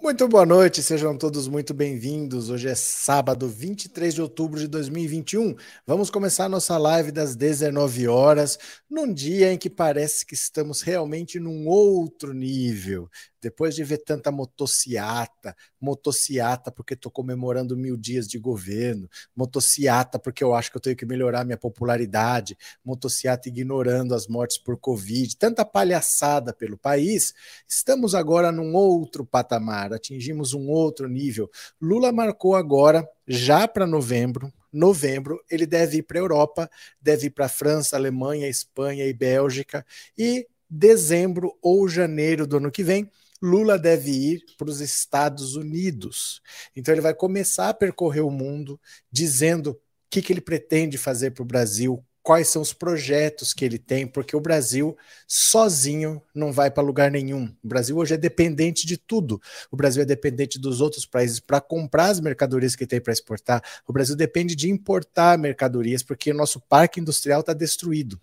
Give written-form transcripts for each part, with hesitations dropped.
Muito boa noite, sejam todos muito bem-vindos. Hoje é sábado, 23 de outubro de 2021. Vamos começar a nossa live das 19 horas, num dia em que parece que estamos realmente num outro nível. Depois de ver tanta motociata porque estou comemorando 1000 dias de governo, motociata porque eu acho que eu tenho que melhorar minha popularidade, motociata ignorando as mortes por Covid, tanta palhaçada pelo país, estamos agora num outro patamar, atingimos um outro nível. Lula marcou agora, já para novembro, ele deve ir para a Europa, deve ir para a França, Alemanha, Espanha e Bélgica, e dezembro ou janeiro do ano que vem, Lula deve ir para os Estados Unidos. Então ele vai começar a percorrer o mundo dizendo o que ele pretende fazer para o Brasil, quais são os projetos que ele tem, porque o Brasil sozinho não vai para lugar nenhum. O Brasil hoje é dependente de tudo. O Brasil é dependente dos outros países para comprar as mercadorias que tem para exportar. O Brasil depende de importar mercadorias, porque o nosso parque industrial está destruído.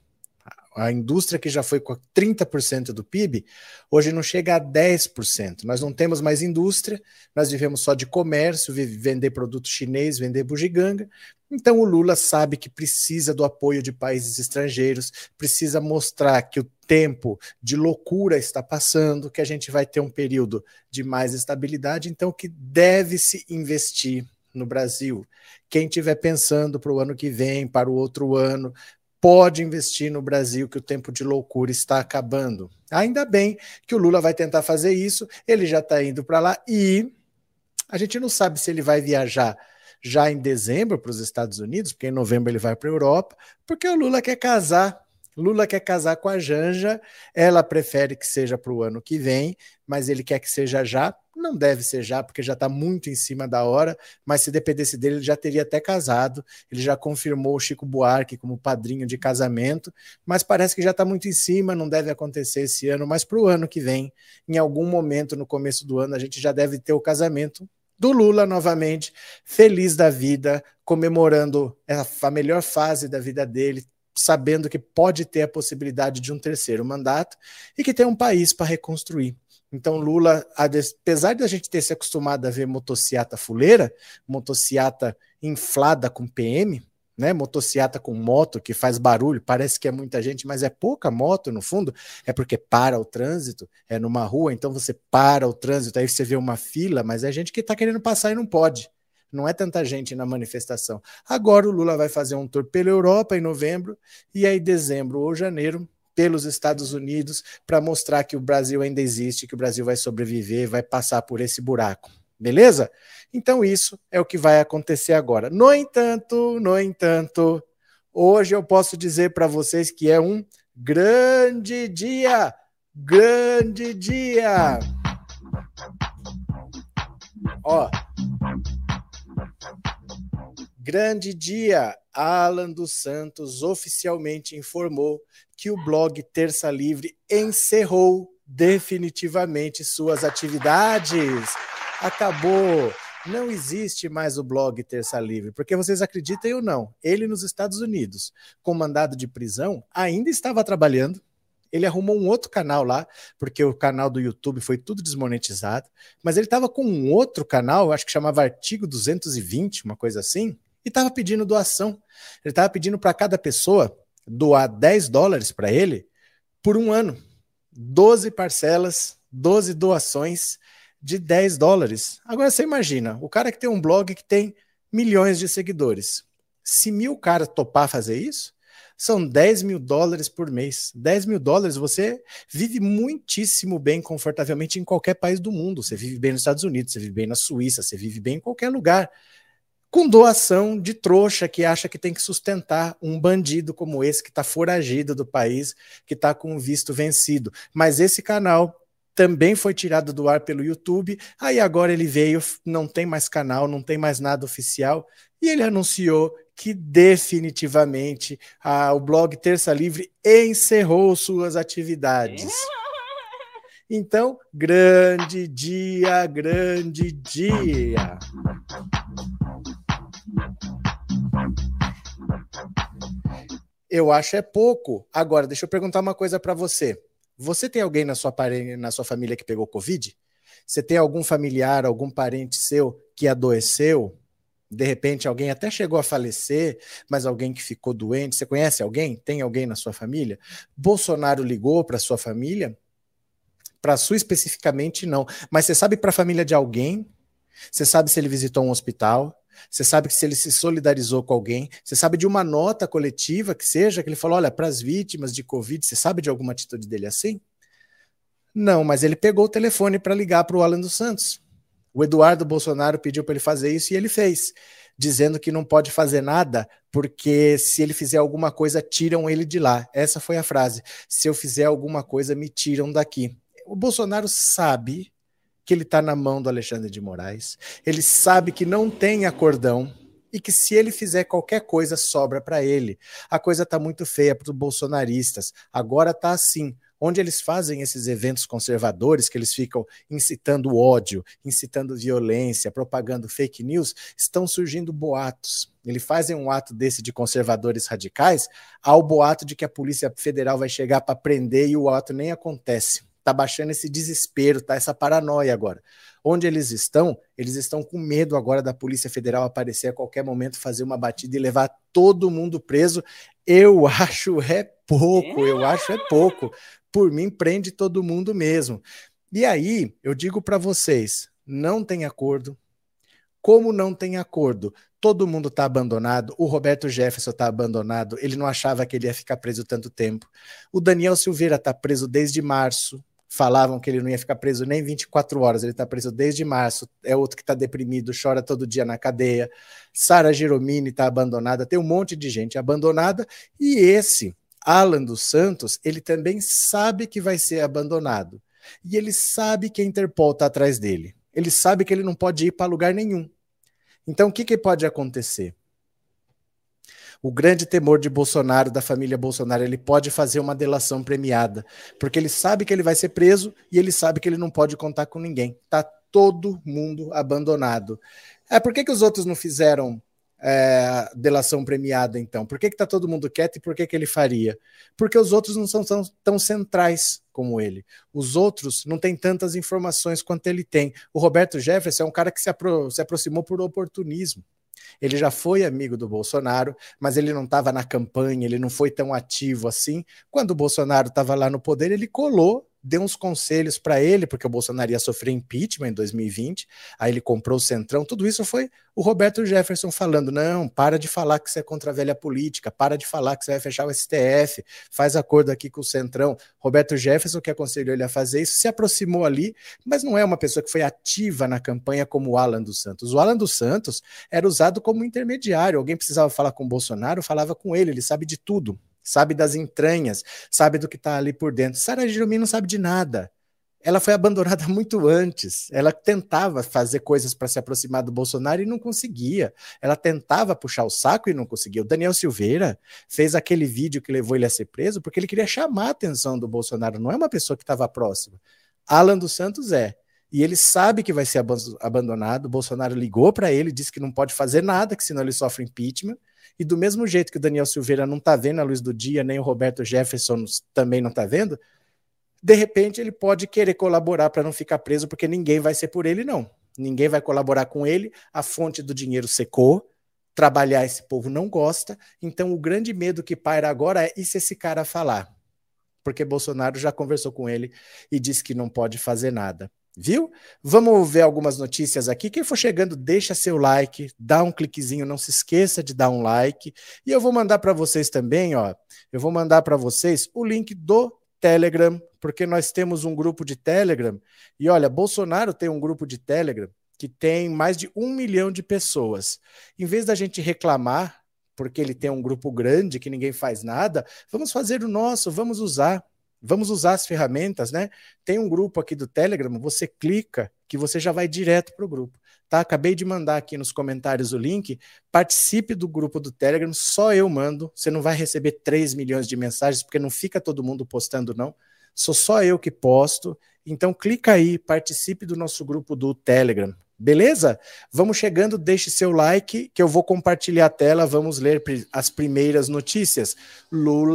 A indústria que já foi com 30% do PIB, hoje não chega a 10%. Nós não temos mais indústria, nós vivemos só de comércio, vender produto chinês, vender bugiganga. Então o Lula sabe que precisa do apoio de países estrangeiros, precisa mostrar que o tempo de loucura está passando, que a gente vai ter um período de mais estabilidade, então que deve-se investir no Brasil. Quem estiver pensando para o ano que vem, para o outro ano, pode investir no Brasil, que o tempo de loucura está acabando. Ainda bem que o Lula vai tentar fazer isso, ele já está indo para lá e a gente não sabe se ele vai viajar já em dezembro para os Estados Unidos, porque em novembro ele vai para a Europa, porque o Lula quer casar. Lula quer casar com a Janja, ela prefere que seja para o ano que vem, mas ele quer que seja já. Não deve ser já, porque já está muito em cima da hora, mas se dependesse dele, ele já teria até casado. Ele já confirmou o Chico Buarque como padrinho de casamento, mas parece que já está muito em cima, não deve acontecer esse ano, mas para o ano que vem, em algum momento no começo do ano, a gente já deve ter o casamento do Lula novamente, feliz da vida, comemorando a melhor fase da vida dele, sabendo que pode ter a possibilidade de um terceiro mandato e que tem um país para reconstruir. Então Lula, apesar de a gente ter se acostumado a ver motociata fuleira, motociata inflada com PM, né, motociata com moto que faz barulho, parece que é muita gente, mas é pouca moto no fundo, é porque para o trânsito, é numa rua, então você para o trânsito, aí você vê uma fila, mas é gente que está querendo passar e não pode. Não é tanta gente na manifestação. Agora o Lula vai fazer um tour pela Europa em novembro e aí dezembro ou janeiro pelos Estados Unidos para mostrar que o Brasil ainda existe, que o Brasil vai sobreviver, vai passar por esse buraco. Beleza? Então isso é o que vai acontecer agora. No entanto, hoje eu posso dizer para vocês que é um grande dia. Grande dia. Ó, grande dia, Alan dos Santos oficialmente informou que o blog Terça Livre encerrou definitivamente suas atividades. Acabou, não existe mais o blog Terça Livre, porque vocês acreditem ou não, ele nos Estados Unidos, com mandado de prisão, ainda estava trabalhando. Ele arrumou um outro canal lá, porque o canal do YouTube foi tudo desmonetizado, mas ele estava com um outro canal, acho que chamava Artigo 220, uma coisa assim, e estava pedindo doação. Ele estava pedindo para cada pessoa doar $10 para ele por um ano. 12 parcelas, 12 doações de $10. Agora você imagina, o cara que tem um blog que tem milhões de seguidores. Se 1000 caras topar fazer isso, são $10 mil por mês. $10 mil, você vive muitíssimo bem, confortavelmente em qualquer país do mundo. Você vive bem nos Estados Unidos, você vive bem na Suíça, você vive bem em qualquer lugar. Com doação de trouxa que acha que tem que sustentar um bandido como esse que está foragido do país, que está com o visto vencido. Mas esse canal também foi tirado do ar pelo YouTube, aí agora ele veio, não tem mais canal, não tem mais nada oficial, e ele anunciou que definitivamente o blog Terça Livre encerrou suas atividades. Então, grande dia, grande dia. Eu acho é pouco. Agora, deixa eu perguntar uma coisa para você. Você tem alguém na sua família que pegou Covid? Você tem algum familiar, algum parente seu que adoeceu? De repente alguém até chegou a falecer, mas alguém que ficou doente. Você conhece alguém? Tem alguém na sua família? Bolsonaro ligou para sua família? Para a sua especificamente, não. Mas você sabe para a família de alguém? Você sabe se ele visitou um hospital? Você sabe se ele se solidarizou com alguém? Você sabe de uma nota coletiva que seja, que ele falou, olha, para as vítimas de Covid, você sabe de alguma atitude dele assim? Não, mas ele pegou o telefone para ligar para o Alan dos Santos. O Eduardo Bolsonaro pediu para ele fazer isso e ele fez, dizendo que não pode fazer nada porque se ele fizer alguma coisa, tiram ele de lá. Essa foi a frase. Se eu fizer alguma coisa, me tiram daqui. O Bolsonaro sabe que ele está na mão do Alexandre de Moraes, ele sabe que não tem acordão e que se ele fizer qualquer coisa, sobra para ele. A coisa está muito feia para os bolsonaristas. Agora está assim. Onde eles fazem esses eventos conservadores, que eles ficam incitando ódio, incitando violência, propagando fake news, estão surgindo boatos. Eles fazem um ato desse de conservadores radicais, há o boato de que a Polícia Federal vai chegar para prender e o ato nem acontece. Está baixando esse desespero, tá essa paranoia agora. Onde eles estão com medo agora da Polícia Federal aparecer a qualquer momento, fazer uma batida e levar todo mundo preso. Eu acho é pouco. Por mim, prende todo mundo mesmo. E aí, eu digo para vocês, não tem acordo. Como não tem acordo? Todo mundo está abandonado, o Roberto Jefferson está abandonado, ele não achava que ele ia ficar preso tanto tempo. O Daniel Silveira está preso desde março. Falavam que ele não ia ficar preso nem 24 horas, ele está preso desde março, é outro que está deprimido, chora todo dia na cadeia. Sara Giromini está abandonada, tem um monte de gente abandonada, e esse Alan dos Santos, ele também sabe que vai ser abandonado, e ele sabe que a Interpol está atrás dele, ele sabe que ele não pode ir para lugar nenhum. Então o que pode acontecer? O grande temor de Bolsonaro, da família Bolsonaro, ele pode fazer uma delação premiada, porque ele sabe que ele vai ser preso e ele sabe que ele não pode contar com ninguém. Está todo mundo abandonado. Por que os outros não fizeram delação premiada, então? Por que está todo mundo quieto e por que ele faria? Porque os outros não são tão centrais como ele. Os outros não têm tantas informações quanto ele tem. O Roberto Jefferson é um cara que se aproximou por oportunismo. Ele já foi amigo do Bolsonaro, mas ele não estava na campanha, ele não foi tão ativo assim. Quando o Bolsonaro estava lá no poder, ele colou, deu uns conselhos para ele, porque o Bolsonaro ia sofrer impeachment em 2020, aí ele comprou o Centrão, tudo isso foi o Roberto Jefferson falando, não, para de falar que você é contra a velha política, para de falar que você vai fechar o STF, faz acordo aqui com o Centrão. Roberto Jefferson, que aconselhou ele a fazer isso, se aproximou ali, mas não é uma pessoa que foi ativa na campanha como o Alan dos Santos. O Alan dos Santos era usado como intermediário, alguém precisava falar com o Bolsonaro, falava com ele sabe de tudo. Sabe das entranhas, sabe do que está ali por dentro. Sara Giromini não sabe de nada. Ela foi abandonada muito antes. Ela tentava fazer coisas para se aproximar do Bolsonaro e não conseguia. Ela tentava puxar o saco e não conseguia. O Daniel Silveira fez aquele vídeo que levou ele a ser preso porque ele queria chamar a atenção do Bolsonaro. Não é uma pessoa que estava próxima. Alan dos Santos é. E ele sabe que vai ser abandonado. O Bolsonaro ligou para ele, disse que não pode fazer nada, que senão ele sofre impeachment. E do mesmo jeito que o Daniel Silveira não está vendo a luz do dia, nem o Roberto Jefferson também não está vendo, de repente ele pode querer colaborar para não ficar preso, porque ninguém vai ser por ele, não. Ninguém vai colaborar com ele, a fonte do dinheiro secou, trabalhar esse povo não gosta, então o grande medo que paira agora é, e se esse cara falar? Porque Bolsonaro já conversou com ele e disse que não pode fazer nada. Viu? Vamos ver algumas notícias aqui. Quem for chegando, deixa seu like, dá um cliquezinho, não se esqueça de dar um like. E eu vou mandar para vocês também, ó. Eu vou mandar para vocês o link do Telegram, porque nós temos um grupo de Telegram. E olha, Bolsonaro tem um grupo de Telegram que tem mais de 1 milhão de pessoas. Em vez da gente reclamar, porque ele tem um grupo grande que ninguém faz nada, vamos fazer o nosso, vamos usar. Vamos usar as ferramentas, né? Tem um grupo aqui do Telegram, você clica que você já vai direto para o grupo, tá? Acabei de mandar aqui nos comentários o link, participe do grupo do Telegram, só eu mando, você não vai receber 3 milhões de mensagens, porque não fica todo mundo postando não, sou só eu que posto, então clica aí, participe do nosso grupo do Telegram, beleza? Vamos chegando, deixe seu like, que eu vou compartilhar a tela, vamos ler as primeiras notícias.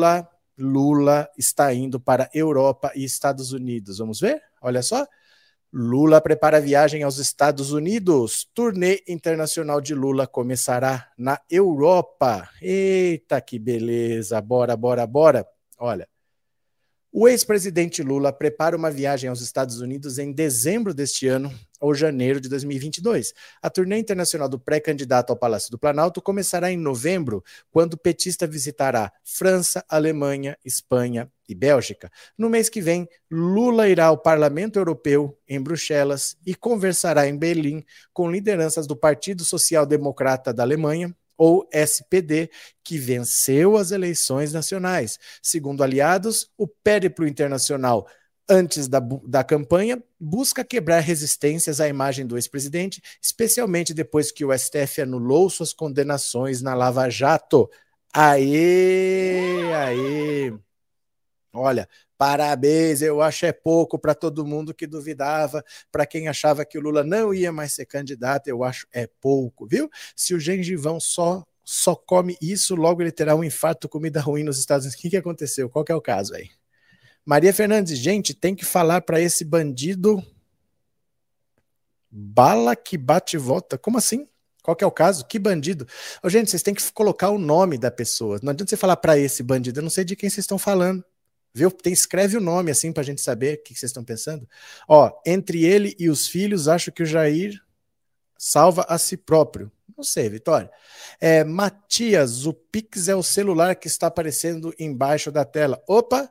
Lula está indo para Europa e Estados Unidos. Vamos ver? Olha só. Lula prepara viagem aos Estados Unidos. Turnê internacional de Lula começará na Europa. Eita, que beleza. Bora, bora, bora. Olha, o ex-presidente Lula prepara uma viagem aos Estados Unidos em dezembro deste ano ou janeiro de 2022. A turnê internacional do pré-candidato ao Palácio do Planalto começará em novembro, quando o petista visitará França, Alemanha, Espanha e Bélgica. No mês que vem, Lula irá ao Parlamento Europeu, em Bruxelas, e conversará em Berlim com lideranças do Partido Social Democrata da Alemanha, ou SPD, que venceu as eleições nacionais. Segundo aliados, o périplo internacional antes da campanha busca quebrar resistências à imagem do ex-presidente, especialmente depois que o STF anulou suas condenações na Lava Jato. Aê, aê! Olha, parabéns, eu acho é pouco para todo mundo que duvidava, para quem achava que o Lula não ia mais ser candidato, eu acho é pouco, viu? Se o gengivão só come isso, logo ele terá um infarto, comida ruim nos Estados Unidos. O que aconteceu? Qual que é o caso aí? Maria Fernandes, gente, tem que falar para esse bandido bala que bate e volta. Como assim? Qual que é o caso? Que bandido? Oh, gente, vocês têm que colocar o nome da pessoa. Não adianta você falar para esse bandido, eu não sei de quem vocês estão falando. Viu? Escreve o nome assim para a gente saber o que vocês estão pensando. Ó, entre ele e os filhos, acho que o Jair salva a si próprio. Não sei, Vitória. Matias, o Pix é o celular que está aparecendo embaixo da tela. Opa!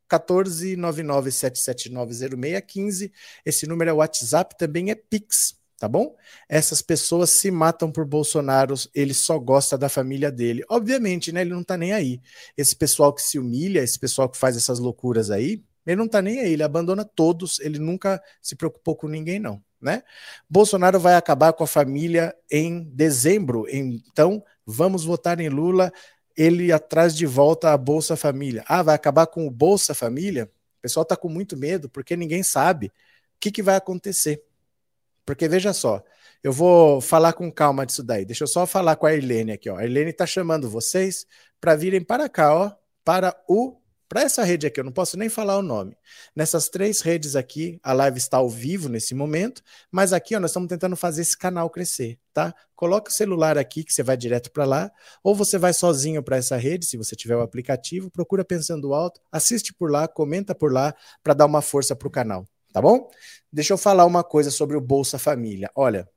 14997790615. Esse número é WhatsApp, também é Pix, tá bom? Essas pessoas se matam por Bolsonaro, ele só gosta da família dele. Obviamente, né? Ele não tá nem aí. Esse pessoal que se humilha, esse pessoal que faz essas loucuras aí, ele não tá nem aí, ele abandona todos, ele nunca se preocupou com ninguém, não, né? Bolsonaro vai acabar com a família em dezembro, então vamos votar em Lula. Ele atrás de volta a Bolsa Família. Ah, vai acabar com o Bolsa Família? O pessoal está com muito medo, porque ninguém sabe o que vai acontecer. Porque veja só, eu vou falar com calma disso daí. Deixa eu só falar com a Irlene aqui, ó. A Irlene está chamando vocês para virem para cá, ó, para essa rede aqui, eu não posso nem falar o nome. Nessas 3 redes aqui, a live está ao vivo nesse momento, mas aqui ó, nós estamos tentando fazer esse canal crescer, tá? Coloca o celular aqui que você vai direto para lá, ou você vai sozinho para essa rede, se você tiver o aplicativo, procura Pensando Alto, assiste por lá, comenta por lá, para dar uma força para o canal, tá bom? Deixa eu falar uma coisa sobre o Bolsa Família. Olha,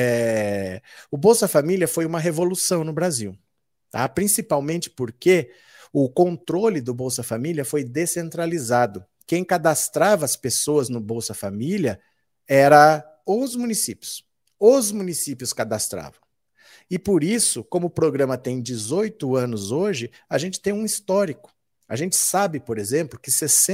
o Bolsa Família foi uma revolução no Brasil, tá? Principalmente porque o controle do Bolsa Família foi descentralizado. Quem cadastrava as pessoas no Bolsa Família era os municípios. Os municípios cadastravam. E por isso, como o programa tem 18 anos hoje, a gente tem um histórico. A gente sabe, por exemplo, que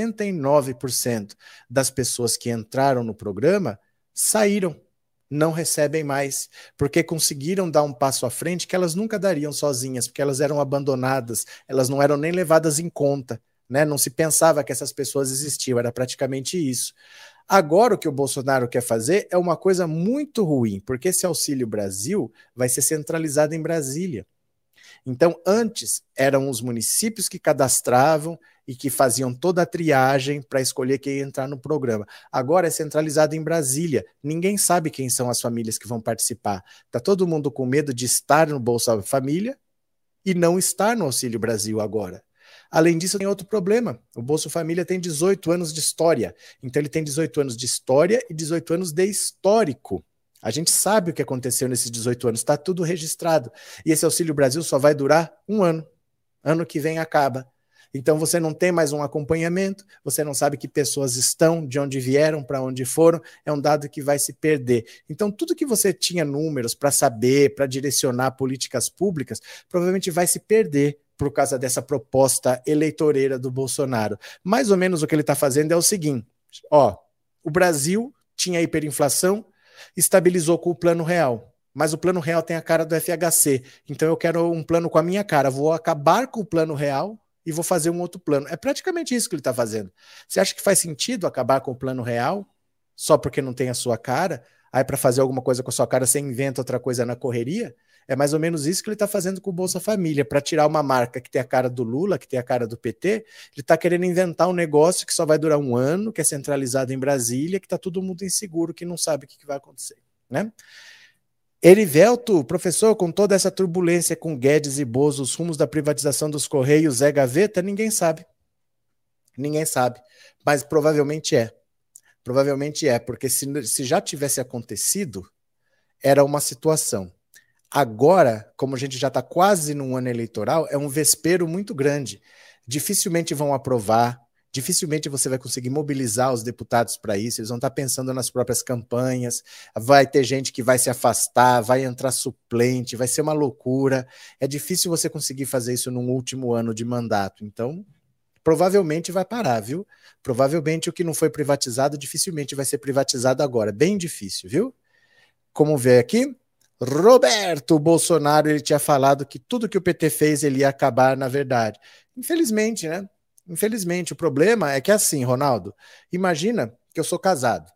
69% das pessoas que entraram no programa saíram, não recebem mais, porque conseguiram dar um passo à frente que elas nunca dariam sozinhas, porque elas eram abandonadas, elas não eram nem levadas em conta, né? Não se pensava que essas pessoas existiam, era praticamente isso. Agora o que o Bolsonaro quer fazer é uma coisa muito ruim, porque esse Auxílio Brasil vai ser centralizado em Brasília. Então, antes eram os municípios que cadastravam e que faziam toda a triagem para escolher quem ia entrar no programa. Agora é centralizado em Brasília. Ninguém sabe quem são as famílias que vão participar. Está todo mundo com medo de estar no Bolsa Família e não estar no Auxílio Brasil agora. Além disso, tem outro problema. O Bolsa Família tem 18 anos de história. Então, ele tem 18 anos de história e 18 anos de histórico. A gente sabe o que aconteceu nesses 18 anos, está tudo registrado. E esse Auxílio Brasil só vai durar um ano. Ano que vem acaba. Então você não tem mais um acompanhamento, você não sabe que pessoas estão, de onde vieram, para onde foram, é um dado que vai se perder. Então tudo que você tinha números para saber, para direcionar políticas públicas, provavelmente vai se perder por causa dessa proposta eleitoreira do Bolsonaro. Mais ou menos o que ele está fazendo é o seguinte, ó, o Brasil tinha hiperinflação, estabilizou com o Plano Real. Mas o Plano Real tem a cara do FHC. Então eu quero um plano com a minha cara. Vou acabar com o Plano Real e vou fazer um outro plano. É praticamente isso que ele está fazendo. Você acha que faz sentido acabar com o Plano Real só porque não tem a sua cara? Aí para fazer alguma coisa com a sua cara você inventa outra coisa na correria? É mais ou menos isso que ele está fazendo com o Bolsa Família, para tirar uma marca que tem a cara do Lula, que tem a cara do PT, ele está querendo inventar um negócio que só vai durar um ano, que é centralizado em Brasília, que está todo mundo inseguro, que não sabe o que vai acontecer, né? Erivelto, professor, com toda essa turbulência com Guedes e Bozo, os rumos da privatização dos Correios é gaveta? Ninguém sabe. Ninguém sabe, mas provavelmente é. Provavelmente é, porque se já tivesse acontecido, era uma situação. Agora, como a gente já está quase num ano eleitoral, é um vespeiro muito grande. Dificilmente vão aprovar, dificilmente você vai conseguir mobilizar os deputados para isso, eles vão estar pensando nas próprias campanhas, vai ter gente que vai se afastar, vai entrar suplente, vai ser uma loucura. É difícil você conseguir fazer isso num último ano de mandato. Então, provavelmente vai parar, viu? Provavelmente o que não foi privatizado dificilmente vai ser privatizado agora. Bem difícil, viu? Como vê aqui? Roberto Bolsonaro, ele tinha falado que tudo que o PT fez ele ia acabar na verdade. Infelizmente, né? Infelizmente, o problema é que é assim, Ronaldo, imagina que eu sou casado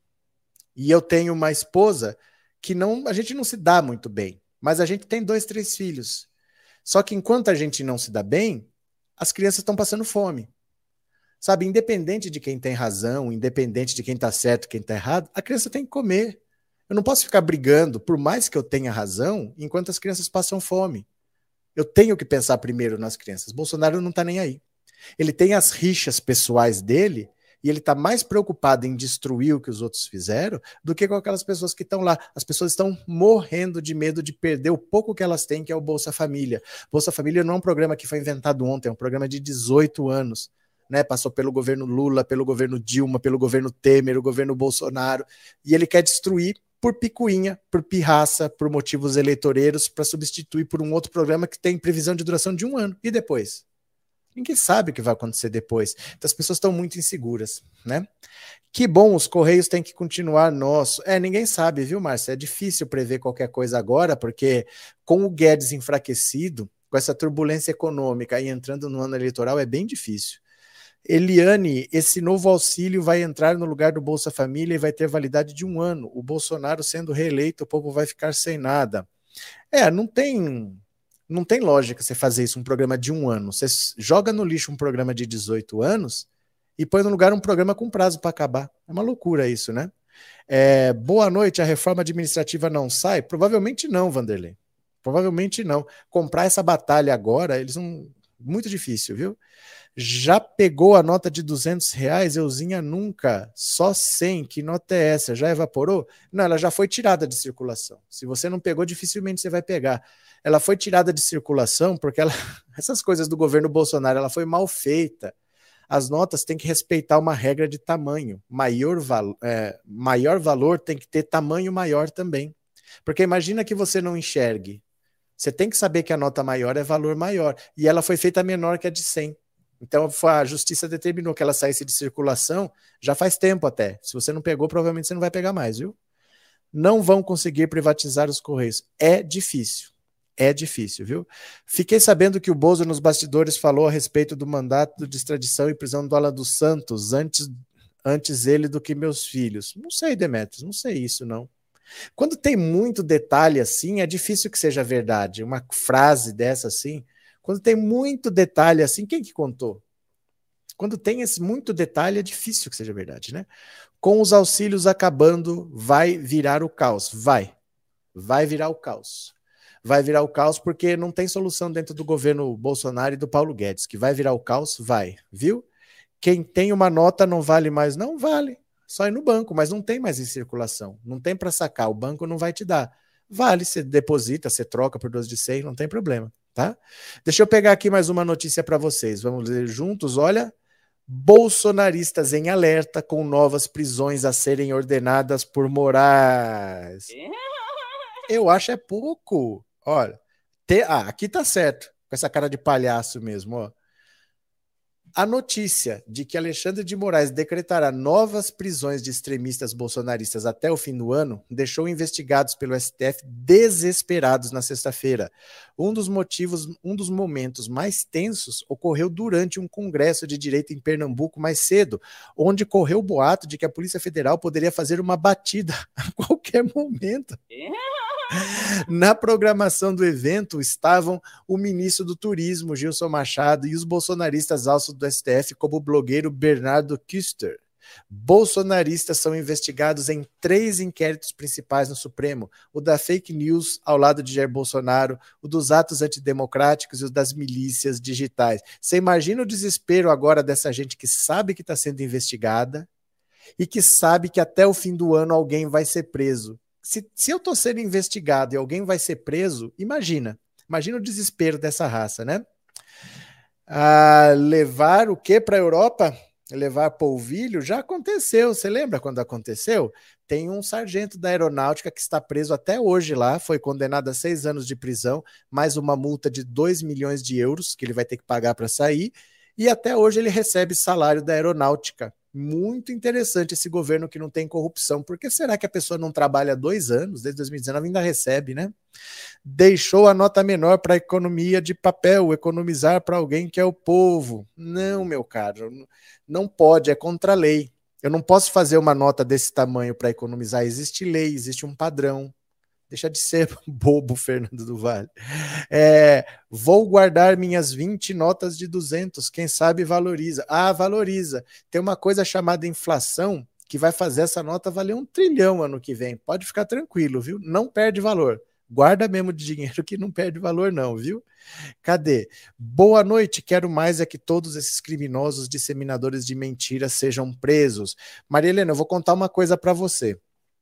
e eu tenho uma esposa que não, a gente não se dá muito bem, mas a gente tem 2, 3 filhos. Só que enquanto a gente não se dá bem, as crianças estão passando fome. Sabe, independente de quem tem razão, independente de quem está certo, quem está errado, a criança tem que comer. Eu não posso ficar brigando, por mais que eu tenha razão, enquanto as crianças passam fome. Eu tenho que pensar primeiro nas crianças. Bolsonaro não está nem aí. Ele tem as rixas pessoais dele e ele está mais preocupado em destruir o que os outros fizeram do que com aquelas pessoas que estão lá. As pessoas estão morrendo de medo de perder o pouco que elas têm, que é o Bolsa Família. Bolsa Família não é um programa que foi inventado ontem, é um programa de 18 anos. Né? Passou pelo governo Lula, pelo governo Dilma, pelo governo Temer, o governo Bolsonaro, e ele quer destruir por picuinha, por pirraça, por motivos eleitoreiros, para substituir por um outro programa que tem previsão de duração de 1 ano. E depois? Ninguém sabe o que vai acontecer depois. Então as pessoas estão muito inseguras, né? Que bom, os Correios têm que continuar nosso. Ninguém sabe, viu, Márcia? É difícil prever qualquer coisa agora, porque com o Guedes enfraquecido, com essa turbulência econômica e entrando no ano eleitoral, é bem difícil. Eliane, esse novo auxílio vai entrar no lugar do Bolsa Família e vai ter validade de 1 ano. O Bolsonaro sendo reeleito, o povo vai ficar sem nada. Não tem lógica você fazer isso, um programa de 1 ano. Você joga no lixo um programa de 18 anos e põe no lugar um programa com prazo para acabar. É uma loucura isso, né? Boa noite, a reforma administrativa não sai? Provavelmente não, Vanderlei. Provavelmente não. Comprar essa batalha agora, eles não... Muito difícil, viu? Já pegou a nota de R$ 200? Euzinha nunca, só 100. Que nota é essa? Já evaporou? Não, ela já foi tirada de circulação. Se você não pegou, dificilmente você vai pegar. Ela foi tirada de circulação porque essas coisas do governo Bolsonaro, ela foi mal feita. As notas têm que respeitar uma regra de tamanho. Maior valor tem que ter tamanho maior também. Porque imagina que você não enxergue. Você tem que saber que a nota maior é valor maior. E ela foi feita menor que a de 100. Então a justiça determinou que ela saísse de circulação já faz tempo até. Se você não pegou, provavelmente você não vai pegar mais, viu? Não vão conseguir privatizar os Correios. É difícil. É difícil, viu? Fiquei sabendo que o Bozo nos bastidores falou a respeito do mandato de extradição e prisão do Alan dos Santos antes ele do que meus filhos. Não sei, Demetrios, não sei isso, não. Quando tem muito detalhe assim, é difícil que seja verdade. Uma frase dessa assim, quando tem muito detalhe assim, quem que contou? Quando tem esse muito detalhe, é difícil que seja verdade, né? Com os auxílios acabando, vai virar o caos. Vai virar o caos. Vai virar o caos porque não tem solução dentro do governo Bolsonaro e do Paulo Guedes. Que vai virar o caos, vai, viu? Quem tem uma nota não vale mais, não vale. Só ir no banco, mas não tem mais em circulação. Não tem para sacar, o banco não vai te dar. Vale, você deposita, você troca por 12 de 100, não tem problema, tá? Deixa eu pegar aqui mais uma notícia para vocês. Vamos ler juntos, olha. Bolsonaristas em alerta com novas prisões a serem ordenadas por Moraes. Eu acho é pouco. Olha, aqui tá certo, com essa cara de palhaço mesmo, ó. A notícia de que Alexandre de Moraes decretará novas prisões de extremistas bolsonaristas até o fim do ano deixou investigados pelo STF desesperados na sexta-feira. Um dos momentos mais tensos ocorreu durante um congresso de direita em Pernambuco mais cedo, onde correu o boato de que a Polícia Federal poderia fazer uma batida a qualquer momento. Na programação do evento estavam o ministro do Turismo, Gilson Machado, e os bolsonaristas alços do STF, como o blogueiro Bernardo Kister. Bolsonaristas são investigados em 3 inquéritos principais no Supremo: o da fake news ao lado de Jair Bolsonaro, o dos atos antidemocráticos e o das milícias digitais. Você imagina o desespero agora dessa gente que sabe que está sendo investigada e que sabe que até o fim do ano alguém vai ser preso. Se eu estou sendo investigado e alguém vai ser preso, imagina o desespero dessa raça, né? Levar o que para a Europa? Levar polvilho? Já aconteceu, você lembra quando aconteceu? Tem um sargento da aeronáutica que está preso até hoje lá, foi condenado a 6 anos de prisão, mais uma multa de 2 milhões de euros que ele vai ter que pagar para sair, e até hoje ele recebe salário da aeronáutica. Muito interessante esse governo que não tem corrupção. Por que será que a pessoa não trabalha 2 anos, desde 2019 ainda recebe, né? Deixou a nota menor para a economia de papel, economizar para alguém que é o povo. Não, meu caro, não pode, é contra a lei. Eu não posso fazer uma nota desse tamanho para economizar. Existe lei, existe um padrão. Deixa de ser bobo, Fernando do Vale. Vou guardar minhas 20 notas de 200, quem sabe valoriza. Valoriza. Tem uma coisa chamada inflação que vai fazer essa nota valer 1 trilhão ano que vem. Pode ficar tranquilo, viu? Não perde valor. Guarda mesmo de dinheiro que não perde valor não, viu? Cadê? Boa noite, quero mais é que todos esses criminosos disseminadores de mentiras sejam presos. Maria Helena, eu vou contar uma coisa para você.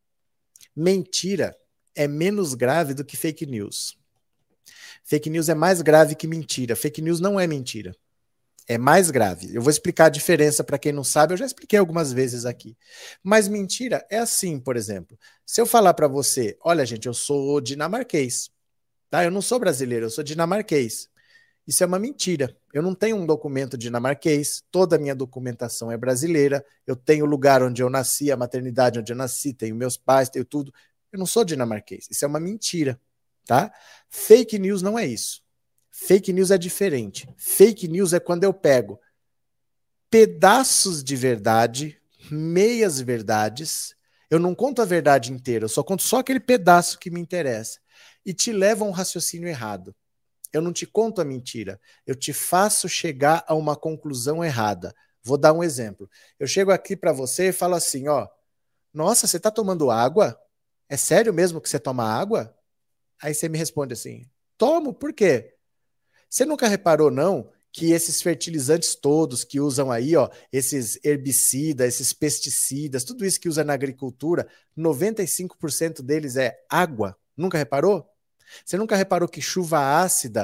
Mentira é menos grave do que fake news. Fake news é mais grave que mentira. Fake news não é mentira. É mais grave. Eu vou explicar a diferença para quem não sabe, eu já expliquei algumas vezes aqui. Mas mentira é assim, por exemplo. Se eu falar para você, olha gente, eu sou dinamarquês, tá? Eu não sou brasileiro, eu sou dinamarquês. Isso é uma mentira. Eu não tenho um documento dinamarquês, toda a minha documentação é brasileira, eu tenho o lugar onde eu nasci, a maternidade onde eu nasci, tenho meus pais, tenho tudo. Eu não sou dinamarquês. Isso é uma mentira, tá? Fake news não é isso. Fake news é diferente. Fake news é quando eu pego pedaços de verdade, meias verdades, eu não conto a verdade inteira, eu só conto só aquele pedaço que me interessa e te levo a um raciocínio errado. Eu não te conto a mentira, eu te faço chegar a uma conclusão errada. Vou dar um exemplo. Eu chego aqui para você e falo assim, ó, nossa, você tá tomando água? É sério mesmo que você toma água? Aí você me responde assim, tomo, por quê? Você nunca reparou, não, que esses fertilizantes todos que usam aí, ó, esses herbicidas, esses pesticidas, tudo isso que usa na agricultura, 95% deles é água? Nunca reparou? Você nunca reparou que chuva ácida,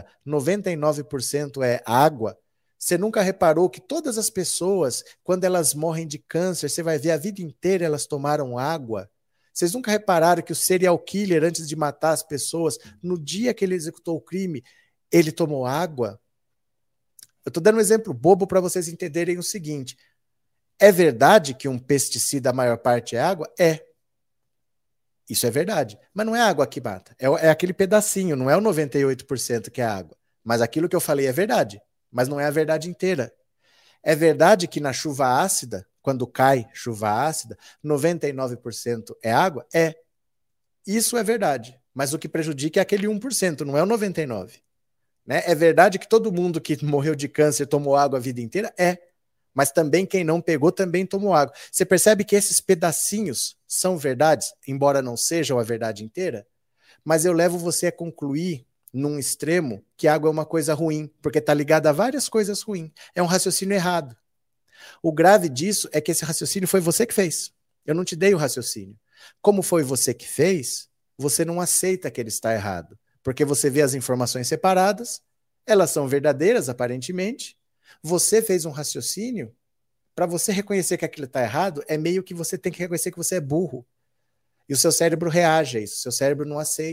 99% é água? Você nunca reparou que todas as pessoas, quando elas morrem de câncer, você vai ver a vida inteira elas tomaram água? Vocês nunca repararam que o serial killer, antes de matar as pessoas, no dia que ele executou o crime, ele tomou água? Eu estou dando um exemplo bobo para vocês entenderem o seguinte. É verdade que um pesticida, a maior parte é água? É. Isso é verdade. Mas não é a água que mata. É aquele pedacinho, não é o 98% que é água. Mas aquilo que eu falei é verdade. Mas não é a verdade inteira. É verdade que na chuva ácida, quando cai chuva ácida, 99% é água? É. Isso é verdade. Mas o que prejudica é aquele 1%, não é o 99%. Né? É verdade que todo mundo que morreu de câncer tomou água a vida inteira? É. Mas também quem não pegou também tomou água. Você percebe que esses pedacinhos são verdades, embora não sejam a verdade inteira? Mas eu levo você a concluir num extremo que água é uma coisa ruim, porque está ligada a várias coisas ruins. É um raciocínio errado. O grave disso é que esse raciocínio foi você que fez. Eu não te dei o raciocínio. Como foi você que fez, você não aceita que ele está errado. Porque você vê as informações separadas, elas são verdadeiras, aparentemente. Você fez um raciocínio, para você reconhecer que aquilo está errado, é meio que você tem que reconhecer que você é burro. E o seu cérebro reage a isso, o seu cérebro não aceita.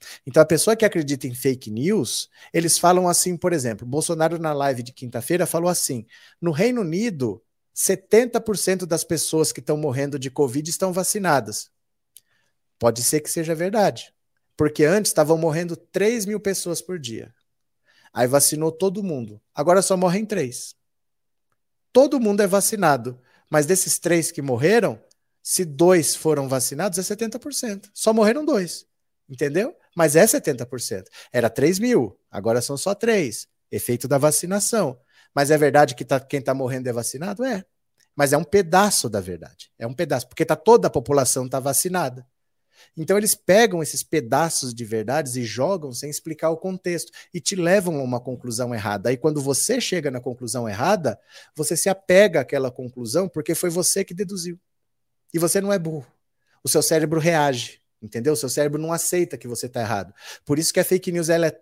Então, a pessoa que acredita em fake news, eles falam assim, por exemplo, Bolsonaro na live de quinta-feira falou assim, no Reino Unido, 70% das pessoas que estão morrendo de Covid estão vacinadas. Pode ser que seja verdade, porque antes estavam morrendo 3 mil pessoas por dia. Aí vacinou todo mundo. Agora só morrem 3. Todo mundo é vacinado, mas desses 3 que morreram, se 2 foram vacinados, é 70%. Só morreram 2, entendeu? Mas é 70%. Era 3 mil, agora são só 3. Efeito da vacinação. Mas é verdade que quem está morrendo é vacinado? É. Mas é um pedaço da verdade. É um pedaço, porque toda a população está vacinada. Então eles pegam esses pedaços de verdades e jogam sem explicar o contexto e te levam a uma conclusão errada. Aí quando você chega na conclusão errada, você se apega àquela conclusão porque foi você que deduziu. E você não é burro. O seu cérebro reage, entendeu? O seu cérebro não aceita que você está errado. Por isso que a fake news ela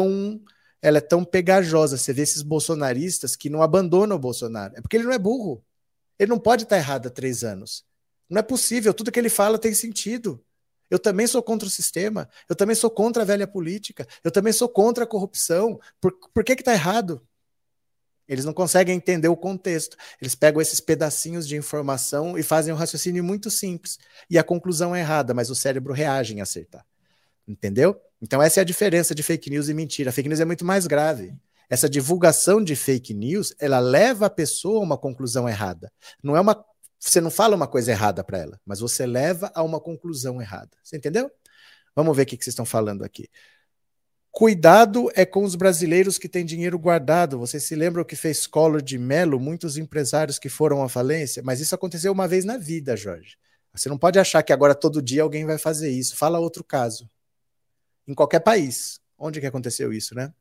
é tão pegajosa. Você vê esses bolsonaristas que não abandonam o Bolsonaro. É porque ele não é burro. Ele não pode estar errado há 3 anos. Não é possível. Tudo que ele fala tem sentido. Eu também sou contra o sistema, eu também sou contra a velha política, eu também sou contra a corrupção. Por que está errado? Eles não conseguem entender o contexto. Eles pegam esses pedacinhos de informação e fazem um raciocínio muito simples. E a conclusão é errada, mas o cérebro reage em acertar. Entendeu? Então essa é a diferença de fake news e mentira. A fake news é muito mais grave. Essa divulgação de fake news, ela leva a pessoa a uma conclusão errada. Não é uma Você não fala uma coisa errada para ela, mas você leva a uma conclusão errada. Você entendeu? Vamos ver o que vocês estão falando aqui. Cuidado é com os brasileiros que têm dinheiro guardado. Você se lembra o que fez Collor de Mello, muitos empresários que foram à falência? Mas isso aconteceu uma vez na vida, Jorge. Você não pode achar que agora todo dia alguém vai fazer isso. Fala outro caso. Em qualquer país. Onde que aconteceu isso, né?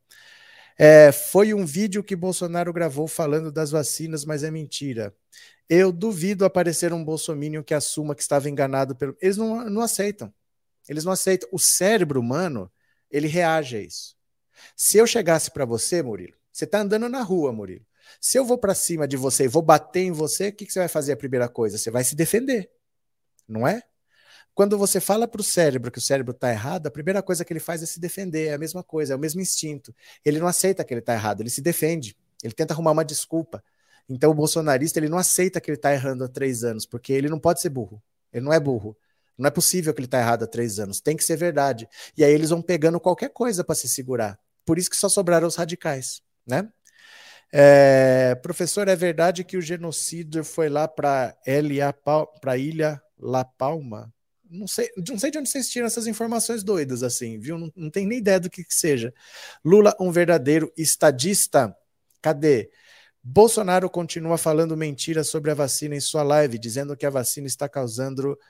Foi um vídeo que Bolsonaro gravou falando das vacinas, mas é mentira. Eu duvido aparecer um bolsominion que assuma que estava enganado pelo... Eles não aceitam. Eles não aceitam. O cérebro humano, ele reage a isso. Se eu chegasse para você, Murilo, você está andando na rua, Murilo. Se eu vou para cima de você e vou bater em você, o que você vai fazer a primeira coisa? Você vai se defender, não é? Quando você fala para o cérebro que o cérebro está errado, a primeira coisa que ele faz é se defender, é a mesma coisa, é o mesmo instinto. Ele não aceita que ele está errado, ele se defende, ele tenta arrumar uma desculpa. Então o bolsonarista ele não aceita que ele está errando há 3 anos, porque ele não pode ser burro, ele não é burro. Não é possível que ele está errado há 3 anos, tem que ser verdade. E aí eles vão pegando qualquer coisa para se segurar. Por isso que só sobraram os radicais, né? Professor, é verdade que o genocídio foi lá para Ilha La Palma? Não sei de onde vocês tiram essas informações doidas assim, viu? Não tem nem ideia do que seja. Lula, um verdadeiro estadista. Cadê? Bolsonaro continua falando mentira sobre a vacina em sua live, dizendo que a vacina está causando...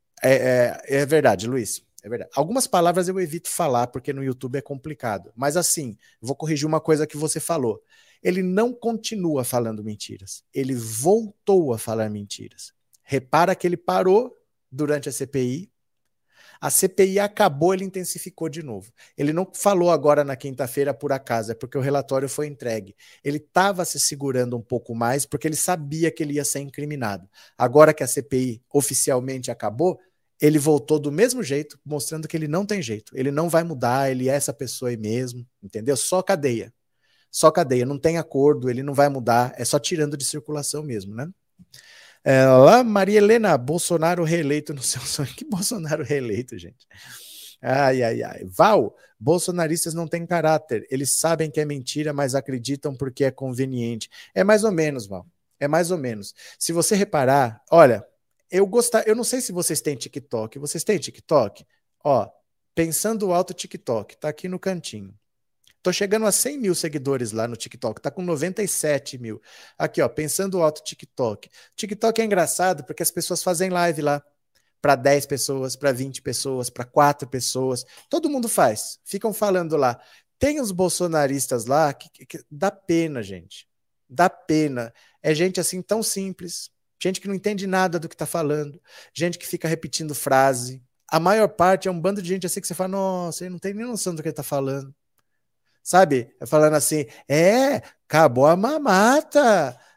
É verdade, Luiz. É verdade. Algumas palavras eu evito falar, porque no YouTube é complicado. Mas assim, vou corrigir uma coisa que você falou. Ele não continua falando mentiras. Ele voltou a falar mentiras. Repara que ele parou durante a CPI. A CPI acabou, ele intensificou de novo. Ele não falou agora na quinta-feira por acaso, é porque o relatório foi entregue. Ele estava se segurando um pouco mais porque ele sabia que ele ia ser incriminado. Agora que a CPI oficialmente acabou, ele voltou do mesmo jeito, mostrando que ele não tem jeito. Ele não vai mudar, ele é essa pessoa aí mesmo, entendeu? Só cadeia. Só cadeia, não tem acordo, ele não vai mudar, é só tirando de circulação mesmo, né? Lá, Maria Helena, Bolsonaro reeleito no seu sonho. Que Bolsonaro reeleito, gente? Ai, ai, ai. Val, bolsonaristas não têm caráter. Eles sabem que é mentira, mas acreditam porque é conveniente. É mais ou menos, Val. É mais ou menos. Se você reparar, olha, eu não sei se vocês têm TikTok. Vocês têm TikTok? Ó, Pensando Alto TikTok, tá aqui no cantinho. Tô chegando a 100 mil seguidores lá no TikTok, tá com 97 mil. Aqui, ó, Pensando Alto TikTok. TikTok é engraçado porque as pessoas fazem live lá para 10 pessoas, para 20 pessoas, para 4 pessoas. Todo mundo faz. Ficam falando lá. Tem os bolsonaristas lá que dá pena, gente. Dá pena. É gente assim tão simples, gente que não entende nada do que tá falando, gente que fica repetindo frase. A maior parte é um bando de gente assim que você fala, nossa, ele não tem nem noção do que ele tá falando. Sabe? Falando assim, acabou a mamata,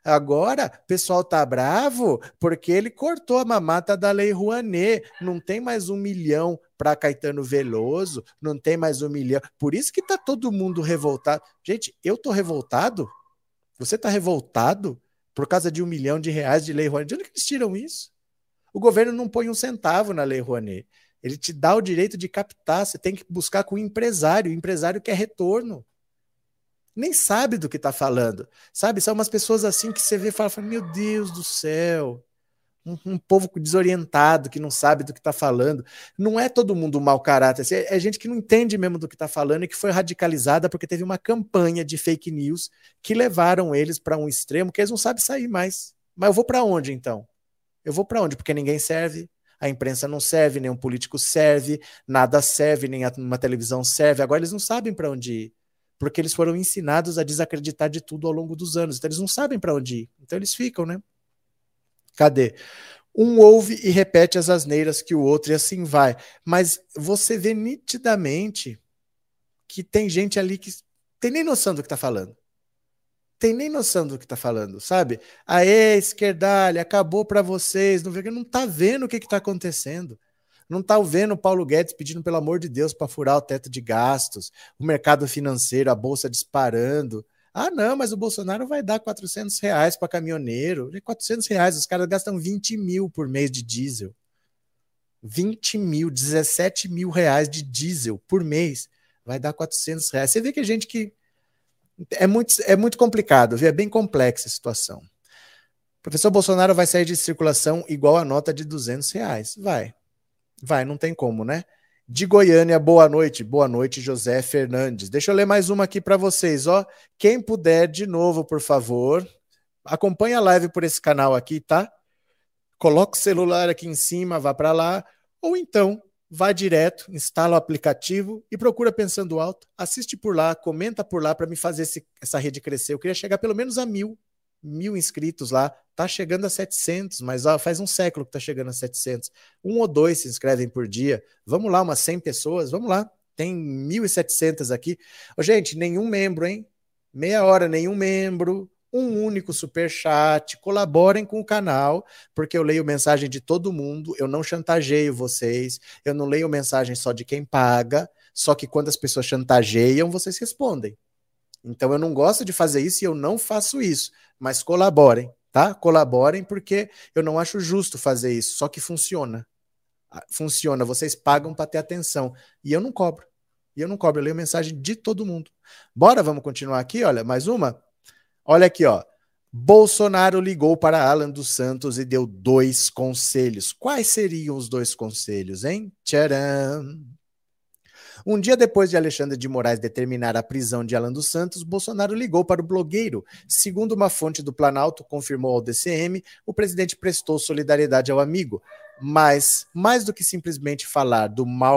Agora, o pessoal tá bravo porque ele cortou a mamata da Lei Rouanet. Não tem mais 1 milhão para Caetano Veloso, não tem mais 1 milhão. Por isso que tá todo mundo revoltado. Gente, eu tô revoltado? Você tá revoltado por causa de R$ 1 milhão de Lei Rouanet? De onde que eles tiram isso? O governo não põe um centavo na Lei Rouanet. Ele te dá o direito de captar, você tem que buscar com o empresário quer retorno. Nem sabe do que está falando, sabe? São umas pessoas assim que você vê e fala, meu Deus do céu, um povo desorientado, que não sabe do que está falando. Não é todo mundo mau caráter, é gente que não entende mesmo do que está falando e que foi radicalizada porque teve uma campanha de fake news que levaram eles para um extremo que eles não sabem sair mais. Mas eu vou para onde, então? Eu vou para onde? Porque ninguém serve, a imprensa não serve, nenhum político serve, nada serve, nem uma televisão serve. Agora eles não sabem para onde ir, porque eles foram ensinados a desacreditar de tudo ao longo dos anos. Então eles não sabem para onde ir. Então eles ficam, né? Cadê? Um ouve e repete as asneiras que o outro, e assim vai. Mas você vê nitidamente que tem gente ali que tem nem noção do que está falando. Tem nem noção do que está falando, sabe? Aê, esquerdalha, acabou para vocês. Não tá vendo o que está acontecendo. Não tá vendo o Paulo Guedes pedindo, pelo amor de Deus, para furar o teto de gastos, o mercado financeiro, a bolsa disparando. Ah, não, mas o Bolsonaro vai dar R$ 400 para caminhoneiro. R$ 400, os caras gastam 20 mil por mês de diesel. 20 mil, 17 mil reais de diesel por mês. Vai dar R$ 400. Você vê que a gente que é muito complicado, viu? É bem complexa a situação. O professor Bolsonaro vai sair de circulação igual a nota de R$ 200. Vai, não tem como, né? De Goiânia, boa noite, José Fernandes. Deixa eu ler mais uma aqui para vocês, ó. Quem puder, de novo, por favor, acompanha a live por esse canal aqui, tá? Coloca o celular aqui em cima, vá para lá, ou então vá direto, instala o aplicativo e procura Pensando Alto, assiste por lá, comenta por lá para me fazer essa rede crescer. Eu queria chegar pelo menos a 1.000 inscritos lá. Tá chegando a 700, mas ó, faz um século que tá chegando a 700. 1 ou 2 se inscrevem por dia. Vamos lá, umas 100 pessoas, vamos lá. Tem 1.700 aqui. Ô, gente, nenhum membro, hein? Meia hora, nenhum membro. Um único superchat. Colaborem com o canal, porque eu leio mensagem de todo mundo. Eu não chantageio vocês. Eu não leio mensagem só de quem paga. Só que quando as pessoas chantageiam, vocês respondem. Então eu não gosto de fazer isso e eu não faço isso. Mas colaborem, tá? Colaborem, porque eu não acho justo fazer isso. Só que funciona. Funciona. Vocês pagam para ter atenção. E eu não cobro. Eu leio mensagem de todo mundo. Bora, vamos continuar aqui, olha, mais uma. Olha aqui, ó. Bolsonaro ligou para Alan dos Santos e deu 2 conselhos. Quais seriam os 2 conselhos, hein? Tcharam! Um dia depois de Alexandre de Moraes determinar a prisão de Alan dos Santos, Bolsonaro ligou para o blogueiro. Segundo uma fonte do Planalto confirmou ao DCM, o presidente prestou solidariedade ao amigo. Mas, mais do que simplesmente falar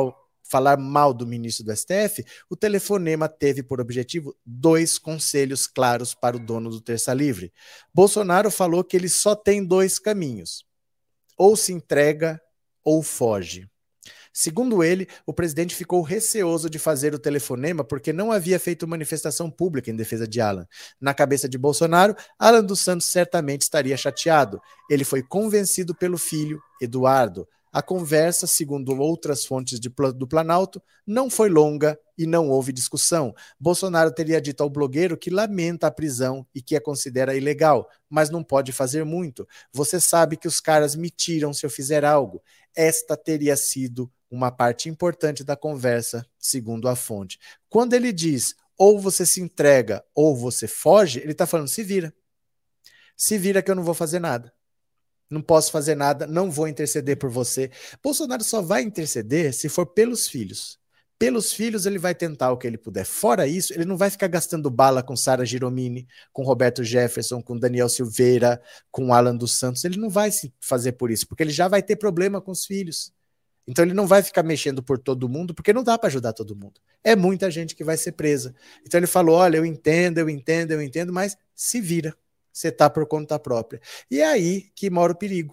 mal do ministro do STF, o telefonema teve por objetivo 2 conselhos claros para o dono do Terça Livre. Bolsonaro falou que ele só tem 2 caminhos: ou se entrega ou foge. Segundo ele, o presidente ficou receoso de fazer o telefonema porque não havia feito manifestação pública em defesa de Alan. Na cabeça de Bolsonaro, Alan dos Santos certamente estaria chateado. Ele foi convencido pelo filho, Eduardo. A conversa, segundo outras fontes do Planalto, não foi longa e não houve discussão. Bolsonaro teria dito ao blogueiro que lamenta a prisão e que a considera ilegal, mas não pode fazer muito. Você sabe que os caras me tiram se eu fizer algo. Esta teria sido uma parte importante da conversa, segundo a fonte. Quando ele diz ou você se entrega ou você foge, ele está falando se vira. Se vira que eu não vou fazer nada. Não posso fazer nada, não vou interceder por você. Bolsonaro só vai interceder se for pelos filhos. Pelos filhos ele vai tentar o que ele puder. Fora isso, ele não vai ficar gastando bala com Sara Giromini, com Roberto Jefferson, com Daniel Silveira, com Alan dos Santos. Ele não vai se fazer por isso, porque ele já vai ter problema com os filhos. Então ele não vai ficar mexendo por todo mundo, porque não dá para ajudar todo mundo. É muita gente que vai ser presa. Então ele falou, olha, eu entendo, mas se vira. Você está por conta própria. E é aí que mora o perigo.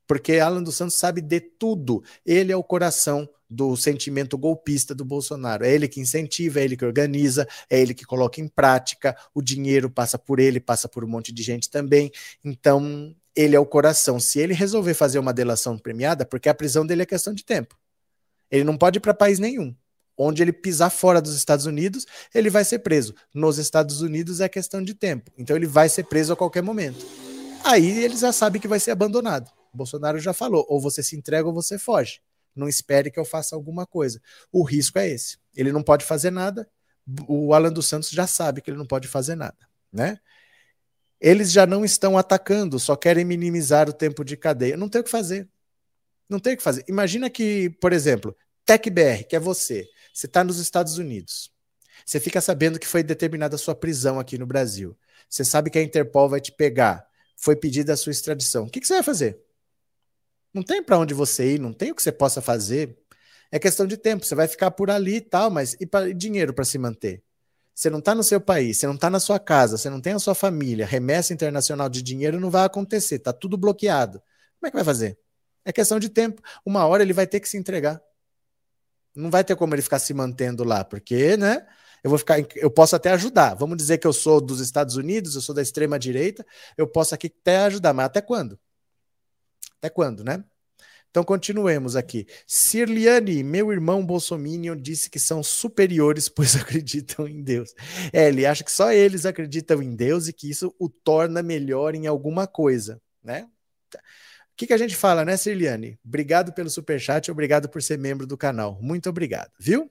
porque Alan dos Santos sabe de tudo. Ele é o coração do sentimento golpista do Bolsonaro. É ele que incentiva, é ele que organiza, é ele que coloca em prática, o dinheiro passa por ele, passa por um monte de gente também. Então, ele é o coração. Se ele resolver fazer uma delação premiada, porque a prisão dele é questão de tempo. Ele não pode ir para país nenhum. Onde ele pisar fora dos Estados Unidos, ele vai ser preso. Nos Estados Unidos é questão de tempo. Então ele vai ser preso a qualquer momento. Aí ele já sabe que vai ser abandonado. O Bolsonaro já falou, ou você se entrega ou você foge. Não espere que eu faça alguma coisa. O risco é esse. Ele não pode fazer nada. O Alan dos Santos já sabe que ele não pode fazer nada, né? Eles já não estão atacando, só querem minimizar o tempo de cadeia. Não tem o que fazer. Não tem o que fazer. Imagina que, por exemplo, TecBR, que é você está nos Estados Unidos. Você fica sabendo que foi determinada a sua prisão aqui no Brasil. Você sabe que a Interpol vai te pegar. Foi pedida a sua extradição. O que você vai fazer? Não tem para onde você ir, não tem o que você possa fazer. É questão de tempo. Você vai ficar por ali e tal, mas e dinheiro para se manter? Você não está no seu país, você não está na sua casa, você não tem a sua família. Remessa internacional de dinheiro não vai acontecer. Está tudo bloqueado. Como é que vai fazer? É questão de tempo. Uma hora ele vai ter que se entregar. Não vai ter como ele ficar se mantendo lá, porque, né? Eu posso até ajudar. Vamos dizer que eu sou dos Estados Unidos, eu sou da extrema direita, eu posso aqui até ajudar, mas até quando? Até quando, né? Então continuemos aqui. Cirliane, meu irmão bolsominion, disse que são superiores, pois acreditam em Deus. Ele acha que só eles acreditam em Deus e que isso o torna melhor em alguma coisa, né? O que a gente fala, né, Cirliane? Obrigado pelo superchat, obrigado por ser membro do canal. Muito obrigado, viu?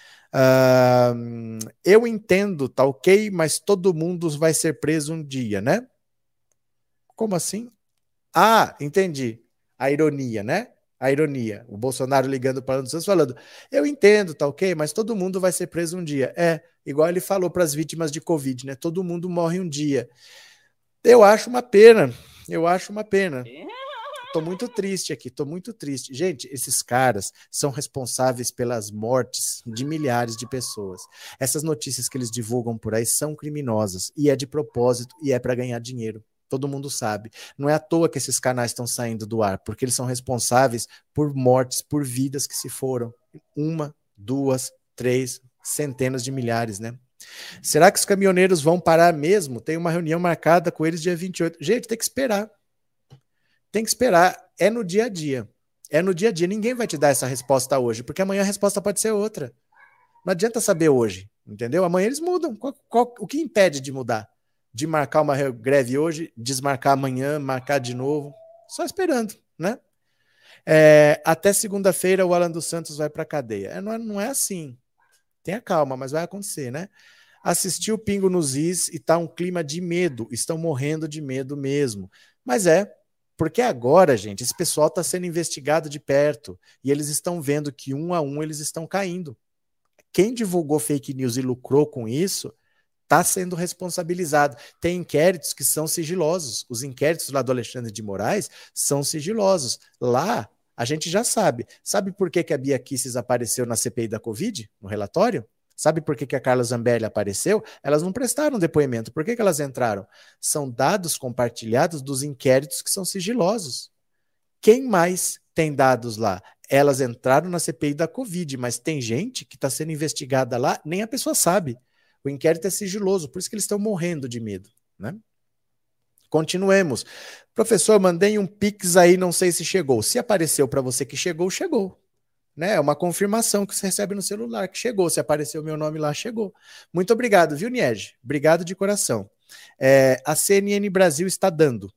Eu entendo, tá ok, mas todo mundo vai ser preso um dia, né? Como assim? Ah, entendi. A ironia, né? A ironia. O Bolsonaro ligando para os Santos falando, eu entendo, tá ok, mas todo mundo vai ser preso um dia. É, igual ele falou para as vítimas de Covid, né? Todo mundo morre um dia. Eu acho uma pena. Eu acho uma pena. Tô muito triste aqui, tô muito triste. Gente, esses caras são responsáveis pelas mortes de milhares de pessoas. Essas notícias que eles divulgam por aí são criminosas e é de propósito e é para ganhar dinheiro. Todo mundo sabe. Não é à toa que esses canais estão saindo do ar, porque eles são responsáveis por mortes, por vidas que se foram. 1, 2, 3, centenas de milhares, né? Será que os caminhoneiros vão parar mesmo? Tem uma reunião marcada com eles dia 28. Gente, tem que esperar. Tem que esperar, é no dia a dia. É no dia a dia. Ninguém vai te dar essa resposta hoje, porque amanhã a resposta pode ser outra. Não adianta saber hoje, entendeu? Amanhã eles mudam. O que impede de mudar? De marcar uma greve hoje, desmarcar amanhã, marcar de novo? Só esperando, né? Até segunda-feira o Alan dos Santos vai para a cadeia. Não é assim. Tenha calma, mas vai acontecer, né? Assisti o Pingo nos Is e tá um clima de medo. Estão morrendo de medo mesmo. Mas porque agora, gente, esse pessoal está sendo investigado de perto e eles estão vendo que um a um eles estão caindo. Quem divulgou fake news e lucrou com isso está sendo responsabilizado. Tem inquéritos que são sigilosos. Os inquéritos lá do Alexandre de Moraes são sigilosos. Lá, a gente já sabe. Sabe por que a Bia Kicis apareceu na CPI da Covid, no relatório? Sabe por que a Carla Zambelli apareceu? Elas não prestaram depoimento. Por que elas entraram? São dados compartilhados dos inquéritos que são sigilosos. Quem mais tem dados lá? Elas entraram na CPI da Covid, mas tem gente que está sendo investigada lá, nem a pessoa sabe. O inquérito é sigiloso, por isso que eles estão morrendo de medo, né? Continuemos. Professor, mandei um Pix aí, não sei se chegou. Se apareceu para você que chegou, chegou. Né? É uma confirmação que você recebe no celular, que chegou. Se apareceu o meu nome lá, chegou. Muito obrigado, viu, Niege? Obrigado de coração. A CNN Brasil está dando.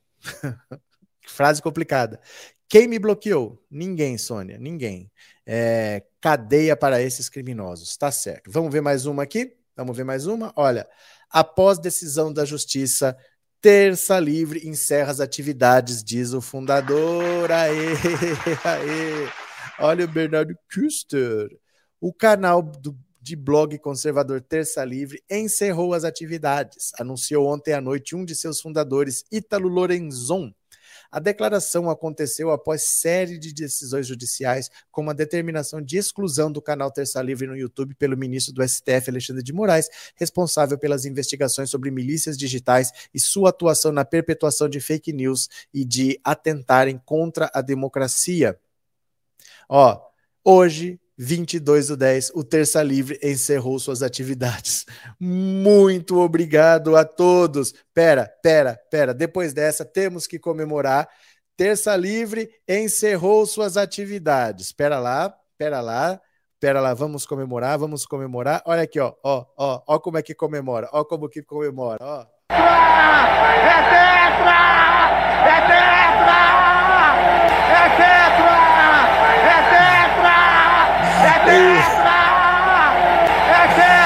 Frase complicada. Quem me bloqueou? Ninguém, Sônia, ninguém. Cadeia para esses criminosos. Tá certo. Vamos ver mais uma aqui? Vamos ver mais uma? Olha, após decisão da Justiça, Terça Livre encerra as atividades, diz o fundador. Aê, aê. Olha o Bernardo Kuster. O canal de blog conservador Terça Livre encerrou as atividades. Anunciou ontem à noite um de seus fundadores, Ítalo Lorenzon. A declaração aconteceu após série de decisões judiciais, como a determinação de exclusão do canal Terça Livre no YouTube pelo ministro do STF, Alexandre de Moraes, responsável pelas investigações sobre milícias digitais e sua atuação na perpetuação de fake news e de atentarem contra a democracia. Ó, hoje, 22/10, o Terça Livre encerrou suas atividades. Muito obrigado a todos. Pera. Depois dessa, temos que comemorar. Terça Livre encerrou suas atividades. Pera lá. Vamos comemorar. Olha aqui, ó como é que comemora. Ó como que comemora, ó. É tetra! É tetra! É tetra! É tetra! É tetra! É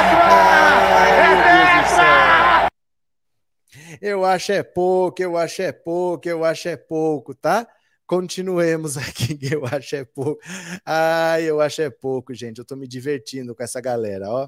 tetra! É tetra! Eu acho é pouco, tá? Continuemos aqui, eu acho é pouco. Eu acho é pouco, gente. Eu tô me divertindo com essa galera, ó.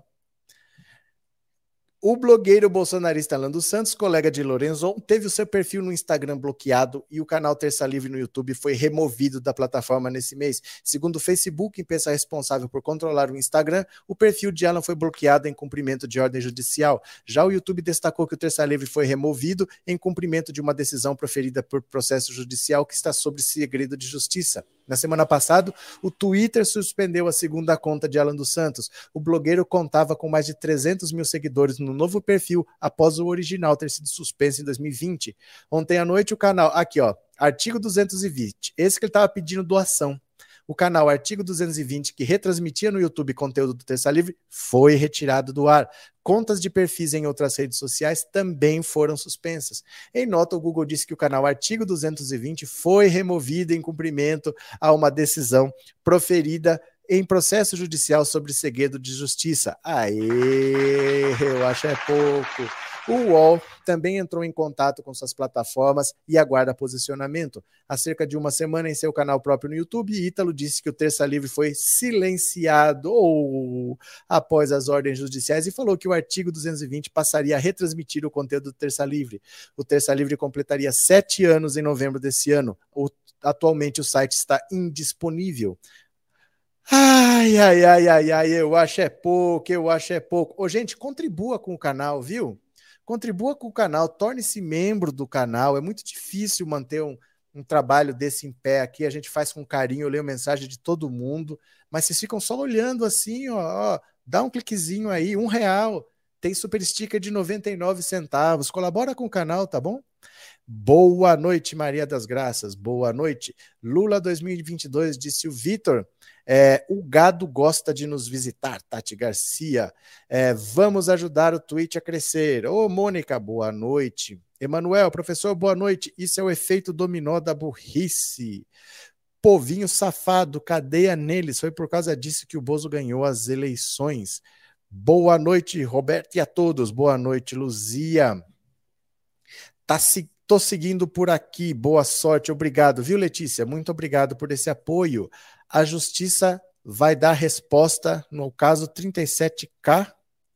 O blogueiro bolsonarista Alan dos Santos, colega de Lorenzon, teve o seu perfil no Instagram bloqueado e o canal Terça Livre no YouTube foi removido da plataforma nesse mês. Segundo o Facebook, empresa responsável por controlar o Instagram, o perfil de Alan foi bloqueado em cumprimento de ordem judicial. Já o YouTube destacou que o Terça Livre foi removido em cumprimento de uma decisão proferida por processo judicial que está sob segredo de justiça. Na semana passada, o Twitter suspendeu a segunda conta de Alan dos Santos. O blogueiro contava com mais de 300 mil seguidores no novo perfil, após o original ter sido suspenso em 2020. Ontem à noite, o canal... Aqui, ó. Artigo 220. Esse que ele estava pedindo doação. O canal Artigo 220, que retransmitia no YouTube conteúdo do Terça Livre, foi retirado do ar. Contas de perfis em outras redes sociais também foram suspensas. Em nota, o Google disse que o canal Artigo 220 foi removido em cumprimento a uma decisão proferida em processo judicial sobre segredo de justiça. Eu acho é pouco. O UOL também entrou em contato com suas plataformas e aguarda posicionamento. Há cerca de uma semana, em seu canal próprio no YouTube, Ítalo disse que o Terça Livre foi silenciado após as ordens judiciais e falou que o Artigo 220 passaria a retransmitir o conteúdo do Terça Livre. O Terça Livre completaria 7 anos em novembro desse ano. Atualmente o site está indisponível. Eu acho é pouco. Ô, gente, contribua com o canal, viu? Contribua com o canal, torne-se membro do canal. É muito difícil manter um trabalho desse em pé aqui. A gente faz com carinho, eu leio mensagem de todo mundo, mas vocês ficam só olhando assim, ó, dá um cliquezinho aí, R$1. Tem super sticker de 99 centavos. Colabora com o canal, tá bom? Boa noite, Maria das Graças. Boa noite. Lula 2022, disse o Vitor. O gado gosta de nos visitar, Tati Garcia. Vamos ajudar o Twitch a crescer. Ô, Mônica, boa noite. Emanuel, professor, boa noite. Isso é o efeito dominó da burrice. Povinho safado, cadeia neles. Foi por causa disso que o Bozo ganhou as eleições. Boa noite, Roberto, e a todos. Boa noite, Luzia. Tô seguindo por aqui, boa sorte, obrigado, viu, Letícia? Muito obrigado por esse apoio. A justiça vai dar resposta no caso 37K?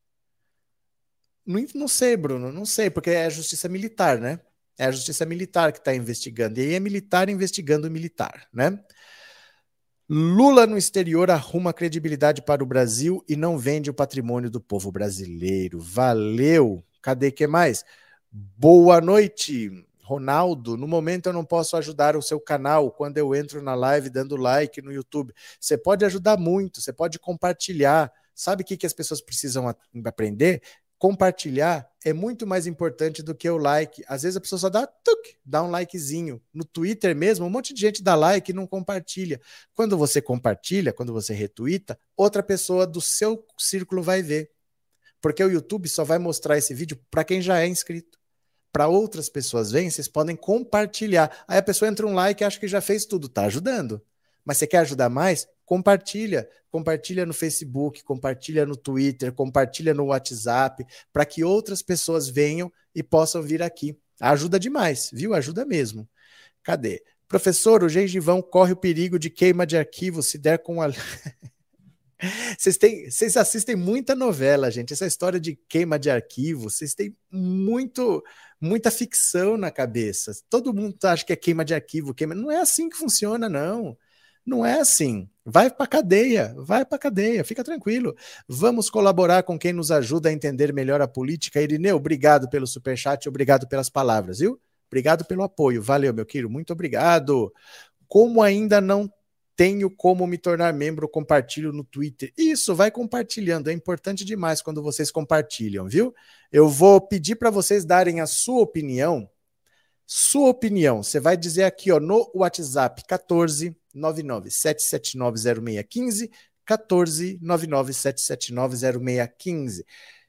Não sei, Bruno, não sei, porque é a justiça militar, né? É a justiça militar que está investigando, e aí é militar investigando militar, né? Lula no exterior arruma credibilidade para o Brasil e não vende o patrimônio do povo brasileiro. Valeu! Cadê que mais? Boa noite, Ronaldo. No momento eu não posso ajudar o seu canal quando eu entro na live dando like no YouTube. Você pode ajudar muito, você pode compartilhar. Sabe o que as pessoas precisam aprender? Compartilhar é muito mais importante do que o like. Às vezes a pessoa só dá um likezinho. No Twitter mesmo, um monte de gente dá like e não compartilha. Quando você compartilha, quando você retuita, outra pessoa do seu círculo vai ver. Porque o YouTube só vai mostrar esse vídeo para quem já é inscrito. Para outras pessoas verem, vocês podem compartilhar. Aí a pessoa entra um like e acha que já fez tudo. Tá ajudando. Mas você quer ajudar mais? Compartilha. Compartilha no Facebook, compartilha no Twitter, compartilha no WhatsApp, para que outras pessoas venham e possam vir aqui. Ajuda demais, viu? Ajuda mesmo. Cadê? Professor, o gengivão corre o perigo de queima de arquivo se der com a... Vocês assistem muita novela, gente. Essa história de queima de arquivo, vocês têm muita ficção na cabeça. Todo mundo acha que é queima de arquivo, queima. Não é assim que funciona, não. Não é assim. Vai para cadeia, fica tranquilo. Vamos colaborar com quem nos ajuda a entender melhor a política. Irineu, obrigado pelo superchat, obrigado pelas palavras, viu? Obrigado pelo apoio. Valeu, meu querido, muito obrigado. Como ainda não tenho como me tornar membro, compartilho no Twitter. Isso, vai compartilhando. É importante demais quando vocês compartilham, viu? Eu vou pedir para vocês darem a sua opinião. Sua opinião. Você vai dizer aqui, ó, no WhatsApp 14 99 779 0615, 14 99 779 0615.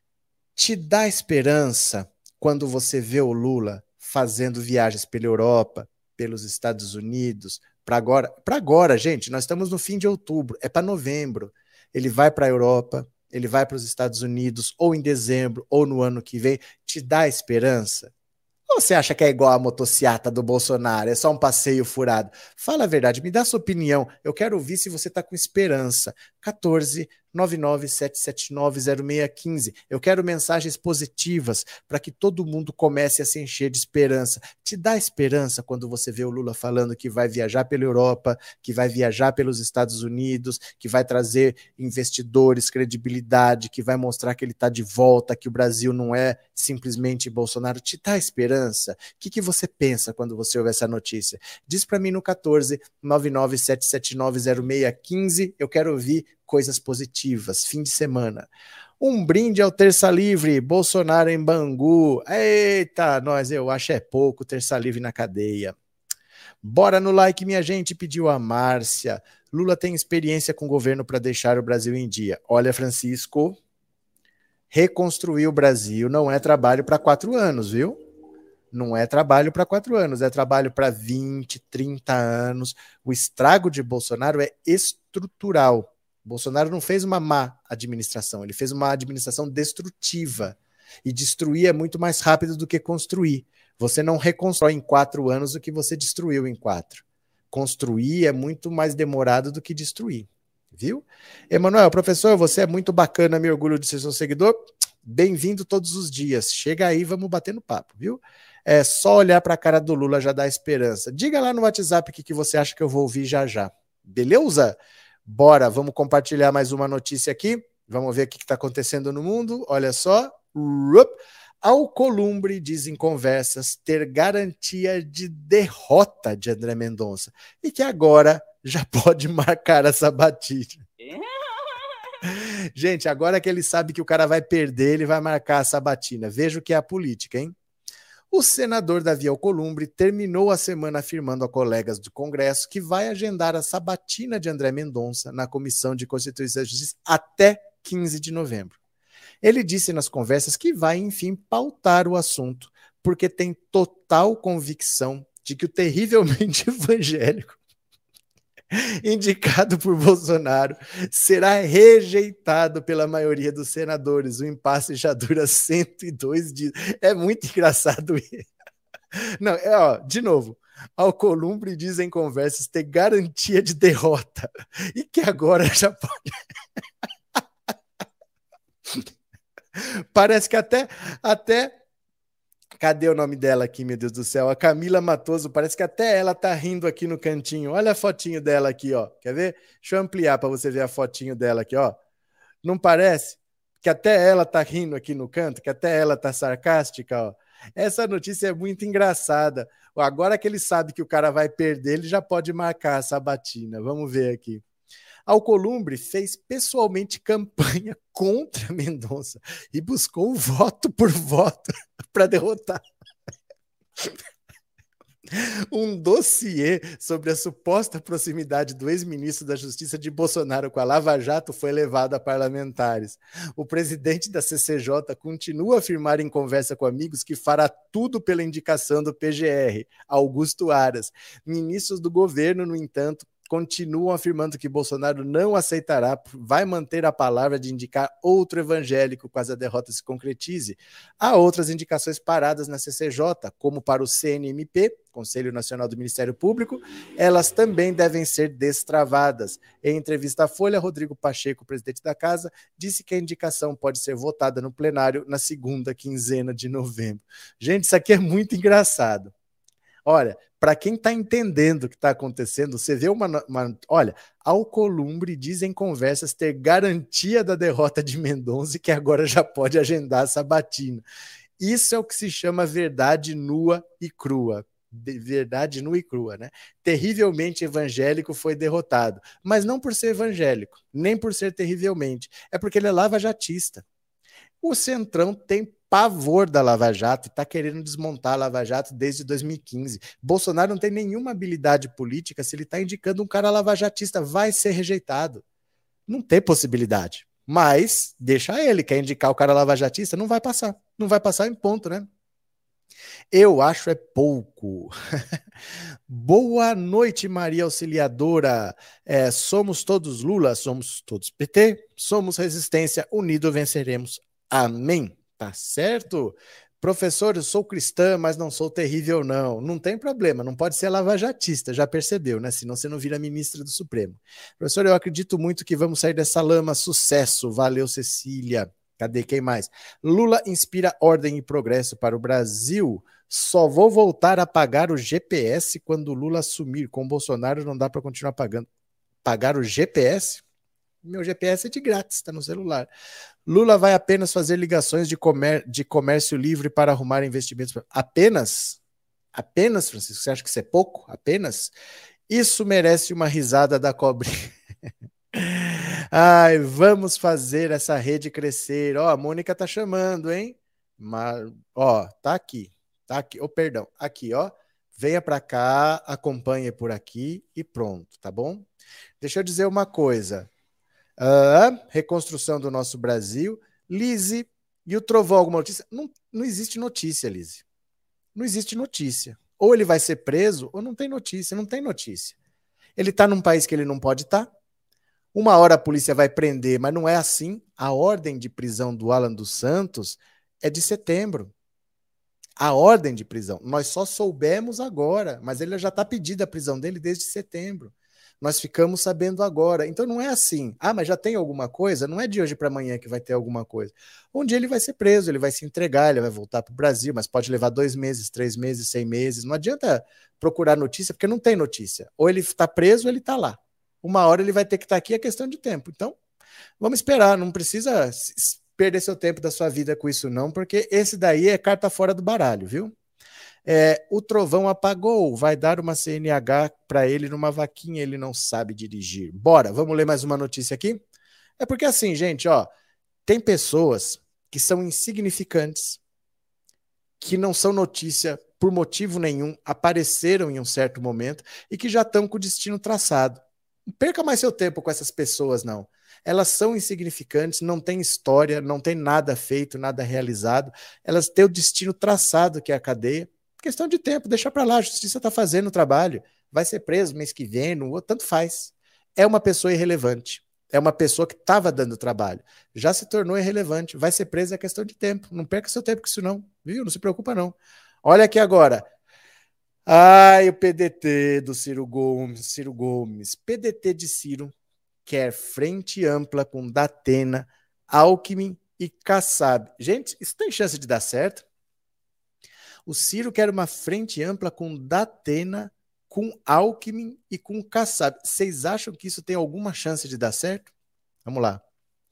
Te dá esperança quando você vê o Lula fazendo viagens pela Europa, pelos Estados Unidos, para agora, gente, nós estamos no fim de outubro, é para novembro. Ele vai para a Europa, ele vai para os Estados Unidos, ou em dezembro, ou no ano que vem. Te dá esperança? Ou você acha que é igual a motociata do Bolsonaro? É só um passeio furado? Fala a verdade, me dá sua opinião. Eu quero ouvir se você está com esperança. 14 99 779 0615. Eu quero mensagens positivas para que todo mundo comece a se encher de esperança. Te dá esperança quando você vê o Lula falando que vai viajar pela Europa, que vai viajar pelos Estados Unidos, que vai trazer investidores, credibilidade, que vai mostrar que ele está de volta, que o Brasil não é simplesmente Bolsonaro? Te dá esperança? O que você pensa quando você ouve essa notícia? Diz para mim no 14 99 779 0615. Eu quero ouvir coisas positivas. Fim de semana. Um brinde ao Terça Livre, Bolsonaro em Bangu. Eita, nós, eu acho é pouco, Terça Livre na cadeia. Bora no like, minha gente, pediu a Márcia. Lula tem experiência com o governo para deixar o Brasil em dia. Olha, Francisco, reconstruir o Brasil não é trabalho para 4 anos, viu? Não é trabalho para 4 anos, é trabalho para 20, 30 anos. O estrago de Bolsonaro é estrutural. Bolsonaro não fez uma má administração, ele fez uma administração destrutiva. E destruir é muito mais rápido do que construir. Você não reconstrói em 4 anos o que você destruiu em 4. Construir é muito mais demorado do que destruir. Viu? Emanuel, professor, você é muito bacana, me orgulho de ser seu seguidor. Bem-vindo todos os dias. Chega aí, vamos bater no papo, viu? É só olhar para a cara do Lula já dá esperança. Diga lá no WhatsApp o que você acha que eu vou ouvir já já. Beleza? Bora, vamos compartilhar mais uma notícia aqui. Vamos ver o que está acontecendo no mundo. Olha só. Alcolumbre diz em conversas ter garantia de derrota de André Mendonça e que agora já pode marcar a sabatina. Gente, agora que ele sabe que o cara vai perder, ele vai marcar a sabatina. Veja o que é a política, hein? O senador Davi Alcolumbre terminou a semana afirmando a colegas do Congresso que vai agendar a sabatina de André Mendonça na Comissão de Constituição e Justiça até 15 de novembro. Ele disse nas conversas que vai, enfim, pautar o assunto, porque tem total convicção de que o terrivelmente evangélico indicado por Bolsonaro será rejeitado pela maioria dos senadores. O impasse já dura 102 dias. É muito engraçado isso. Não, de novo, Alcolumbre diz em conversas ter garantia de derrota e que agora já pode... Parece que até cadê o nome dela aqui, meu Deus do céu? A Camila Matoso, parece que até ela tá rindo aqui no cantinho. Olha a fotinho dela aqui, ó. Quer ver? Deixa eu ampliar para você ver a fotinho dela aqui, ó. Não parece que até ela tá rindo aqui no canto, que até ela tá sarcástica, ó. Essa notícia é muito engraçada. Agora que ele sabe que o cara vai perder, ele já pode marcar a sabatina. Vamos ver aqui. Alcolumbre fez pessoalmente campanha contra Mendonça e buscou voto por voto para derrotar. Um dossiê sobre a suposta proximidade do ex-ministro da Justiça de Bolsonaro com a Lava Jato foi levado a parlamentares. O presidente da CCJ continua a afirmar em conversa com amigos que fará tudo pela indicação do PGR, Augusto Aras. Ministros do governo, no entanto, continuam afirmando que Bolsonaro não aceitará, vai manter a palavra de indicar outro evangélico caso a derrota se concretize. Há outras indicações paradas na CCJ, como para o CNMP, Conselho Nacional do Ministério Público, elas também devem ser destravadas. Em entrevista à Folha, Rodrigo Pacheco, presidente da Casa, disse que a indicação pode ser votada no plenário na segunda quinzena de novembro. Gente, isso aqui é muito engraçado. Olha, para quem está entendendo o que está acontecendo, você vê olha, Alcolumbre diz em conversas ter garantia da derrota de Mendonça e que agora já pode agendar a sabatina. Isso é o que se chama verdade nua e crua. Verdade nua e crua, né? Terrivelmente evangélico foi derrotado, mas não por ser evangélico, nem por ser terrivelmente, é porque ele é lava-jatista. O Centrão tem pavor da Lava Jato e está querendo desmontar a Lava Jato desde 2015. Bolsonaro não tem nenhuma habilidade política, se ele está indicando um cara lavajatista, vai ser rejeitado. Não tem possibilidade. Mas deixa ele, quer indicar o cara lavajatista, não vai passar. Não vai passar em ponto, né? Eu acho é pouco. Boa noite, Maria Auxiliadora. Somos todos Lula, somos todos PT, somos resistência, unido venceremos. Amém. Tá certo? Professor, eu sou cristã, mas não sou terrível, não. Não tem problema, não pode ser lavajatista, já percebeu, né? Senão você não vira ministra do Supremo. Professor, eu acredito muito que vamos sair dessa lama. Sucesso. Valeu, Cecília. Cadê quem mais? Lula inspira ordem e progresso para o Brasil. Só vou voltar a pagar o GPS quando Lula assumir. Com Bolsonaro não dá para continuar pagando. Pagar o GPS? Meu GPS é de grátis, está no celular. Lula vai apenas fazer ligações de comércio livre para arrumar investimentos. Apenas? Apenas, Francisco? Você acha que isso é pouco? Apenas? Isso merece uma risada da cobrinha. Ai, vamos fazer essa rede crescer. Ó, a Mônica tá chamando, hein? Ó, tá aqui. Tá aqui. Oh, perdão. Aqui, ó. Venha para cá, acompanhe por aqui e pronto, tá bom? Deixa eu dizer uma coisa. Reconstrução do nosso Brasil. Lise, e o Trovão, alguma notícia? Não existe notícia, Lise. Não existe notícia. Ou ele vai ser preso, ou não tem notícia. Não tem notícia. Ele está num país que ele não pode estar. Uma hora a polícia vai prender, mas não é assim. A ordem de prisão do Alan dos Santos é de setembro. A ordem de prisão. Nós só soubemos agora, mas ele já está pedida a prisão dele desde setembro. Nós ficamos sabendo agora. Então não é assim. Mas já tem alguma coisa? Não é de hoje para amanhã que vai ter alguma coisa. Um dia ele vai ser preso, ele vai se entregar, ele vai voltar para o Brasil, mas pode levar 2 meses, 3 meses, 6 meses. Não adianta procurar notícia, porque não tem notícia. Ou ele está preso ou ele está lá. Uma hora ele vai ter que estar aqui, é questão de tempo. Então, vamos esperar. Não precisa perder seu tempo da sua vida com isso não, porque esse daí é carta fora do baralho, viu? O Trovão apagou, vai dar uma CNH para ele numa vaquinha, ele não sabe dirigir. Bora, vamos ler mais uma notícia aqui? É porque assim, gente, ó, tem pessoas que são insignificantes, que não são notícia por motivo nenhum, apareceram em um certo momento e que já estão com o destino traçado. Não perca mais seu tempo com essas pessoas, não. Elas são insignificantes, não têm história, não tem nada feito, nada realizado. Elas têm o destino traçado, que é a cadeia. Questão de tempo, deixa para lá, a justiça está fazendo o trabalho. Vai ser preso mês que vem, no outro, tanto faz. É uma pessoa irrelevante. É uma pessoa que estava dando trabalho. Já se tornou irrelevante. Vai ser preso, é questão de tempo. Não perca seu tempo com isso não, viu? Não se preocupa não. Olha aqui agora. O PDT do Ciro Gomes. PDT de Ciro quer frente ampla com Datena, Alckmin e Kassab. Gente, isso tem chance de dar certo? O Ciro quer uma frente ampla com Datena, com Alckmin e com Kassab. Vocês acham que isso tem alguma chance de dar certo? Vamos lá.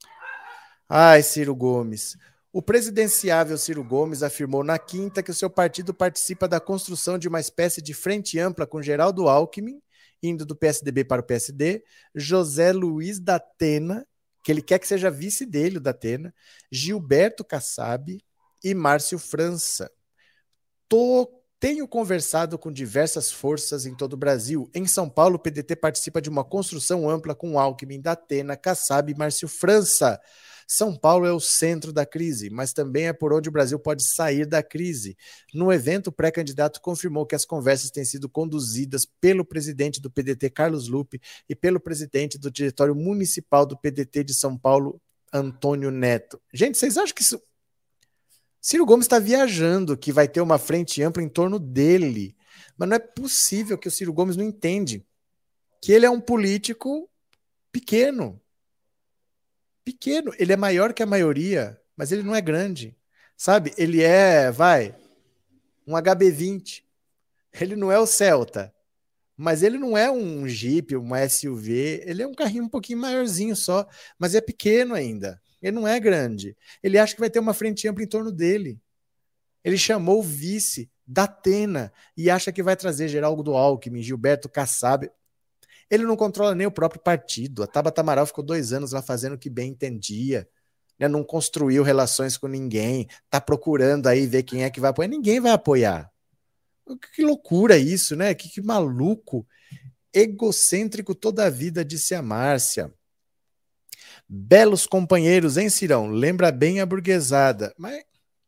Ciro Gomes. O presidenciável Ciro Gomes afirmou na quinta que o seu partido participa da construção de uma espécie de frente ampla com Geraldo Alckmin, indo do PSDB para o PSD, José Luiz Datena, que ele quer que seja vice dele, o Datena, Gilberto Kassab e Márcio França. Tenho conversado com diversas forças em todo o Brasil. Em São Paulo, o PDT participa de uma construção ampla com Alckmin, Datena, Kassab e Márcio França. São Paulo é o centro da crise, mas também é por onde o Brasil pode sair da crise. No evento, o pré-candidato confirmou que as conversas têm sido conduzidas pelo presidente do PDT, Carlos Lupe, e pelo presidente do Diretório Municipal do PDT de São Paulo, Antônio Neto. Gente, vocês acham que isso... Ciro Gomes está viajando, que vai ter uma frente ampla em torno dele. Mas não é possível que o Ciro Gomes não entende que ele é um político pequeno. Pequeno. Ele é maior que a maioria, mas ele não é grande. Sabe? Ele é, um HB20. Ele não é o Celta. Mas ele não é um Jeep, uma SUV. Ele é um carrinho um pouquinho maiorzinho só, mas é pequeno ainda. Ele não é grande. Ele acha que vai ter uma frente ampla em torno dele. Ele chamou o vice Datena e acha que vai trazer Geraldo Alckmin, Gilberto Kassab. Ele não controla nem o próprio partido. A Tabata Amaral ficou 2 anos lá fazendo o que bem entendia. Né? Não construiu relações com ninguém. Está procurando aí ver quem é que vai apoiar. Ninguém vai apoiar. Que loucura isso, né? Que maluco. Egocêntrico toda a vida, disse a Márcia. Belos companheiros, hein, Cirão? Lembra bem a burguesada. Mas...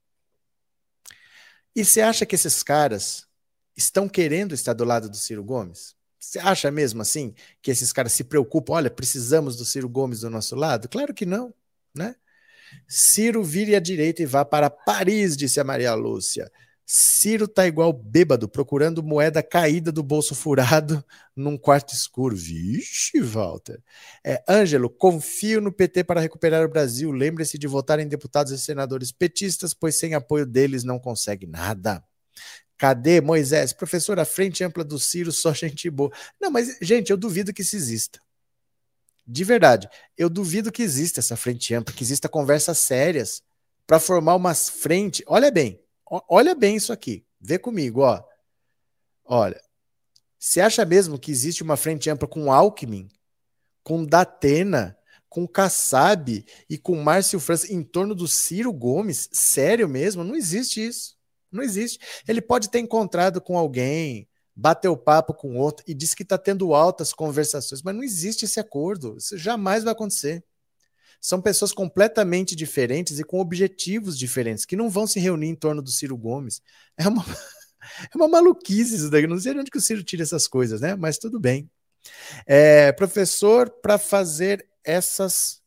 E você acha que esses caras estão querendo estar do lado do Ciro Gomes? Você acha mesmo assim que esses caras se preocupam? Olha, precisamos do Ciro Gomes do nosso lado? Claro que não, né? Ciro vire à direita e vá para Paris, disse a Maria Lúcia. Ciro tá igual bêbado, procurando moeda caída do bolso furado num quarto escuro. Vixe, Walter. Ângelo, confio no PT para recuperar o Brasil. Lembre-se de votar em deputados e senadores petistas, pois sem apoio deles não consegue nada. Cadê, Moisés? Professor, a frente ampla do Ciro, só gente boa. Não, mas, gente, eu duvido que isso exista. De verdade, eu duvido que exista essa frente ampla, que exista conversas sérias para formar uma frente. Olha bem isso aqui. Vê comigo, ó. Olha, você acha mesmo que existe uma frente ampla com Alckmin, com Datena, com Kassab e com Márcio França em torno do Ciro Gomes? Sério mesmo? Não existe isso. Não existe. Ele pode ter encontrado com alguém, bateu papo com outro e disse que está tendo altas conversações, mas não existe esse acordo. Isso jamais vai acontecer. São pessoas completamente diferentes e com objetivos diferentes, que não vão se reunir em torno do Ciro Gomes. É uma maluquice isso daí. Não sei de onde que o Ciro tira essas coisas, né? Mas tudo bem. Professor, para fazer essas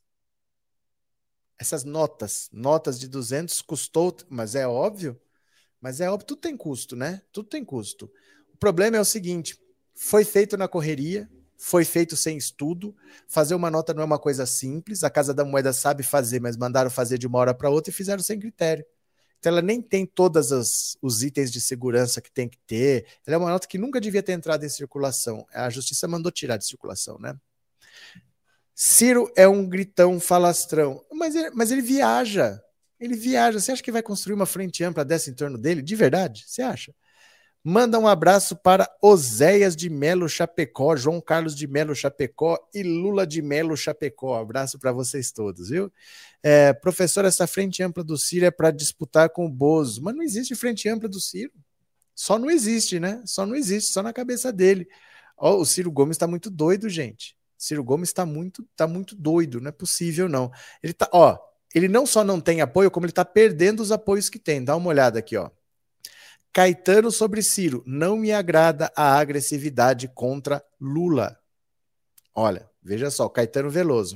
notas de 200 custou, mas é óbvio, tudo tem custo, né? Tudo tem custo. O problema é o seguinte, foi feito na correria, foi feito sem estudo, fazer uma nota não é uma coisa simples, a Casa da Moeda sabe fazer, mas mandaram fazer de uma hora para outra e fizeram sem critério. Então ela nem tem todos os itens de segurança que tem que ter, ela é uma nota que nunca devia ter entrado em circulação, a justiça mandou tirar de circulação, né? Ciro é um gritão falastrão, mas ele viaja, você acha que vai construir uma frente ampla dessa em torno dele? De verdade? Você acha? Manda um abraço para Oséias de Melo Chapecó, João Carlos de Melo Chapecó e Lula de Melo Chapecó. Abraço para vocês todos, viu? Professor, essa frente ampla do Ciro é para disputar com o Bozo. Mas não existe frente ampla do Ciro. Só não existe, né? Só não existe, só na cabeça dele. Ó, o Ciro Gomes está muito doido, gente. Ciro Gomes está muito doido, não é possível, não. Ele não só não tem apoio, como ele está perdendo os apoios que tem. Dá uma olhada aqui, ó. Caetano sobre Ciro. Não me agrada a agressividade contra Lula. Olha, veja só, Caetano Veloso.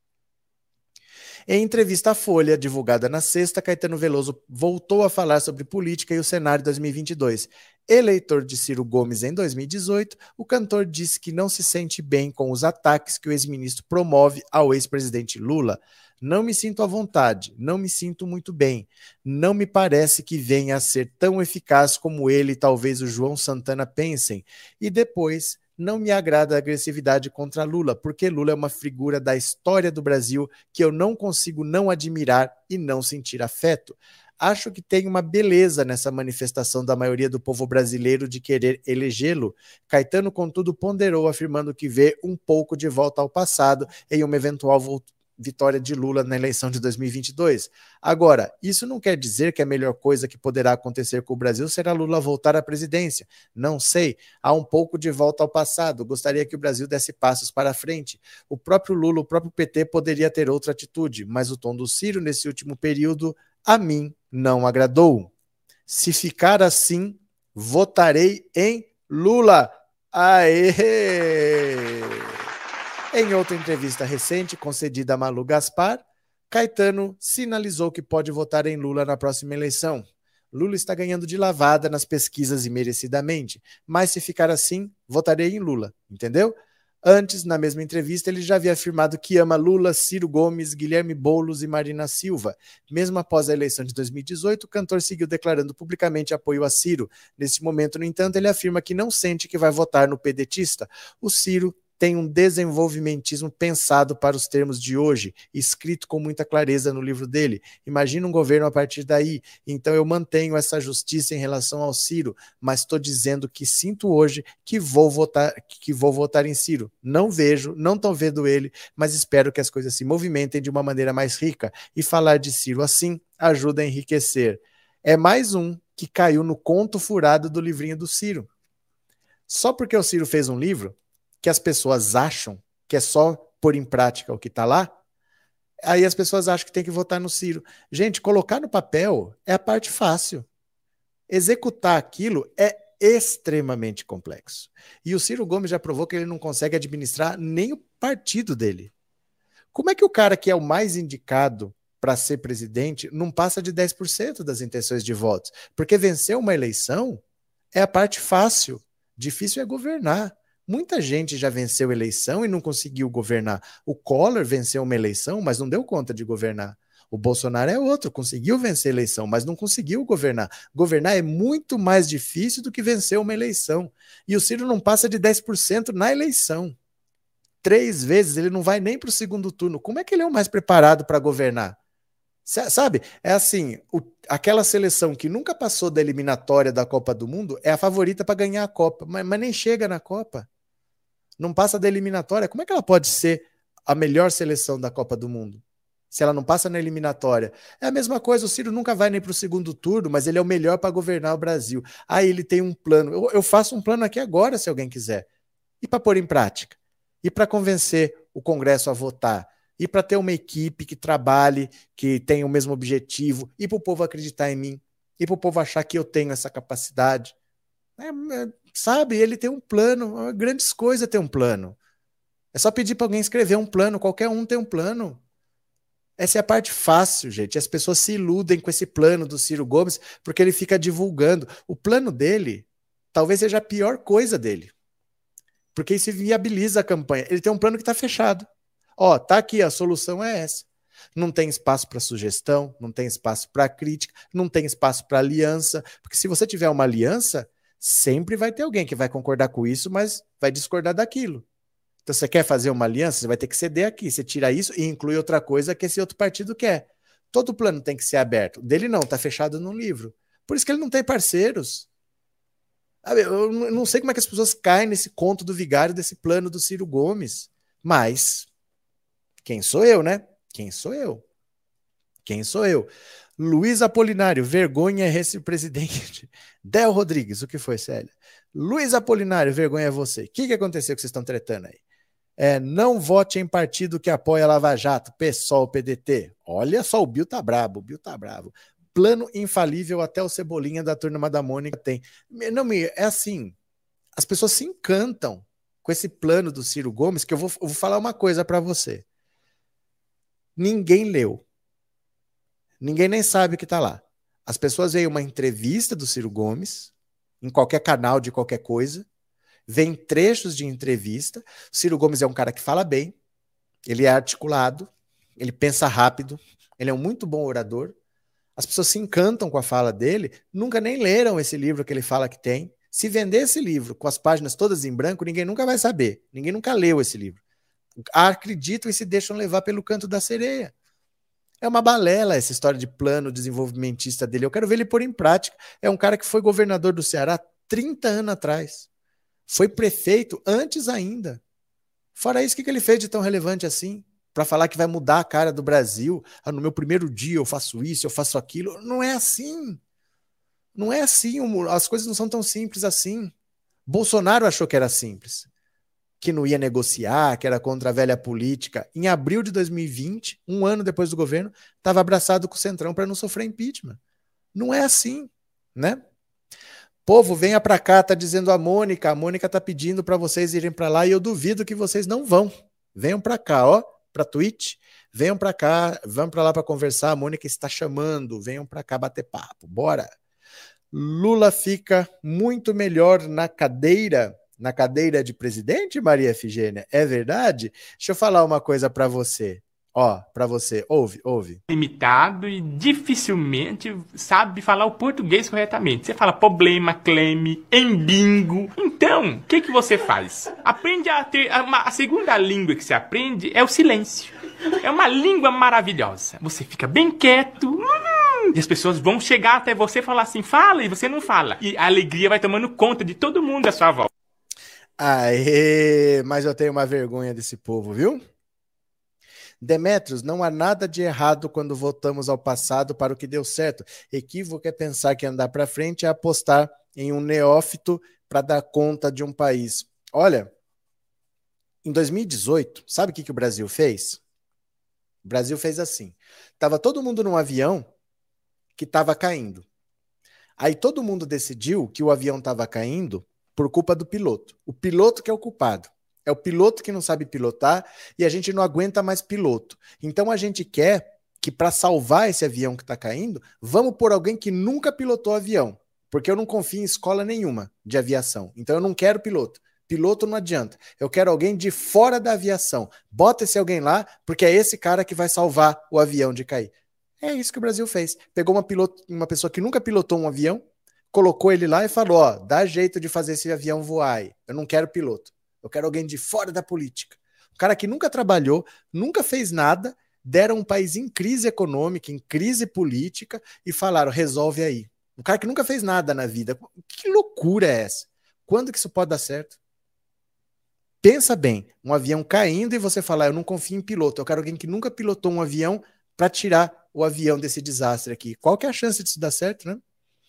Em entrevista à Folha, divulgada na sexta, Caetano Veloso voltou a falar sobre política e o cenário 2022. Eleitor de Ciro Gomes em 2018, o cantor disse que não se sente bem com os ataques que o ex-ministro promove ao ex-presidente Lula. Não me sinto à vontade, não me sinto muito bem. Não me parece que venha a ser tão eficaz como ele e talvez o João Santana pensem. E depois, não me agrada a agressividade contra Lula, porque Lula é uma figura da história do Brasil que eu não consigo não admirar e não sentir afeto. Acho que tem uma beleza nessa manifestação da maioria do povo brasileiro de querer elegê-lo. Caetano, contudo, ponderou, afirmando que vê um pouco de volta ao passado em uma eventual vitória de Lula na eleição de 2022. Agora, isso não quer dizer que a melhor coisa que poderá acontecer com o Brasil será Lula voltar à presidência. Não sei. Há um pouco de volta ao passado. Gostaria que o Brasil desse passos para frente. O próprio Lula, o próprio PT poderia ter outra atitude, mas o tom do Ciro nesse último período, a mim, não agradou. Se ficar assim, votarei em Lula. Aê! Em outra entrevista recente concedida a Malu Gaspar, Caetano sinalizou que pode votar em Lula na próxima eleição. Lula está ganhando de lavada nas pesquisas e merecidamente, mas se ficar assim, votarei em Lula, entendeu? Antes, na mesma entrevista, ele já havia afirmado que ama Lula, Ciro Gomes, Guilherme Boulos e Marina Silva. Mesmo após a eleição de 2018, o cantor seguiu declarando publicamente apoio a Ciro. Neste momento, no entanto, ele afirma que não sente que vai votar no pedetista. O Ciro tem um desenvolvimentismo pensado para os termos de hoje, escrito com muita clareza no livro dele. Imagina um governo a partir daí. Então eu mantenho essa justiça em relação ao Ciro, mas estou dizendo que sinto hoje que vou votar em Ciro. Não vejo, não estou vendo ele, mas espero que as coisas se movimentem de uma maneira mais rica. E falar de Ciro assim ajuda a enriquecer. É mais um que caiu no conto furado do livrinho do Ciro. Só porque o Ciro fez um livro que as pessoas acham que é só pôr em prática o que está lá, aí as pessoas acham que tem que votar no Ciro. Gente, colocar no papel é a parte fácil. Executar aquilo é extremamente complexo. E o Ciro Gomes já provou que ele não consegue administrar nem o partido dele. Como é que o cara que é o mais indicado para ser presidente não passa de 10% das intenções de votos? Porque vencer uma eleição é a parte fácil. Difícil é governar. Muita gente já venceu a eleição e não conseguiu governar. O Collor venceu uma eleição, mas não deu conta de governar. O Bolsonaro é outro, conseguiu vencer a eleição, mas não conseguiu governar. Governar é muito mais difícil do que vencer uma eleição. E o Ciro não passa de 10% na eleição. 3 vezes ele não vai nem para o segundo turno. Como é que ele é o mais preparado para governar? Sabe, é assim, aquela seleção que nunca passou da eliminatória da Copa do Mundo é a favorita para ganhar a Copa, mas nem chega na Copa. Não passa da eliminatória. Como é que ela pode ser a melhor seleção da Copa do Mundo? Se ela não passa na eliminatória. É a mesma coisa, o Ciro nunca vai nem para o segundo turno, mas ele é o melhor para governar o Brasil. Aí ele tem um plano. Eu faço um plano aqui agora, se alguém quiser. E para pôr em prática? E para convencer o Congresso a votar? E para ter uma equipe que trabalhe, que tenha o mesmo objetivo? E para o povo acreditar em mim? E para o povo achar que eu tenho essa capacidade? Sabe, ele tem um plano. Grandes coisas ter um plano. É só pedir para alguém escrever um plano. Qualquer um tem um plano. Essa é a parte fácil, gente. As pessoas se iludem com esse plano do Ciro Gomes porque ele fica divulgando. O plano dele talvez seja a pior coisa dele. Porque isso viabiliza a campanha. Ele tem um plano que está fechado. Ó, tá aqui, a solução é essa. Não tem espaço para sugestão, não tem espaço para crítica, não tem espaço para aliança. Porque se você tiver uma aliança, sempre vai ter alguém que vai concordar com isso, mas vai discordar daquilo. Então, você quer fazer uma aliança, você vai ter que ceder aqui. Você tira isso e inclui outra coisa que esse outro partido quer. Todo plano tem que ser aberto. Dele não, está fechado num livro. Por isso que ele não tem parceiros. Eu não sei como é que as pessoas caem nesse conto do vigário, desse plano do Ciro Gomes. Mas, quem sou eu, né? Quem sou eu? Quem sou eu? Luiz Apolinário, vergonha é esse presidente. Del Rodrigues, o que foi, Célia? Luiz Apolinário, vergonha é você. O que aconteceu que vocês estão tretando aí? Não vote em partido que apoia Lava Jato, PSOL, PDT. Olha só, o Bill tá brabo, o Bill tá bravo. Plano infalível até o Cebolinha da Turma da Mônica tem. Não, é assim, as pessoas se encantam com esse plano do Ciro Gomes, que eu vou falar uma coisa para você. Ninguém leu. Ninguém nem sabe o que está lá. As pessoas veem uma entrevista do Ciro Gomes, em qualquer canal de qualquer coisa, veem trechos de entrevista. O Ciro Gomes é um cara que fala bem, ele é articulado, ele pensa rápido, ele é um muito bom orador. As pessoas se encantam com a fala dele, nunca nem leram esse livro que ele fala que tem. Se vender esse livro com as páginas todas em branco, ninguém nunca vai saber. Ninguém nunca leu esse livro. Acreditam e se deixam levar pelo canto da sereia. É uma balela essa história de plano desenvolvimentista dele. Eu quero ver ele pôr em prática. É um cara que foi governador do Ceará 30 anos atrás. Foi prefeito antes ainda. Fora isso, o que ele fez de tão relevante assim? para falar que vai mudar a cara do Brasil. No meu primeiro dia eu faço isso, eu faço aquilo. Não é assim. Não é assim. As coisas não são tão simples assim. Bolsonaro achou que era simples, que não ia negociar, que era contra a velha política. Em abril de 2020, um ano depois do governo, estava abraçado com o Centrão para não sofrer impeachment. Não é assim, né? Povo, venha para cá, tá dizendo a Mônica tá pedindo para vocês irem para lá e eu duvido que vocês não vão. Venham para cá, ó, para Twitch, venham para cá, vamos para lá para conversar, a Mônica está chamando, venham para cá bater papo. Bora. Lula fica muito melhor na cadeira de presidente, Maria Efigênia? É verdade? Deixa eu falar uma coisa para você. Ó, para você, ouve. Limitado e dificilmente sabe falar o português corretamente. Você fala problema, cleme, embingo. Então, o que você faz? Aprende a segunda língua que você aprende é o silêncio. É uma língua maravilhosa. Você fica bem quieto. E as pessoas vão chegar até você e falar assim, fala, e você não fala. E a alegria vai tomando conta de todo mundo à sua volta. Aê, mas eu tenho uma vergonha desse povo, viu? Demetrios, não há nada de errado quando voltamos ao passado para o que deu certo. Equívoco é pensar que andar para frente é apostar em um neófito para dar conta de um país. Olha, em 2018, sabe o que o Brasil fez? O Brasil fez assim. Tava todo mundo num avião que estava caindo. Aí todo mundo decidiu que o avião estava caindo por culpa do piloto. O piloto que é o culpado. É o piloto que não sabe pilotar e a gente não aguenta mais piloto. Então a gente quer que para salvar esse avião que está caindo, vamos pôr alguém que nunca pilotou avião. Porque eu não confio em escola nenhuma de aviação. Então eu não quero piloto. Piloto não adianta. Eu quero alguém de fora da aviação. Bota esse alguém lá, porque é esse cara que vai salvar o avião de cair. É isso que o Brasil fez. Pegou uma pessoa que nunca pilotou um avião, colocou ele lá e falou, ó, dá jeito de fazer esse avião voar aí. Eu não quero piloto. Eu quero alguém de fora da política. Um cara que nunca trabalhou, nunca fez nada, deram um país em crise econômica, em crise política e falaram, resolve aí. Um cara que nunca fez nada na vida. Que loucura é essa? Quando que isso pode dar certo? Pensa bem, um avião caindo e você falar, eu não confio em piloto, eu quero alguém que nunca pilotou um avião para tirar o avião desse desastre aqui. Qual que é a chance disso dar certo, né?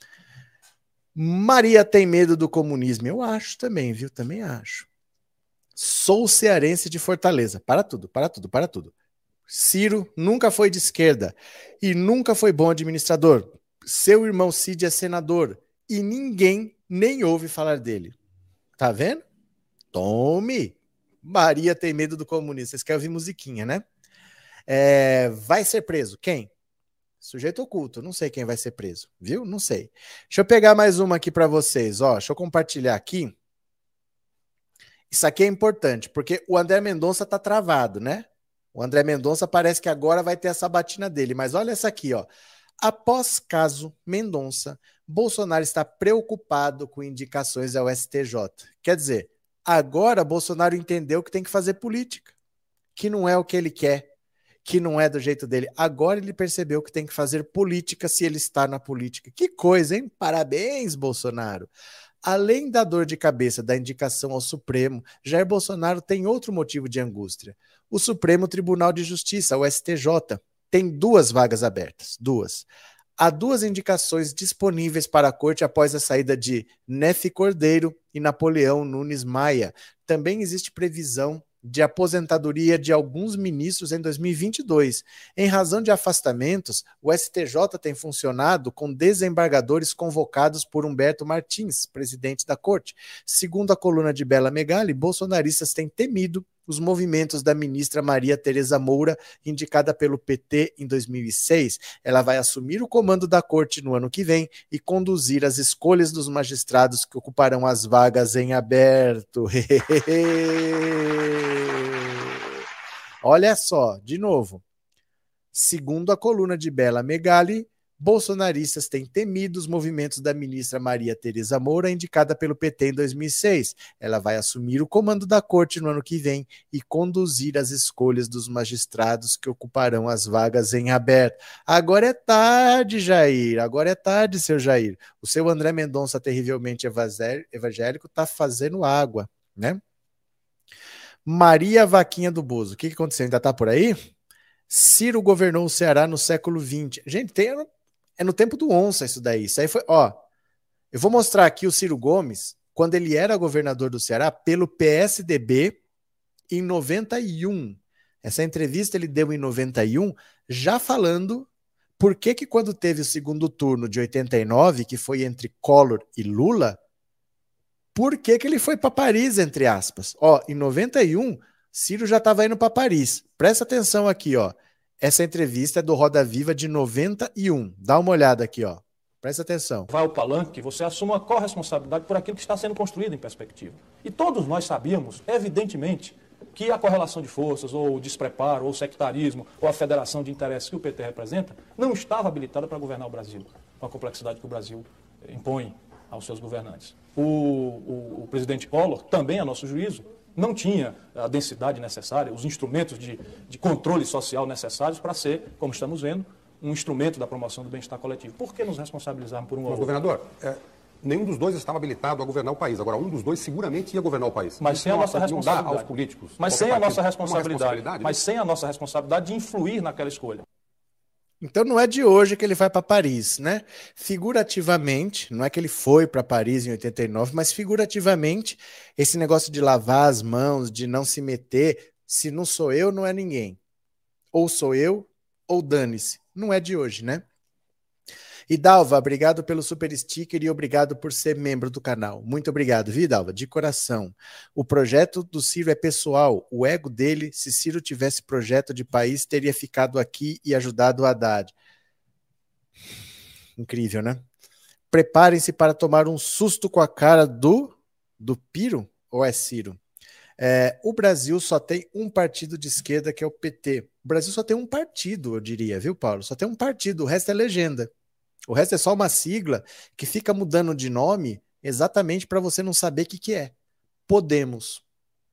Maria tem medo do comunismo. Eu acho também, viu? Também acho. Sou cearense de Fortaleza. Para tudo. Ciro nunca foi de esquerda e nunca foi bom administrador. Seu irmão Cid é senador e ninguém nem ouve falar dele. Tá vendo? Tome! Maria tem medo do comunismo. Vocês querem ouvir musiquinha, né? Vai ser preso. Quem? Sujeito oculto. Não sei quem vai ser preso, viu? Não sei. Deixa eu pegar mais uma aqui para vocês. Ó, deixa eu compartilhar aqui. Isso aqui é importante, porque o André Mendonça tá travado, né? O André Mendonça parece que agora vai ter a sabatina dele, mas olha essa aqui, ó. Após caso Mendonça, Bolsonaro está preocupado com indicações ao STJ. Quer dizer, agora Bolsonaro entendeu que tem que fazer política, que não é o que ele quer, que não é do jeito dele. Agora ele percebeu que tem que fazer política se ele está na política. Que coisa, hein? Parabéns, Bolsonaro. Além da dor de cabeça da indicação ao Supremo, Jair Bolsonaro tem outro motivo de angústia. O Supremo Tribunal de Justiça, o STJ, tem 2 vagas abertas. 2. Há 2 indicações disponíveis para a corte após a saída de Nefe Cordeiro e Napoleão Nunes Maia. Também existe previsão de aposentadoria de alguns ministros em 2022. Em razão de afastamentos, o STJ tem funcionado com desembargadores convocados por Humberto Martins, presidente da corte. Segundo a coluna de Bela Megali, bolsonaristas têm temido os movimentos da ministra Maria Tereza Moura, indicada pelo PT em 2006. Ela vai assumir o comando da corte no ano que vem e conduzir as escolhas dos magistrados que ocuparão as vagas em aberto. Olha só, de novo. Segundo a coluna de Bela Megali, bolsonaristas têm temido os movimentos da ministra Maria Tereza Moura, indicada pelo PT em 2006. Ela vai assumir o comando da corte no ano que vem e conduzir as escolhas dos magistrados que ocuparão as vagas em aberto. Agora é tarde, Jair. Agora é tarde, seu Jair. O seu André Mendonça, terrivelmente evangélico, está fazendo água, né? Maria Vaquinha do Bozo. O que aconteceu? Ainda tá por aí? Ciro governou o Ceará no século XX. Gente, é no tempo do Onça isso daí. Isso aí foi, ó. Eu vou mostrar aqui o Ciro Gomes, quando ele era governador do Ceará, pelo PSDB, em 91. Essa entrevista ele deu em 91, já falando por que quando teve o segundo turno de 89, que foi entre Collor e Lula, por que ele foi para Paris, entre aspas. Ó, em 91, Ciro já estava indo para Paris. Presta atenção aqui, ó. Essa entrevista é do Roda Viva de 91. Dá uma olhada aqui, ó. Presta atenção. Vai ao palanque, você assume uma corresponsabilidade por aquilo que está sendo construído em perspectiva. E todos nós sabíamos, evidentemente, que a correlação de forças, ou o despreparo, ou o sectarismo, ou a federação de interesses que o PT representa, não estava habilitada para governar o Brasil, com a complexidade que o Brasil impõe aos seus governantes. O presidente Collor, também a nosso juízo, não tinha a densidade necessária, os instrumentos de controle social necessários para ser, como estamos vendo, um instrumento da promoção do bem-estar coletivo. Por que nos responsabilizarmos por um ou outro? Governador, nenhum dos dois estava habilitado a governar o país. Agora, um dos dois seguramente ia governar o país. Mas sem a nossa responsabilidade. Não dá aos políticos. Mas sem a nossa responsabilidade. Mas sem a nossa responsabilidade de influir naquela escolha. Então não é de hoje que ele vai para Paris, né? Figurativamente, não é que ele foi para Paris em 89, mas figurativamente, esse negócio de lavar as mãos, de não se meter, se não sou eu, não é ninguém. Ou sou eu, ou dane-se. Não é de hoje, né? E Dalva, obrigado pelo super sticker e obrigado por ser membro do canal. Muito obrigado, viu, Dalva? De coração. O projeto do Ciro é pessoal. O ego dele, se Ciro tivesse projeto de país, teria ficado aqui e ajudado o Haddad. Incrível, né? Preparem-se para tomar um susto com a cara do Piro? Ou é Ciro? O Brasil só tem um partido de esquerda, que é o PT. O Brasil só tem um partido, eu diria, viu, Paulo? Só tem um partido, o resto é legenda. O resto é só uma sigla que fica mudando de nome exatamente para você não saber o que é. Podemos.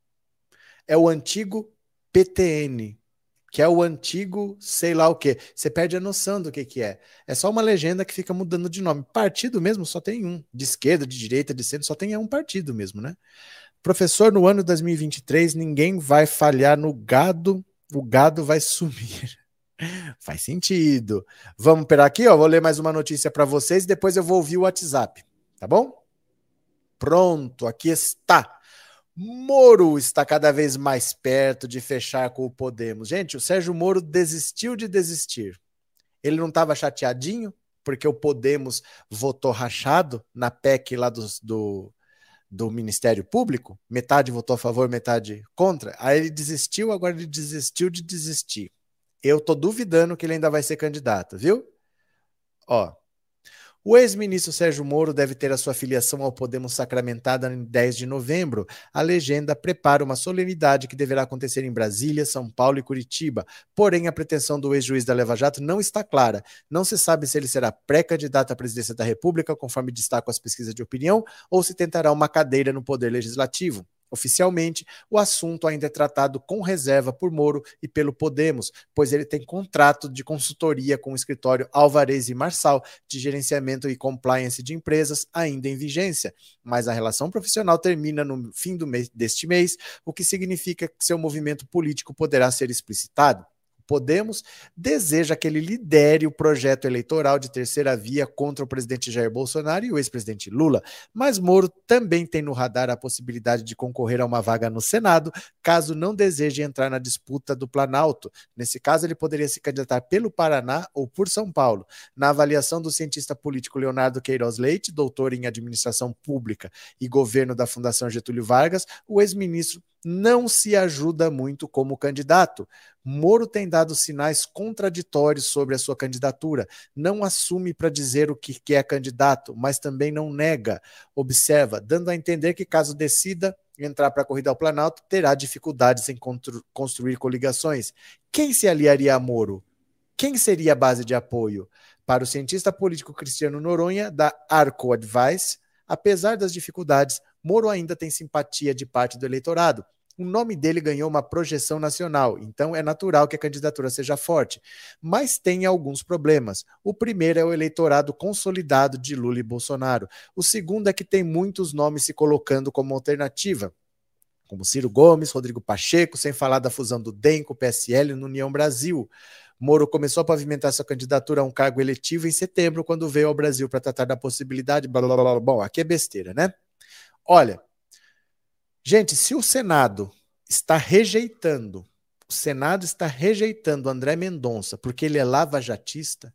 É o antigo PTN, que é o antigo sei lá o quê. Você perde a noção do que é. É só uma legenda que fica mudando de nome. Partido mesmo só tem um. De esquerda, de direita, de centro, só tem um partido mesmo, né? Professor, no ano de 2023, ninguém vai falhar no gado, o gado vai sumir. Faz sentido. Vamos esperar aqui, ó. Vou ler mais uma notícia para vocês e depois eu vou ouvir o WhatsApp, tá bom? Pronto, aqui está. Moro está cada vez mais perto de fechar com o Podemos. Gente, o Sérgio Moro desistiu de desistir. Ele não estava chateadinho porque o Podemos votou rachado na PEC lá do Ministério Público? Metade votou a favor, metade contra. Aí ele desistiu, agora ele desistiu de desistir. Eu tô duvidando que ele ainda vai ser candidato, viu? Ó, o ex-ministro Sérgio Moro deve ter a sua filiação ao Podemos sacramentada em 10 de novembro. A legenda prepara uma solenidade que deverá acontecer em Brasília, São Paulo e Curitiba. Porém, a pretensão do ex-juiz da Lava Jato não está clara. Não se sabe se ele será pré-candidato à presidência da República, conforme destacam as pesquisas de opinião, ou se tentará uma cadeira no Poder Legislativo. Oficialmente, o assunto ainda é tratado com reserva por Moro e pelo Podemos, pois ele tem contrato de consultoria com o escritório Alvarez e Marçal de gerenciamento e compliance de empresas ainda em vigência, mas a relação profissional termina no fim deste mês, o que significa que seu movimento político poderá ser explicitado. Podemos deseja que ele lidere o projeto eleitoral de terceira via contra o presidente Jair Bolsonaro e o ex-presidente Lula, mas Moro também tem no radar a possibilidade de concorrer a uma vaga no Senado, caso não deseje entrar na disputa do Planalto. Nesse caso, ele poderia se candidatar pelo Paraná ou por São Paulo. Na avaliação do cientista político Leonardo Queiroz Leite, doutor em administração pública e governo da Fundação Getúlio Vargas, o ex-ministro não se ajuda muito como candidato. Moro tem dado sinais contraditórios sobre a sua candidatura. Não assume para dizer o que é candidato, mas também não nega. Observa, dando a entender que caso decida entrar para a corrida ao Planalto, terá dificuldades em construir coligações. Quem se aliaria a Moro? Quem seria a base de apoio? Para o cientista político Cristiano Noronha, da Arco Advice, apesar das dificuldades, Moro ainda tem simpatia de parte do eleitorado. O nome dele ganhou uma projeção nacional, então é natural que a candidatura seja forte. Mas tem alguns problemas. O primeiro é o eleitorado consolidado de Lula e Bolsonaro. O segundo é que tem muitos nomes se colocando como alternativa. como Ciro Gomes, Rodrigo Pacheco, sem falar da fusão do DEM com o PSL no União Brasil. Moro começou a pavimentar sua candidatura a um cargo eletivo em setembro, quando veio ao Brasil para tratar da possibilidade... Blá, blá, blá. Bom, aqui é besteira, né? Olha, gente, se o Senado está rejeitando André Mendonça porque ele é lavajatista,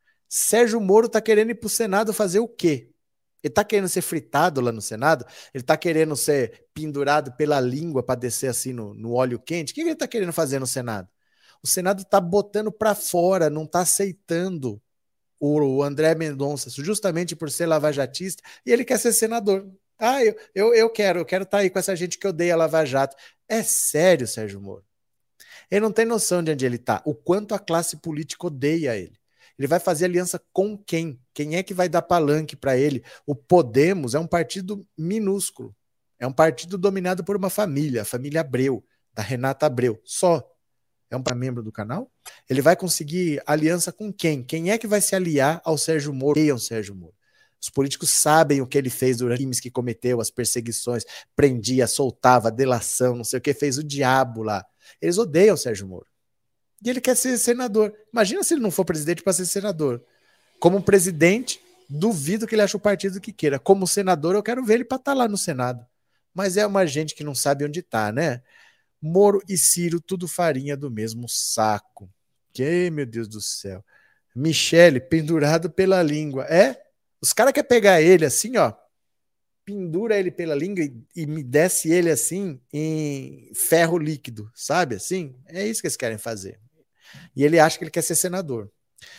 Sérgio Moro está querendo ir para o Senado fazer o quê? Ele está querendo ser fritado lá no Senado? Ele está querendo ser pendurado pela língua para descer assim no óleo quente? O que ele está querendo fazer no Senado? O Senado está botando para fora, não está aceitando o André Mendonça, justamente por ser lavajatista, e ele quer ser senador. Ah, eu quero estar aí com essa gente que odeia Lava Jato. É sério, Sérgio Moro. Ele não tem noção de onde ele está, o quanto a classe política odeia ele. Ele vai fazer aliança com quem? Quem é que vai dar palanque para ele? O Podemos é um partido minúsculo. É um partido dominado por uma família, a família Abreu, da Renata Abreu. Só. É um membro do canal? Ele vai conseguir aliança com quem? Quem é que vai se aliar ao Sérgio Moro? Odeiam o Sérgio Moro. Os políticos sabem o que ele fez durante os crimes que cometeu, as perseguições, prendia, soltava, delação, não sei o que, fez o diabo lá. Eles odeiam o Sérgio Moro. E ele quer ser senador. Imagina se ele não for presidente para ser senador. Como presidente, duvido que ele ache o partido que queira. Como senador, eu quero ver ele para estar lá no Senado. Mas é uma gente que não sabe onde está, né? Moro e Ciro, tudo farinha do mesmo saco. Que, meu Deus do céu. Michele, pendurado pela língua. É? Os caras querem pegar ele assim, ó, pendura ele pela língua e me desce ele assim em ferro líquido, sabe assim? É isso que eles querem fazer. E ele acha que ele quer ser senador.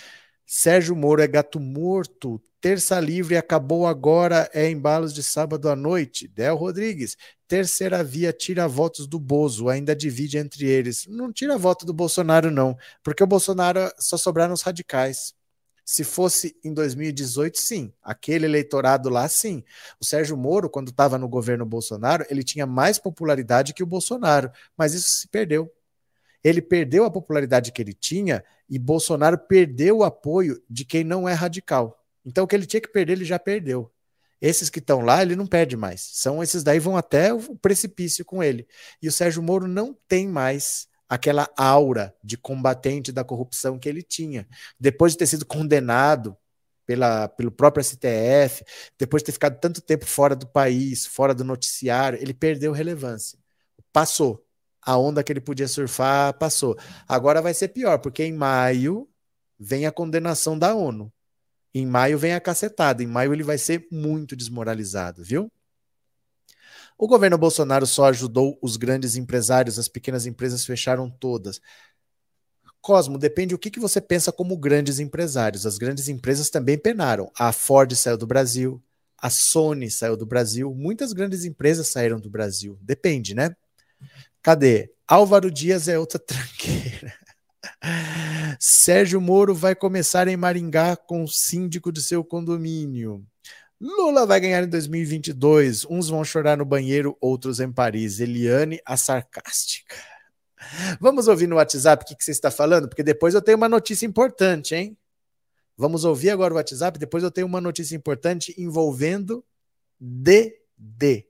Sérgio Moro é gato morto. Terça livre acabou agora, é embalos de sábado à noite. Del Rodrigues. Terceira via tira votos do Bozo, ainda divide entre eles. Não tira voto do Bolsonaro, não, porque o Bolsonaro só sobraram os radicais. Se fosse em 2018, sim. Aquele eleitorado lá, sim. O Sérgio Moro, quando estava no governo Bolsonaro, ele tinha mais popularidade que o Bolsonaro, mas isso se perdeu. Ele perdeu a popularidade que ele tinha e Bolsonaro perdeu o apoio de quem não é radical. Então o que ele tinha que perder, ele já perdeu. Esses que estão lá, ele não perde mais. São esses daí vão até o precipício com ele. E o Sérgio Moro não tem mais aquela aura de combatente da corrupção que ele tinha. Depois de ter sido condenado pelo próprio STF, depois de ter ficado tanto tempo fora do país, fora do noticiário, ele perdeu relevância. Passou. A onda que ele podia surfar, passou. Agora vai ser pior, porque em maio vem a condenação da ONU. Em maio vem a cacetada. Em maio ele vai ser muito desmoralizado, viu? O governo Bolsonaro só ajudou os grandes empresários, as pequenas empresas fecharam todas. Cosmo, depende do que você pensa como grandes empresários. As grandes empresas também penaram. A Ford saiu do Brasil, a Sony saiu do Brasil, muitas grandes empresas saíram do Brasil. Depende, né? Cadê? Álvaro Dias é outra tranqueira. Sérgio Moro vai começar em Maringá com o síndico do seu condomínio. Lula vai ganhar em 2022. Uns vão chorar no banheiro, outros em Paris. Eliane, a sarcástica. Vamos ouvir no WhatsApp o que você está falando? Porque depois eu tenho uma notícia importante, hein? Vamos ouvir agora o WhatsApp, depois eu tenho uma notícia importante envolvendo DD.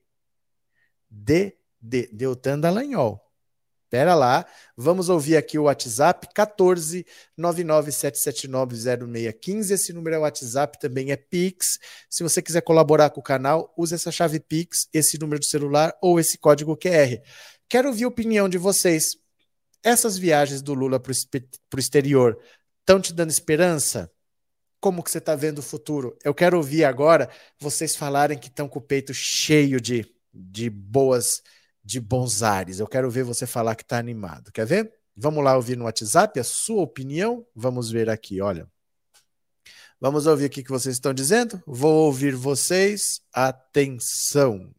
Deltan Dallagnol. Pera lá, vamos ouvir aqui o WhatsApp, 14997790615. Esse número é o WhatsApp, também é Pix. Se você quiser colaborar com o canal, use essa chave Pix, esse número de celular ou esse código QR. Quero ouvir a opinião de vocês. Essas viagens do Lula para o exterior estão te dando esperança? Como que você está vendo o futuro? Eu quero ouvir agora vocês falarem que estão com o peito cheio de bons ares. Eu quero ver você falar que está animado. Quer ver? Vamos lá ouvir no WhatsApp a sua opinião? Vamos ver aqui, olha. Vamos ouvir o que vocês estão dizendo? Vou ouvir vocês. Atenção.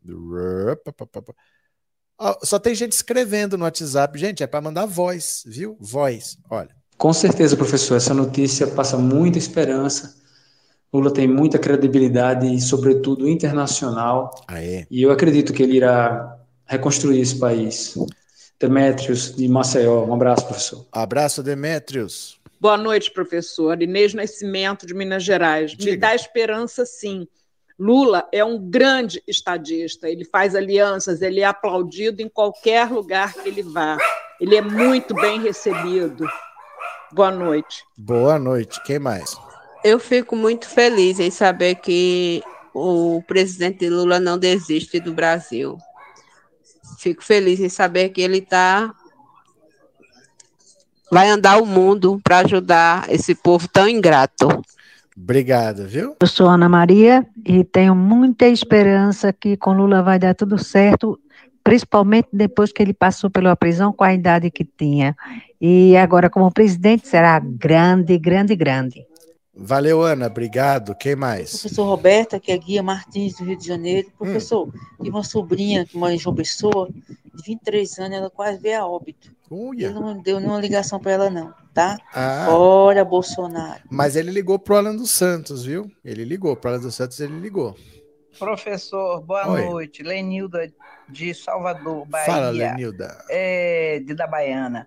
Só tem gente escrevendo no WhatsApp. Gente, é para mandar voz, viu? Voz, olha. Com certeza, professor. Essa notícia passa muita esperança. Lula tem muita credibilidade e, sobretudo, internacional. E eu acredito que ele irá reconstruir esse país. Demétrios, de Maceió. Um abraço, professor. Abraço, Demétrios. Boa noite, professor. Inês Nascimento, de Minas Gerais. Diga. Me dá esperança, sim. Lula é um grande estadista, ele faz alianças, ele é aplaudido em qualquer lugar que ele vá. Ele é muito bem recebido. Boa noite. Boa noite. Quem mais? Eu fico muito feliz em saber que o presidente Lula não desiste do Brasil. Fico feliz em saber que ele vai andar o mundo para ajudar esse povo tão ingrato. Obrigado, viu? Eu sou Ana Maria e tenho muita esperança que com Lula vai dar tudo certo, principalmente depois que ele passou pela prisão com a idade que tinha. E agora, como presidente, será grande, grande, grande. Valeu, Ana. Obrigado. Quem mais? Professor Roberta, que é Guia Martins, do Rio de Janeiro. Professor, e uma sobrinha que mora em João Pessoa, de 23 anos, ela quase veio a óbito. Ele não deu nenhuma ligação para ela, não, tá? Fora Bolsonaro. Mas ele ligou pro Alan dos Santos, viu? Ele ligou pro Alan dos Santos, ele ligou. Professor, boa noite. Lenilda, de Salvador, Bahia. Fala, Lenilda. De da Baiana.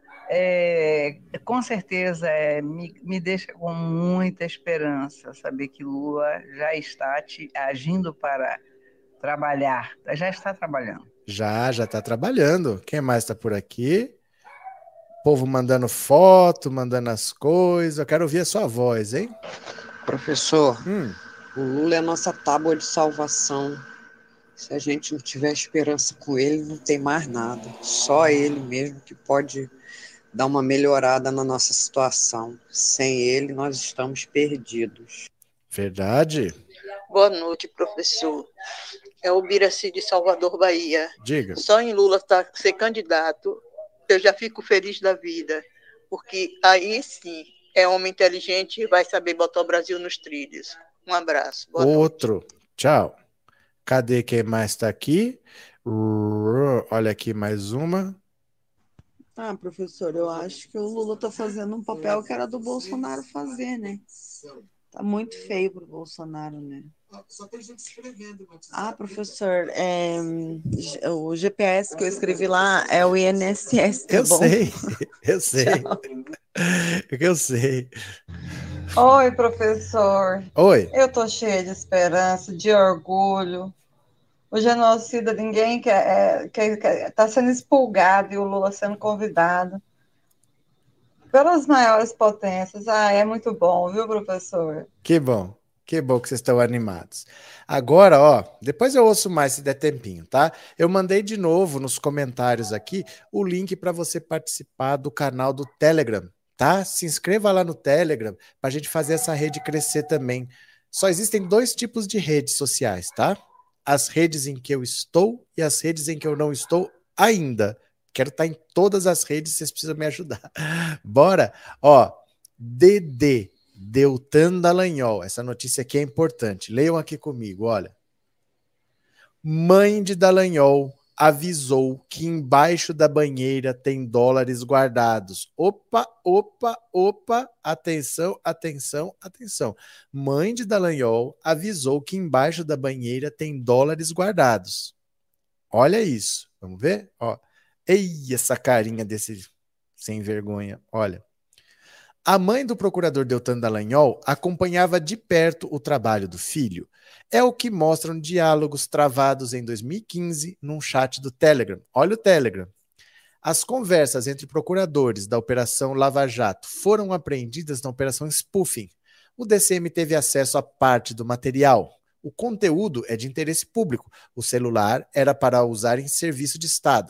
Com certeza me deixa com muita esperança saber que Lula já está agindo para trabalhar. Já está trabalhando. Já está trabalhando. Quem mais está por aqui? Povo mandando foto, mandando as coisas. Eu quero ouvir a sua voz, hein? Professor, o Lula é a nossa tábua de salvação. Se a gente não tiver esperança com ele, não tem mais nada. Só ele mesmo que pode dar uma melhorada na nossa situação. Sem ele, nós estamos perdidos. Verdade. Boa noite, professor. É o Biraci de Salvador, Bahia. Diga. Só em Lula ser candidato, eu já fico feliz da vida, porque aí sim é homem inteligente e vai saber botar o Brasil nos trilhos. Um abraço. Boa Outro. noite. Tchau. Cadê quem mais está aqui? Olha aqui mais uma. Professor, eu acho que o Lula está fazendo um papel que era do Bolsonaro fazer, né? Tá muito feio pro Bolsonaro, né? Só tem gente escrevendo. Professor, o GPS que eu escrevi lá é o INSS, tá bom? Eu sei. Oi, professor. Oi. Eu tô cheia de esperança, de orgulho. O genocida, ninguém quer, tá sendo expurgado e o Lula sendo convidado pelas maiores potências. É muito bom, viu, professor? Que bom que vocês estão animados. Agora, depois eu ouço mais se der tempinho, tá? Eu mandei de novo nos comentários aqui o link para você participar do canal do Telegram, tá? Se inscreva lá no Telegram para a gente fazer essa rede crescer também. Só existem 2 tipos de redes sociais, tá? As redes em que eu estou e as redes em que eu não estou ainda. Quero estar em todas as redes, vocês precisam me ajudar. Bora? Deltan Dallagnol. Essa notícia aqui é importante. Leiam aqui comigo, olha. Mãe de Dallagnol avisou que embaixo da banheira tem dólares guardados. Opa. Atenção. Mãe de Dallagnol avisou que embaixo da banheira tem dólares guardados. Olha isso. Vamos ver? Ei, essa carinha desse sem vergonha. Olha. A mãe do procurador Deltan Dallagnol acompanhava de perto o trabalho do filho. É o que mostram diálogos travados em 2015 num chat do Telegram. Olha o Telegram. As conversas entre procuradores da Operação Lava Jato foram apreendidas na Operação Spoofing. O DCM teve acesso a parte do material. O conteúdo é de interesse público. O celular era para usar em serviço de Estado.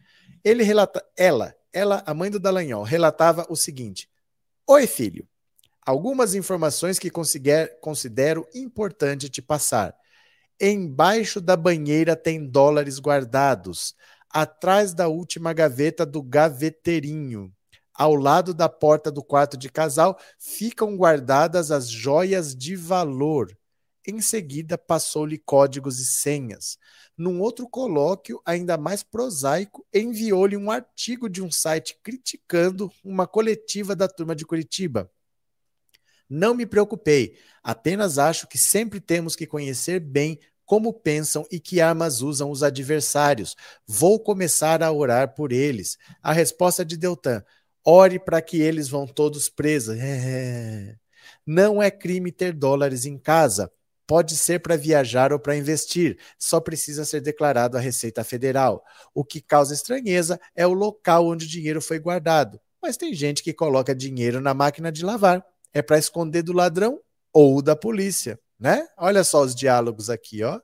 Ela, a mãe do Dallagnol, relatava o seguinte: Oi, filho. Algumas informações que considero importante te passar. Embaixo da banheira tem dólares guardados. Atrás da última gaveta do gaveteirinho. Ao lado da porta do quarto de casal ficam guardadas as joias de valor. Em seguida, passou-lhe códigos e senhas. Num outro colóquio, ainda mais prosaico, enviou-lhe um artigo de um site criticando uma coletiva da turma de Curitiba. Não me preocupei, apenas acho que sempre temos que conhecer bem como pensam e que armas usam os adversários. Vou começar a orar por eles. A resposta de Deltan: ore para que eles vão todos presos. Não é crime ter dólares em casa. Pode ser para viajar ou para investir, só precisa ser declarado à Receita Federal. O que causa estranheza é o local onde o dinheiro foi guardado. Mas tem gente que coloca dinheiro na máquina de lavar. É para esconder do ladrão ou da polícia, né? Olha só os diálogos aqui, ó.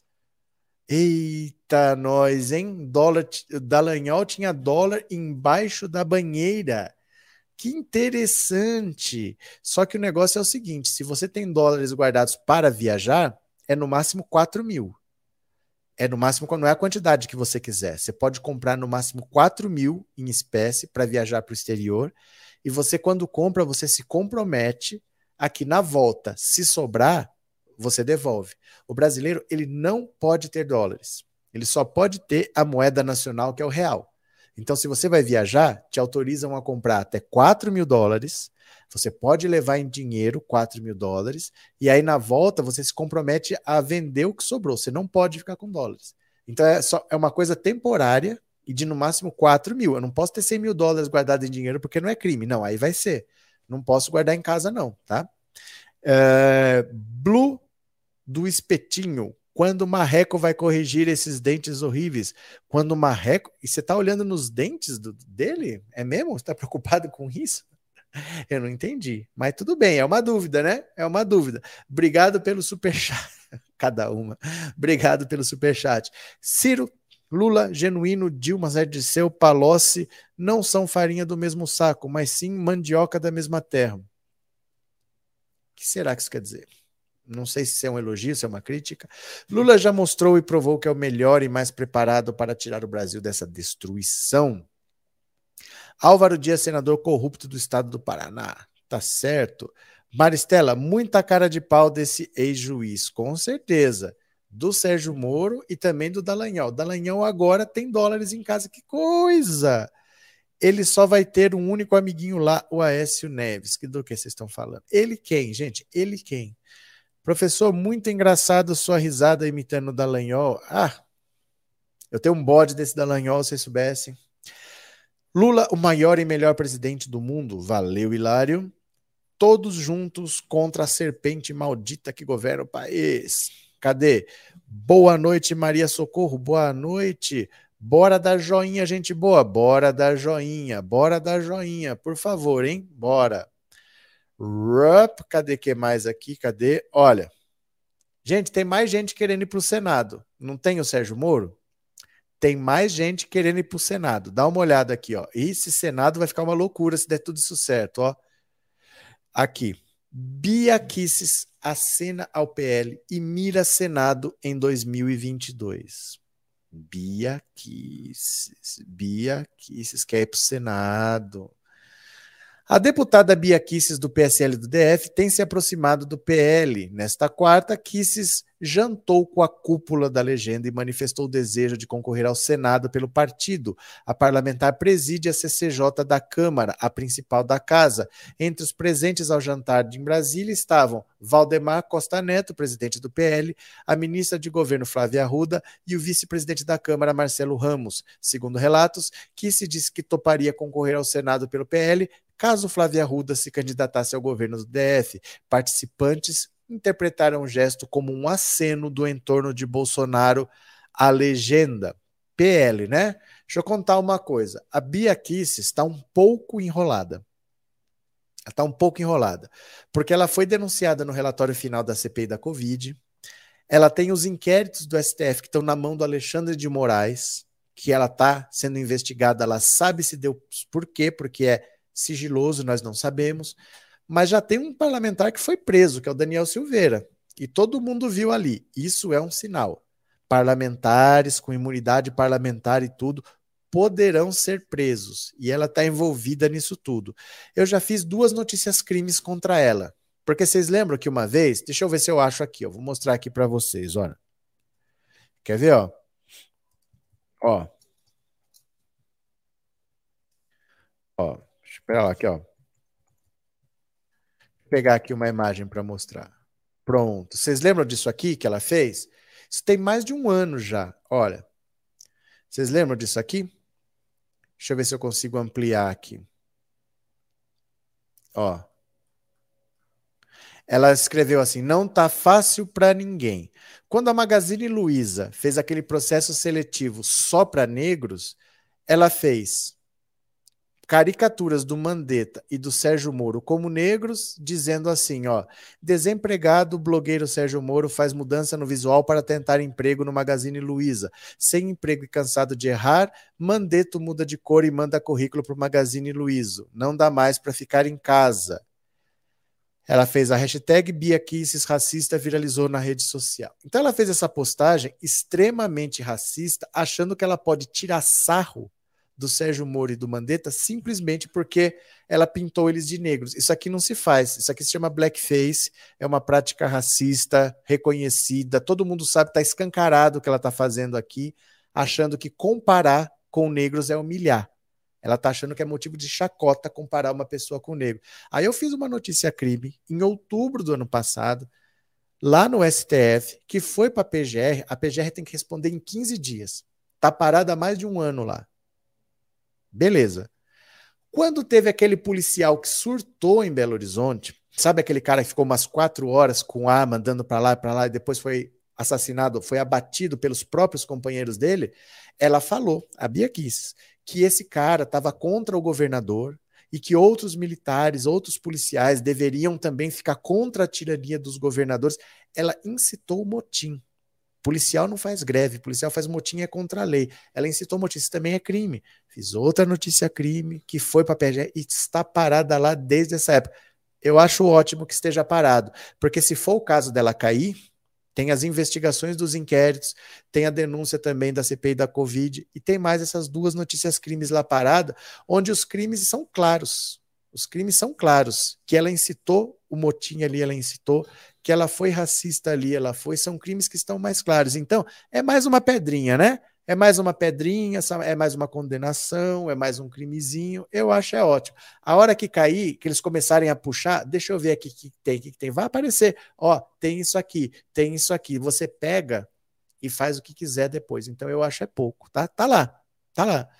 Eita, nós, hein? Dallagnol tinha dólar embaixo da banheira. Que interessante! Só que o negócio é o seguinte, se você tem dólares guardados para viajar, é no máximo 4 mil. É no máximo, não é a quantidade que você quiser. Você pode comprar no máximo 4 mil em espécie para viajar para o exterior. E você, quando compra, você se compromete a que na volta, se sobrar, você devolve. O brasileiro, ele não pode ter dólares. Ele só pode ter a moeda nacional, que é o real. Então, se você vai viajar, te autorizam a comprar até 4 mil dólares, você pode levar em dinheiro 4 mil dólares, e aí na volta você se compromete a vender o que sobrou, você não pode ficar com dólares. Então é uma coisa temporária e de no máximo 4 mil. Eu não posso ter 100 mil dólares guardados em dinheiro porque não é crime, não, aí vai ser. Não posso guardar em casa não, tá? Blue do Espetinho. Quando o Marreco vai corrigir esses dentes horríveis? Quando o Marreco... E você tá olhando nos dentes dele? É mesmo? Você tá preocupado com isso? Eu não entendi. Mas tudo bem, é uma dúvida, né? É uma dúvida. Obrigado pelo superchat. Cada uma. Obrigado pelo superchat. Ciro, Lula, Genuíno, Dilma, Zé Dirceu, Palocci não são farinha do mesmo saco, mas sim mandioca da mesma terra. O que será que isso quer dizer? Não sei se é um elogio, se é uma crítica. Lula já mostrou e provou que é o melhor e mais preparado para tirar o Brasil dessa destruição. Álvaro Dias, senador corrupto do estado do Paraná. Tá certo. Maristela, muita cara de pau desse ex-juiz, com certeza. Do Sérgio Moro e também do Dallagnol. Dallagnol agora tem dólares em casa. Que coisa! Ele só vai ter um único amiguinho lá, o Aécio Neves. Do que vocês estão falando? Ele quem, gente? Ele quem? Professor, muito engraçado sua risada imitando o Dallagnol. Ah, eu tenho um bode desse Dallagnol, se vocês soubessem. Lula, o maior e melhor presidente do mundo. Valeu, Hilário. Todos juntos contra a serpente maldita que governa o país. Cadê? Boa noite, Maria Socorro. Boa noite. Bora dar joinha, gente boa. Bora dar joinha. Bora dar joinha. Por favor, hein? Bora. Cadê que mais aqui? Cadê? Olha, gente, tem mais gente querendo ir para o Senado. Não tem o Sérgio Moro? Tem mais gente querendo ir para o Senado. Dá uma olhada aqui, ó. Esse Senado vai ficar uma loucura se der tudo isso certo, ó. Aqui. Bia Kicis acena ao PL e mira Senado em 2022. Bia Kicis quer ir para o Senado. A deputada Bia Kicis, do PSL do DF, tem se aproximado do PL. Nesta quarta, Kicis jantou com a cúpula da legenda e manifestou o desejo de concorrer ao Senado pelo partido. A parlamentar preside a CCJ da Câmara, a principal da casa. Entre os presentes ao jantar em Brasília estavam Valdemar Costa Neto, presidente do PL, a ministra de Governo Flávia Arruda e o vice-presidente da Câmara, Marcelo Ramos. Segundo relatos, Kicis disse que toparia concorrer ao Senado pelo PL, caso Flávia Arruda se candidatasse ao governo do DF. Participantes interpretaram o gesto como um aceno do entorno de Bolsonaro à legenda. PL, né? Deixa eu contar uma coisa. A Bia Kicis está um pouco enrolada. Ela está um pouco enrolada, porque ela foi denunciada no relatório final da CPI da Covid. Ela tem os inquéritos do STF que estão na mão do Alexandre de Moraes, que ela está sendo investigada, ela sabe se deu por quê, porque é sigiloso, nós não sabemos, mas já tem um parlamentar que foi preso, que é o Daniel Silveira, e todo mundo viu ali. Isso é um sinal. Parlamentares com imunidade parlamentar e tudo poderão ser presos, e ela está envolvida nisso tudo. Eu já fiz 2 notícias crimes contra ela, porque vocês lembram que uma vez, deixa eu ver se eu acho aqui, eu vou mostrar aqui para vocês, olha. Quer ver, ó? Ó. Ó. Espera lá, aqui, ó. Vou pegar aqui uma imagem para mostrar. Pronto. Vocês lembram disso aqui que ela fez? Isso tem mais de 1 ano já. Olha. Vocês lembram disso aqui? Deixa eu ver se eu consigo ampliar aqui. Ó. Ela escreveu assim: não tá fácil para ninguém. Quando a Magazine Luiza fez aquele processo seletivo só para negros, ela fez caricaturas do Mandetta e do Sérgio Moro como negros, dizendo assim, ó, desempregado, blogueiro Sérgio Moro faz mudança no visual para tentar emprego no Magazine Luiza. Sem emprego e cansado de errar, Mandetta muda de cor e manda currículo para o Magazine Luiza. Não dá mais para ficar em casa. Ela fez a hashtag Biaquices racista, viralizou na rede social. Então ela fez essa postagem extremamente racista, achando que ela pode tirar sarro do Sérgio Moro e do Mandetta simplesmente porque ela pintou eles de negros. Isso aqui não se faz. Isso aqui se chama blackface, é uma prática racista reconhecida. Todo mundo sabe, está escancarado o que ela está fazendo aqui, achando que comparar com negros é humilhar. Ela está achando que é motivo de chacota comparar uma pessoa com negro. Aí eu fiz uma notícia crime em outubro do ano passado, lá no STF, que foi para a PGR. A PGR tem que responder em 15 dias. Está parada há mais de um ano lá. Beleza. Quando teve aquele policial que surtou em Belo Horizonte, sabe aquele cara que ficou umas 4 horas com arma andando para lá e depois foi assassinado, foi abatido pelos próprios companheiros dele? Ela falou, a Bia Kicis, que esse cara estava contra o governador e que outros militares, outros policiais deveriam também ficar contra a tirania dos governadores. Ela incitou o motim. Policial não faz greve, policial faz motim, é contra a lei. Ela incitou motim, isso também é crime. Fiz outra notícia crime, que foi para a PGR e está parada lá desde essa época. Eu acho ótimo que esteja parado, porque se for o caso dela cair, tem as investigações dos inquéritos, tem a denúncia também da CPI da Covid, e tem mais essas 2 notícias crimes lá parada, onde os crimes são claros. Os crimes são claros, que ela incitou o motim ali, ela incitou, que ela foi racista ali, ela foi, são crimes que estão mais claros. Então, é mais uma pedrinha, né? É mais uma pedrinha, é mais uma condenação, é mais um crimezinho. Eu acho é ótimo. A hora que cair, que eles começarem a puxar, deixa eu ver aqui o que tem. Vai aparecer, ó, tem isso aqui, tem isso aqui. Você pega e faz o que quiser depois. Então, eu acho é pouco, tá? Tá lá.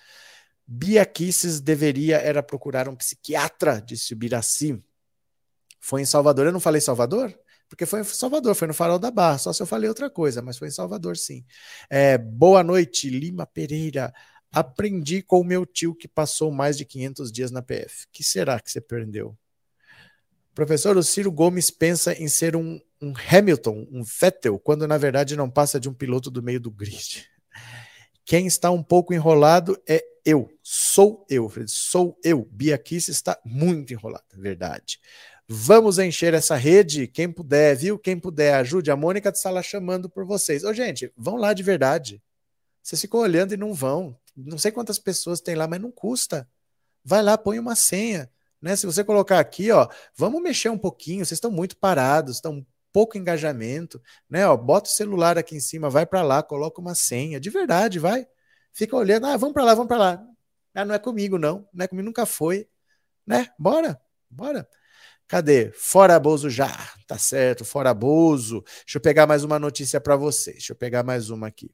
Bia Kicis era procurar um psiquiatra, disse o Biraci. Foi em Salvador. Eu não falei Salvador? Porque foi em Salvador, foi no Farol da Barra, só se eu falei outra coisa, mas foi em Salvador, sim. Boa noite, Lima Pereira. Aprendi com o meu tio que passou mais de 500 dias na PF. Que será que você aprendeu? Professor, o Ciro Gomes pensa em ser um Hamilton, um Vettel, quando na verdade não passa de um piloto do meio do grid. Quem está um pouco enrolado é eu. Sou eu. Bia Kicis está muito enrolada, verdade. Vamos encher essa rede, quem puder, viu? Quem puder, ajude. A Mônica está lá chamando por vocês. Ô, gente, vão lá de verdade. Vocês ficam olhando e não vão. Não sei quantas pessoas tem lá, mas não custa. Vai lá, põe uma senha. Né? Se você colocar aqui, ó, vamos mexer um pouquinho, vocês estão muito parados, estão pouco engajamento, né? Ó, bota o celular aqui em cima, vai para lá, coloca uma senha. De verdade, vai. Fica olhando, vamos para lá. Ah, não é comigo, não é comigo, nunca foi. Né? Bora. Cadê? Fora Bozo já. Tá certo, fora Bozo. Deixa eu pegar mais uma notícia para vocês. Deixa eu pegar mais uma aqui.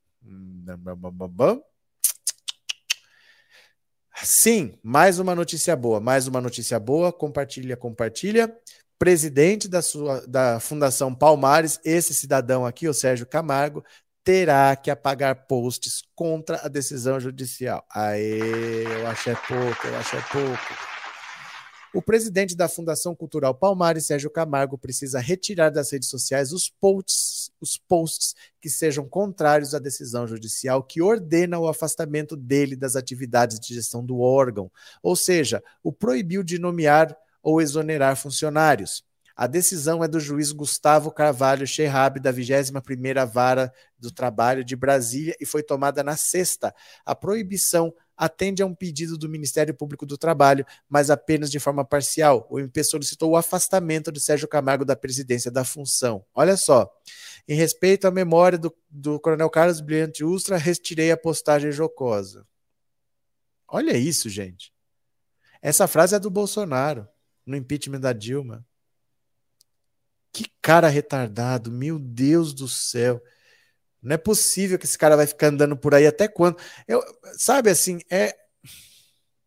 Sim, mais uma notícia boa. Compartilha. Presidente da Fundação Palmares, esse cidadão aqui, o Sérgio Camargo, terá que apagar posts contra a decisão judicial. Eu acho é pouco. O presidente da Fundação Cultural Palmares, Sérgio Camargo, precisa retirar das redes sociais os posts que sejam contrários à decisão judicial que ordena o afastamento dele das atividades de gestão do órgão, ou seja, o proibiu de nomear ou exonerar funcionários. A decisão é do juiz Gustavo Carvalho Cherrabi, da 21ª Vara do Trabalho de Brasília, e foi tomada na sexta. A proibição atende a um pedido do Ministério Público do Trabalho, mas apenas de forma parcial. O MP solicitou o afastamento de Sérgio Camargo da presidência da função. Olha só, em respeito à memória do Coronel Carlos Brilhante Ustra, retirei a postagem jocosa. Olha isso, gente. Essa frase é do Bolsonaro, no impeachment da Dilma. Que cara retardado, meu Deus do céu. Não é possível que esse cara vai ficar andando por aí até quando? Sabe assim,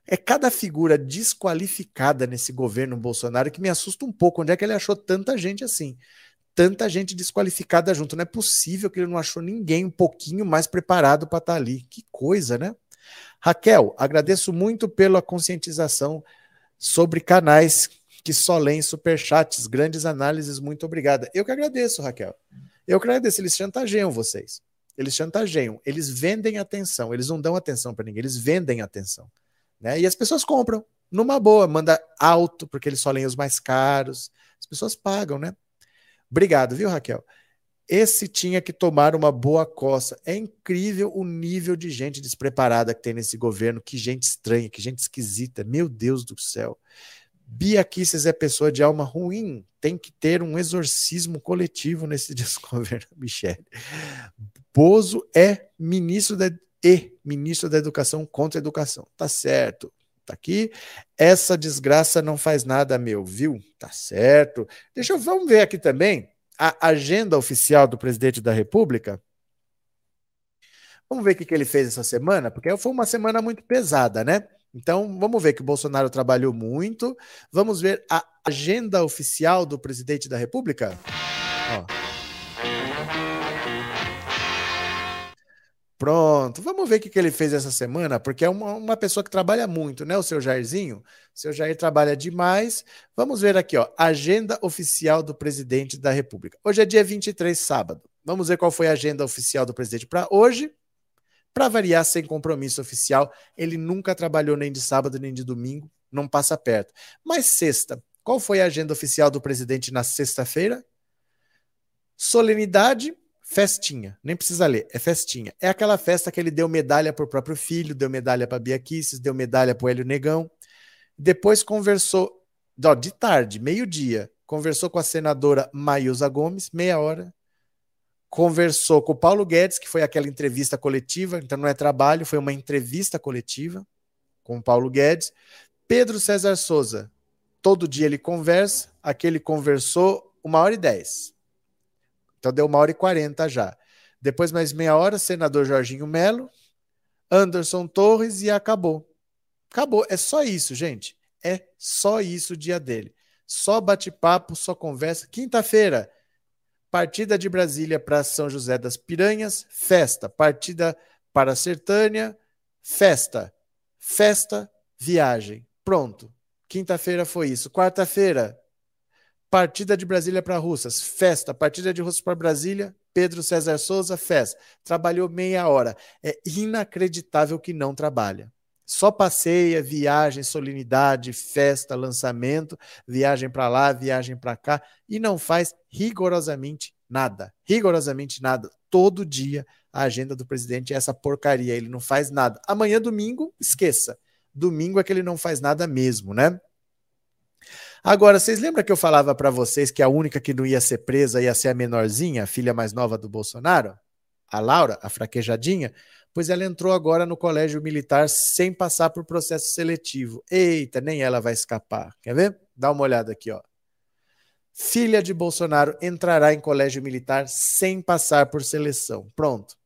É cada figura desqualificada nesse governo Bolsonaro que me assusta um pouco. Onde é que ele achou tanta gente assim? Tanta gente desqualificada junto. Não é possível que ele não achou ninguém um pouquinho mais preparado para estar ali. Que coisa, né? Raquel, agradeço muito pela conscientização sobre canais que só leem superchats, grandes análises, muito obrigada. Eu que agradeço, Raquel. Eu que agradeço, eles chantageiam vocês. Eles chantageiam, eles vendem atenção, eles não dão atenção para ninguém, eles vendem atenção. Né? E as pessoas compram, numa boa, manda alto, porque eles só leem os mais caros. As pessoas pagam, né? Obrigado, viu, Raquel? Esse tinha que tomar uma boa coça. É incrível o nível de gente despreparada que tem nesse governo. Que gente estranha, que gente esquisita. Meu Deus do céu. Bia Kicis é pessoa de alma ruim. Tem que ter um exorcismo coletivo nesse desgoverno, Michele. Bozo é ministro da Educação contra a educação. Tá certo. Tá aqui. Essa desgraça não faz nada, viu? Tá certo. Vamos ver aqui também a agenda oficial do presidente da República. Vamos ver o que ele fez essa semana, porque foi uma semana muito pesada, né? Então, vamos ver que o Bolsonaro trabalhou muito. Vamos ver a agenda oficial do presidente da República. Ó. Pronto, vamos ver o que ele fez essa semana, porque é uma pessoa que trabalha muito, né? O seu Jairzinho. O seu Jair trabalha demais. Vamos ver aqui, ó, agenda oficial do presidente da República. Hoje é dia 23, sábado. Vamos ver qual foi a agenda oficial do presidente para hoje. Para variar, sem compromisso oficial, ele nunca trabalhou nem de sábado nem de domingo, não passa perto. Mas sexta, qual foi a agenda oficial do presidente na sexta-feira? Solenidade, festinha. Nem precisa ler, é festinha. É aquela festa que ele deu medalha para o próprio filho, deu medalha para Bia Kicis, deu medalha para o Hélio Negão. Depois conversou, de tarde, meio-dia, conversou com a senadora Maísa Gomes, meia hora. Conversou com o Paulo Guedes, que foi aquela entrevista coletiva, então não é trabalho, foi uma entrevista coletiva com o Paulo Guedes. Pedro César Souza, todo dia ele conversa, aqui ele conversou 1h10. Então deu 1h40 já. Depois mais meia hora, senador Jorginho Melo, Anderson Torres e acabou. Acabou, é só isso, gente. É só isso o dia dele. Só bate-papo, só conversa. Quinta-feira, partida de Brasília para São José das Piranhas, festa. Partida para Sertânia, festa. Festa, viagem. Pronto. Quinta-feira foi isso. Quarta-feira, partida de Brasília para Russas, festa. Partida de Russas para Brasília, Pedro César Souza, festa. Trabalhou meia hora. É inacreditável que não trabalha. Só passeia, viagem, solenidade, festa, lançamento, viagem para lá, viagem para cá, e não faz rigorosamente nada. Rigorosamente nada. Todo dia a agenda do presidente é essa porcaria, ele não faz nada. Amanhã, domingo, esqueça. Domingo é que ele não faz nada mesmo, né? Agora, vocês lembram que eu falava para vocês que a única que não ia ser presa ia ser a menorzinha, a filha mais nova do Bolsonaro? A Laura, a fraquejadinha? Pois ela entrou agora no colégio militar sem passar por processo seletivo. Eita, nem ela vai escapar. Quer ver? Dá uma olhada aqui, ó. Filha de Bolsonaro entrará em colégio militar sem passar por seleção. Pronto.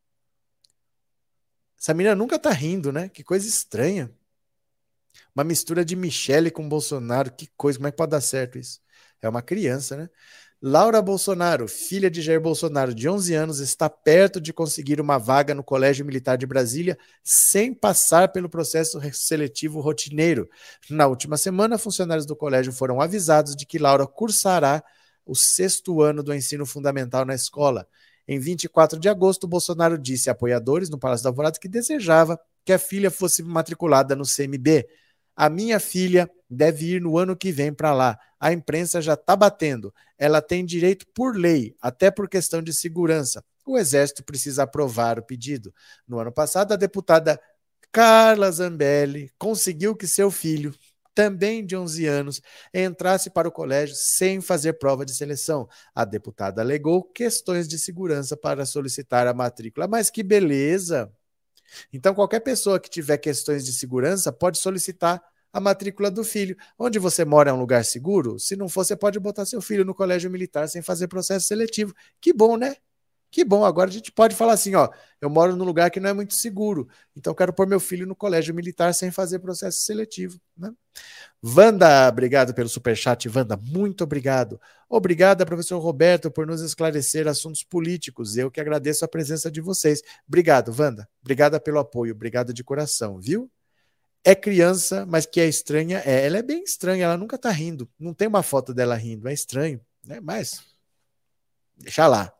Essa menina nunca tá rindo, né? Que coisa estranha. Uma mistura de Michele com Bolsonaro. Que coisa, como é que pode dar certo isso? É uma criança, né? Laura Bolsonaro, filha de Jair Bolsonaro, de 11 anos, está perto de conseguir uma vaga no Colégio Militar de Brasília sem passar pelo processo seletivo rotineiro. Na última semana, funcionários do colégio foram avisados de que Laura cursará o 6º ano do ensino fundamental na escola. Em 24 de agosto, Bolsonaro disse a apoiadores no Palácio da Alvorada que desejava que a filha fosse matriculada no CMB. A minha filha deve ir no ano que vem para lá. A imprensa já está batendo. Ela tem direito por lei, até por questão de segurança. O Exército precisa aprovar o pedido. No ano passado, a deputada Carla Zambelli conseguiu que seu filho, também de 11 anos, entrasse para o colégio sem fazer prova de seleção. A deputada alegou questões de segurança para solicitar a matrícula. Mas que beleza! Então, qualquer pessoa que tiver questões de segurança pode solicitar a matrícula do filho. Onde você mora é um lugar seguro? Se não for, você pode botar seu filho no colégio militar sem fazer processo seletivo. Que bom, né? Que bom, agora a gente pode falar assim, ó, eu moro num lugar que não é muito seguro, então eu quero pôr meu filho no colégio militar sem fazer processo seletivo, né? Wanda, obrigado pelo superchat, Wanda, muito obrigado. Obrigada, professor Roberto, por nos esclarecer assuntos políticos. Eu que agradeço a presença de vocês. Obrigado, Wanda. Obrigada pelo apoio, obrigado de coração, viu? É criança, mas que é estranha. Ela é bem estranha, ela nunca tá rindo. Não tem uma foto dela rindo, é estranho, né? Mas deixa lá.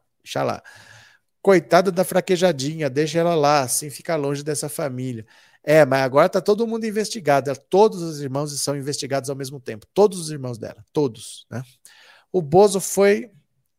Coitada da fraquejadinha, deixa ela lá, assim fica longe dessa família. Mas agora tá todo mundo investigado. Todos os irmãos são investigados ao mesmo tempo. Todos os irmãos dela, todos, né? O Bozo foi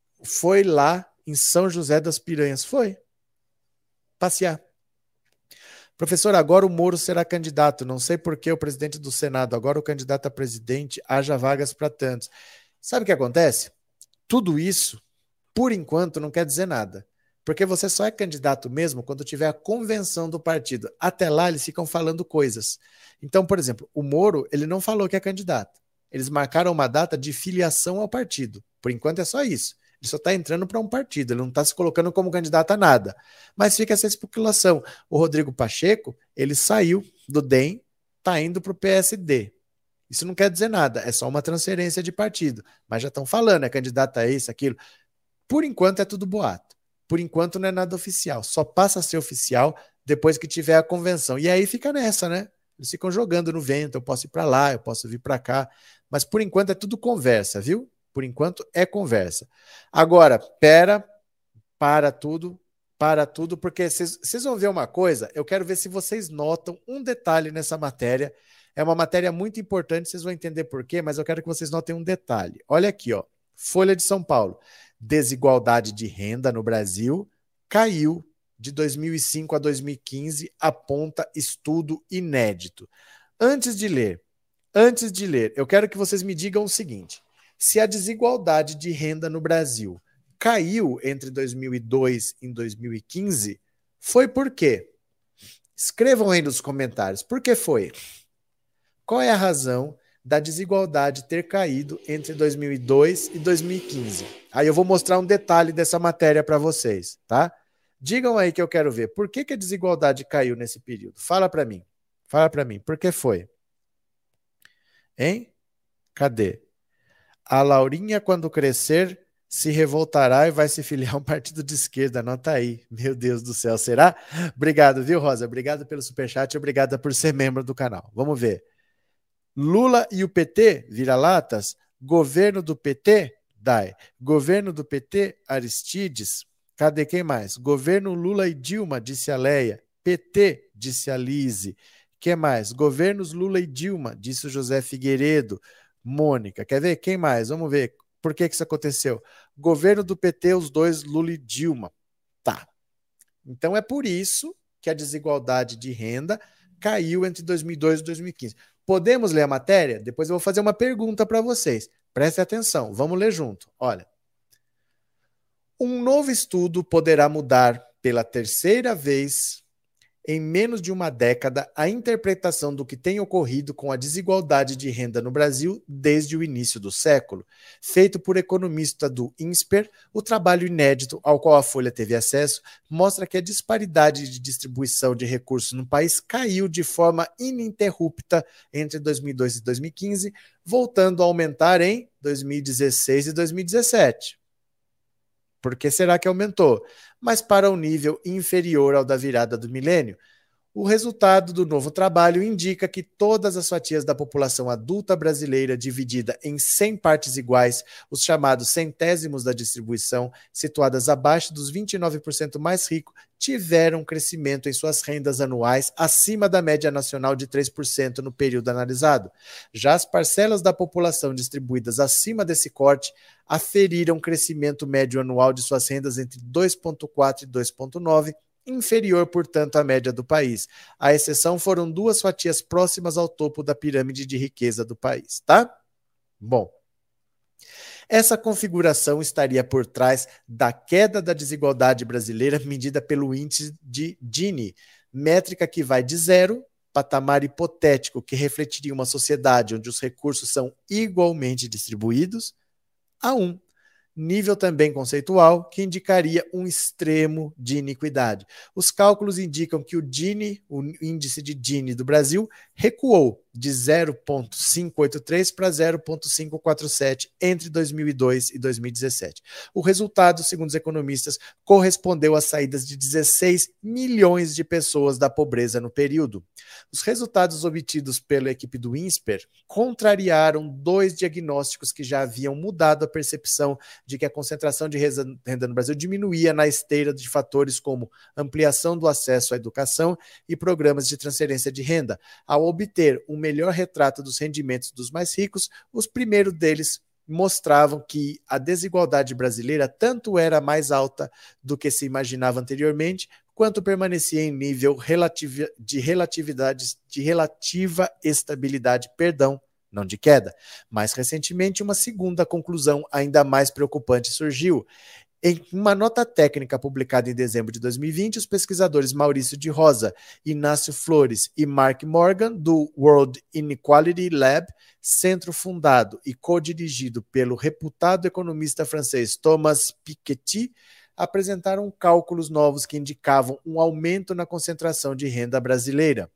lá em São José das Piranhas. Foi passear. Professor, agora o Moro será candidato. Não sei por que o presidente do Senado, agora o candidato a presidente, haja vagas para tantos. Sabe o que acontece? Tudo isso, por enquanto, não quer dizer nada. Porque você só é candidato mesmo quando tiver a convenção do partido. Até lá, eles ficam falando coisas. Então, por exemplo, o Moro, ele não falou que é candidato. Eles marcaram uma data de filiação ao partido. Por enquanto é só isso. Ele só está entrando para um partido, ele não está se colocando como candidato a nada. Mas fica essa especulação. O Rodrigo Pacheco, ele saiu do DEM, está indo para o PSD. Isso não quer dizer nada, é só uma transferência de partido. Mas já estão falando, é candidato a isso, aquilo. Por enquanto é tudo boato. Por enquanto não é nada oficial. Só passa a ser oficial depois que tiver a convenção. E aí fica nessa, né? Eles ficam jogando no vento, eu posso ir para lá, eu posso vir para cá. Mas por enquanto é tudo conversa, viu? Por enquanto é conversa. Agora, para tudo, porque vocês vão ver uma coisa, eu quero ver se vocês notam um detalhe nessa matéria. É uma matéria muito importante, vocês vão entender por quê, mas eu quero que vocês notem um detalhe. Olha aqui, ó, Folha de São Paulo. Desigualdade de renda no Brasil caiu de 2005 a 2015, aponta estudo inédito. Antes de ler, eu quero que vocês me digam o seguinte: se a desigualdade de renda no Brasil caiu entre 2002 e 2015, foi por quê? Escrevam aí nos comentários. Por que foi? Qual é a razão da desigualdade ter caído entre 2002 e 2015? Aí eu vou mostrar um detalhe dessa matéria para vocês, tá? Digam aí que eu quero ver. Por que a desigualdade caiu nesse período? Fala para mim. Por que foi? Hein? Cadê? A Laurinha, quando crescer, se revoltará e vai se filiar a um partido de esquerda. Anota aí. Meu Deus do céu, será? Obrigado, viu, Rosa? Obrigado pelo superchat e obrigada por ser membro do canal. Vamos ver. Lula e o PT, vira-latas. Governo do PT, Dai. Governo do PT, Aristides. Cadê quem mais? Governo Lula e Dilma, disse a Leia. PT, disse a Lise. Quem mais? Governos Lula e Dilma, disse o José Figueiredo. Mônica, quer ver? Quem mais? Vamos ver. Por que isso aconteceu? Governo do PT, os dois, Lula e Dilma. Tá. Então é por isso que a desigualdade de renda caiu entre 2002 e 2015. Podemos ler a matéria? Depois eu vou fazer uma pergunta para vocês. Prestem atenção, vamos ler junto. Olha. Um novo estudo poderá mudar pela terceira vez em menos de uma década a interpretação do que tem ocorrido com a desigualdade de renda no Brasil desde o início do século. Feito por economista do INSPER, o trabalho inédito ao qual a Folha teve acesso mostra que a disparidade de distribuição de recursos no país caiu de forma ininterrupta entre 2002 e 2015, voltando a aumentar em 2016 e 2017. Por que será que aumentou? Mas para um nível inferior ao da virada do milênio. O resultado do novo trabalho indica que todas as fatias da população adulta brasileira dividida em 100 partes iguais, os chamados centésimos da distribuição, situadas abaixo dos 29% mais ricos, tiveram crescimento em suas rendas anuais acima da média nacional de 3% no período analisado. Já as parcelas da população distribuídas acima desse corte aferiram crescimento médio anual de suas rendas entre 2,4% e 2,9%, inferior, portanto, à média do país. A exceção foram duas fatias próximas ao topo da pirâmide de riqueza do país, tá? Bom, essa configuração estaria por trás da queda da desigualdade brasileira medida pelo índice de Gini, métrica que vai de 0, patamar hipotético que refletiria uma sociedade onde os recursos são igualmente distribuídos, a 1, nível também conceitual que indicaria um extremo de iniquidade. Os cálculos indicam que o Gini, o índice de Gini do Brasil, recuou de 0,583 para 0,547 entre 2002 e 2017. O resultado, segundo os economistas, correspondeu às saídas de 16 milhões de pessoas da pobreza no período. Os resultados obtidos pela equipe do INSPER contrariaram 2 diagnósticos que já haviam mudado a percepção de que a concentração de renda no Brasil diminuía na esteira de fatores como ampliação do acesso à educação e programas de transferência de renda. Ao obter um melhor retrato dos rendimentos dos mais ricos, os primeiros deles mostravam que a desigualdade brasileira tanto era mais alta do que se imaginava anteriormente, quanto permanecia em nível de relativa estabilidade, não de queda. Mais recentemente, uma segunda conclusão ainda mais preocupante surgiu. Em uma nota técnica publicada em dezembro de 2020, os pesquisadores Maurício de Rosa, Inácio Flores e Mark Morgan, do World Inequality Lab, centro fundado e co-dirigido pelo reputado economista francês Thomas Piketty, apresentaram cálculos novos que indicavam um aumento na concentração de renda brasileira.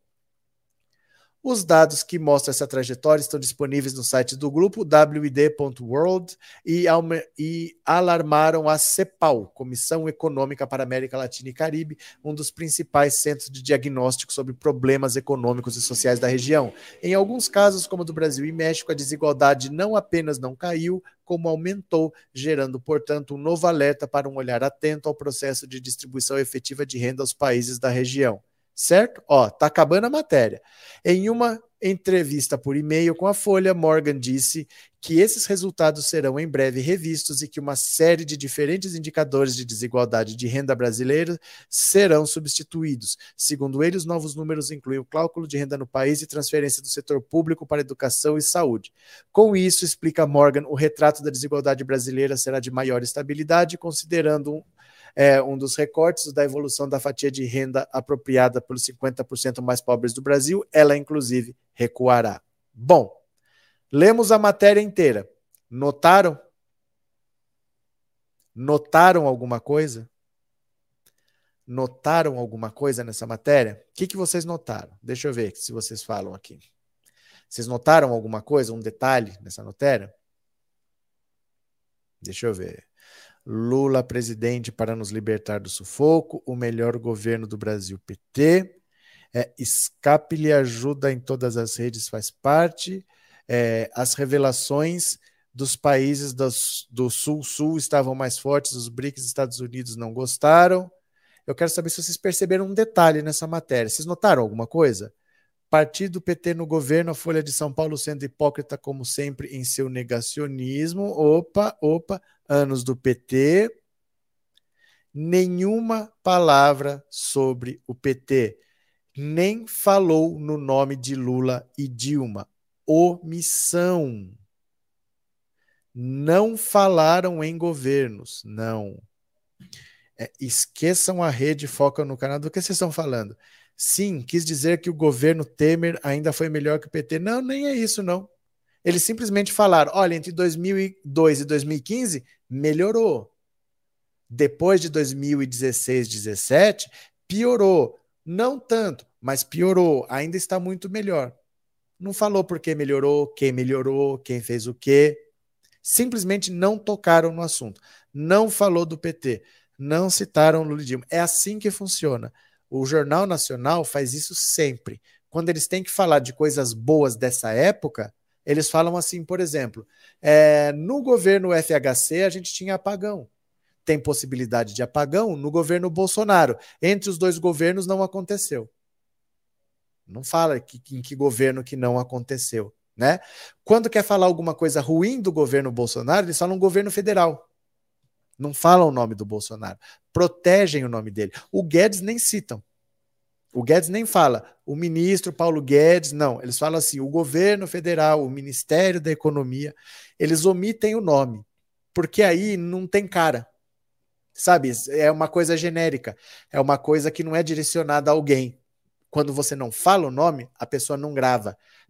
Os dados que mostram essa trajetória estão disponíveis no site do grupo wid.world e alarmaram a CEPAL, Comissão Econômica para a América Latina e Caribe, um dos principais centros de diagnóstico sobre problemas econômicos e sociais da região. Em alguns casos, como do Brasil e México, a desigualdade não apenas não caiu, como aumentou, gerando, portanto, um novo alerta para um olhar atento ao processo de distribuição efetiva de renda aos países da região. Certo? Tá acabando a matéria. Em uma entrevista por e-mail com a Folha, Morgan disse que esses resultados serão em breve revistos e que uma série de diferentes indicadores de desigualdade de renda brasileira serão substituídos. Segundo ele, os novos números incluem o cálculo de renda no país e transferência do setor público para educação e saúde. Com isso, explica Morgan, o retrato da desigualdade brasileira será de maior estabilidade, considerando um dos recortes da evolução da fatia de renda apropriada pelos 50% mais pobres do Brasil, ela inclusive recuará. Bom, lemos a matéria inteira. Notaram? Notaram alguma coisa? Notaram alguma coisa nessa matéria? O que vocês notaram? Deixa eu ver se vocês falam aqui. Vocês notaram alguma coisa, um detalhe nessa matéria? Deixa eu ver. Lula presidente para nos libertar do sufoco, o melhor governo do Brasil, PT. Escape lhe ajuda em todas as redes, faz parte. As revelações dos países do Sul-Sul estavam mais fortes, os BRICS, Estados Unidos não gostaram. Eu quero saber se vocês perceberam um detalhe nessa matéria. Vocês notaram alguma coisa? Partido PT no governo, a Folha de São Paulo sendo hipócrita como sempre em seu negacionismo. Opa, anos do PT. Nenhuma palavra sobre o PT. Nem falou no nome de Lula e Dilma. Omissão. Não falaram em governos, não. Esqueçam a rede, foca no canal. Do que vocês estão falando? Sim, quis dizer que o governo Temer ainda foi melhor que o PT. Não, nem é isso, não. Eles simplesmente falaram, olha, entre 2002 e 2015, melhorou. Depois de 2016, 2017, piorou. Não tanto, mas piorou. Ainda está muito melhor. Não falou por que melhorou, quem fez o quê. Simplesmente não tocaram no assunto. Não falou do PT. Não citaram Lula e Dilma. É assim que funciona. O Jornal Nacional faz isso sempre. Quando eles têm que falar de coisas boas dessa época, eles falam assim, por exemplo, no governo FHC a gente tinha apagão. Tem possibilidade de apagão no governo Bolsonaro. Entre os dois governos não aconteceu. Não fala em que governo que não aconteceu, né? Quando quer falar alguma coisa ruim do governo Bolsonaro, eles falam governo federal. Não falam o nome do Bolsonaro. Protegem o nome dele. O Guedes nem citam. O Guedes nem fala. O ministro Paulo Guedes, não. Eles falam assim, o governo federal, o Ministério da Economia. Eles omitem o nome. Porque aí não tem cara. Sabe? É uma coisa genérica. É uma coisa que não é direcionada a alguém. Quando você não fala o nome, a pessoa não grava.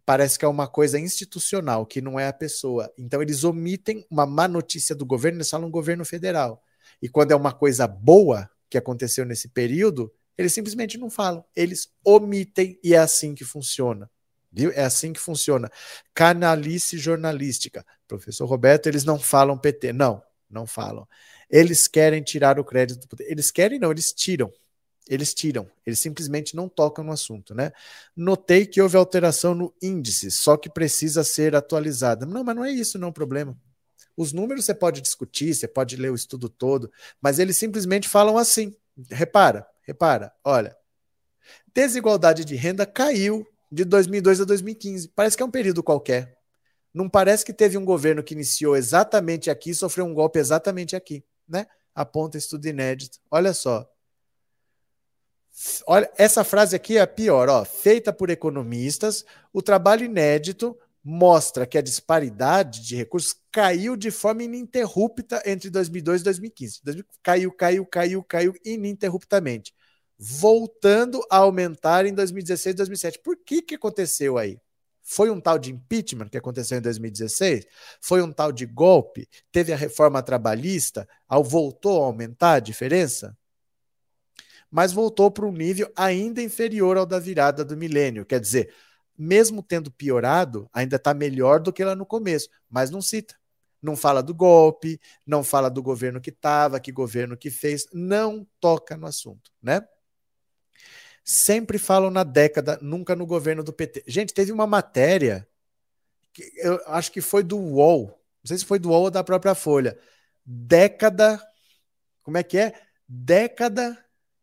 parece que é uma coisa institucional, que não é a pessoa. Então eles omitem uma má notícia do governo, eles falam governo federal. E quando é uma coisa boa que aconteceu nesse período, eles simplesmente não falam. Eles omitem e é assim que funciona. Viu? É assim que funciona. Canalice jornalística. Professor Roberto, eles não falam PT. Não falam. Eles querem tirar o crédito do PT. Eles querem não, eles tiram. Eles simplesmente não tocam no assunto, né? Notei que houve alteração no índice, só que precisa ser atualizada. Não, mas não é isso, não é um problema. Os números você pode discutir, você pode ler o estudo todo, mas eles simplesmente falam assim. Repara, olha, desigualdade de renda caiu de 2002 a 2015. Parece que é um período qualquer. Não parece que teve um governo que iniciou exatamente aqui e sofreu um golpe exatamente aqui, né? Aponta estudo inédito. Olha só. Olha, essa frase aqui é a pior, ó. Feita por economistas, o trabalho inédito mostra que a disparidade de recursos caiu de forma ininterrupta entre 2002 e 2015. Caiu ininterruptamente, voltando a aumentar em 2016 e 2017. Por que aconteceu aí? Foi um tal de impeachment que aconteceu em 2016? Foi um tal de golpe? Teve a reforma trabalhista? Voltou a aumentar a diferença? Mas voltou para um nível ainda inferior ao da virada do milênio. Quer dizer, mesmo tendo piorado, ainda está melhor do que lá no começo, mas não cita. Não fala do golpe, não fala do governo que estava, que governo que fez, não toca no assunto, né? Sempre falam na década, nunca no governo do PT. Gente, teve uma matéria, que eu acho que foi do UOL, não sei se foi do UOL ou da própria Folha. Década, como é que é? Década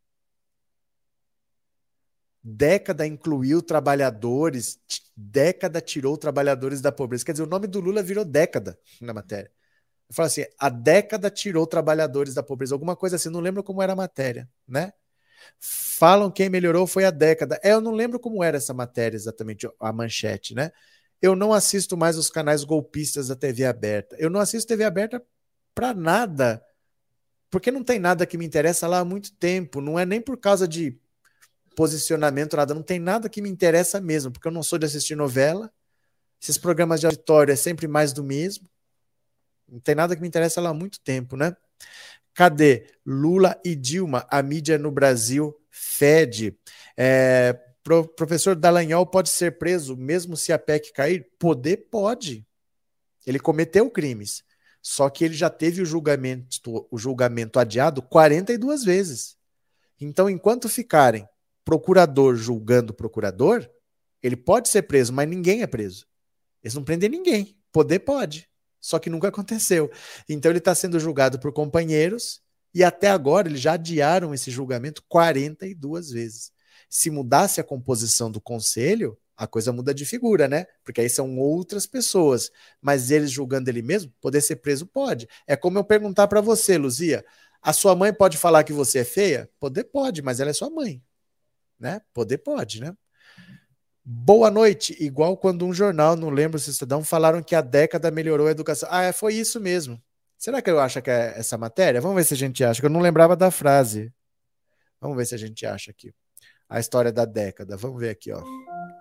incluiu trabalhadores, década tirou trabalhadores da pobreza. Quer dizer, o nome do Lula virou década na matéria. Eu falo assim, a década tirou trabalhadores da pobreza, alguma coisa assim, não lembro como era a matéria, né? Falam quem melhorou foi a década. Eu não lembro como era essa matéria exatamente, a manchete, né? Eu não assisto mais os canais golpistas da TV aberta. Eu não assisto TV aberta para nada, porque não tem nada que me interessa lá há muito tempo, não é nem por causa de posicionamento, nada, não tem nada que me interessa mesmo, porque eu não sou de assistir novela, esses programas de auditório é sempre mais do mesmo, não tem nada que me interessa lá há muito tempo, né? Cadê? Lula e Dilma, a mídia no Brasil fede. Professor Dallagnol pode ser preso mesmo se a PEC cair? Poder pode. Ele cometeu crimes, só que ele já teve o julgamento adiado 42 vezes. Então, enquanto ficarem procurador julgando procurador, ele pode ser preso, mas ninguém é preso. Eles não prendem ninguém. Poder pode, só que nunca aconteceu. Então ele está sendo julgado por companheiros e até agora eles já adiaram esse julgamento 42 vezes. Se mudasse a composição do conselho, a coisa muda de figura, né? Porque aí são outras pessoas. Mas eles julgando ele mesmo, poder ser preso pode. É como eu perguntar para você, Luzia, a sua mãe pode falar que você é feia? Poder pode, mas ela é sua mãe. Né? Poder pode, né? Boa noite, igual quando um jornal, não lembro se Estadão, falaram que a década melhorou a educação. Foi isso mesmo. Será que eu acho que é essa matéria? Vamos ver se a gente acha, que eu não lembrava da frase. Vamos ver se a gente acha aqui. A história da década. Vamos ver aqui, ó.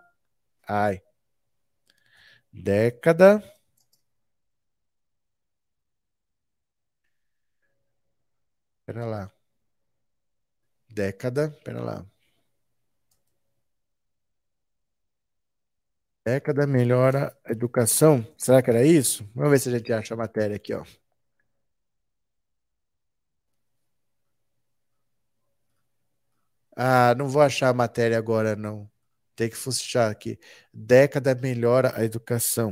Década. Pera lá. Pera lá. Década melhora a educação. Será que era isso? Vamos ver se a gente acha a matéria aqui, ó. Não vou achar a matéria agora, não. Tem que fuçar aqui. Década melhora a educação.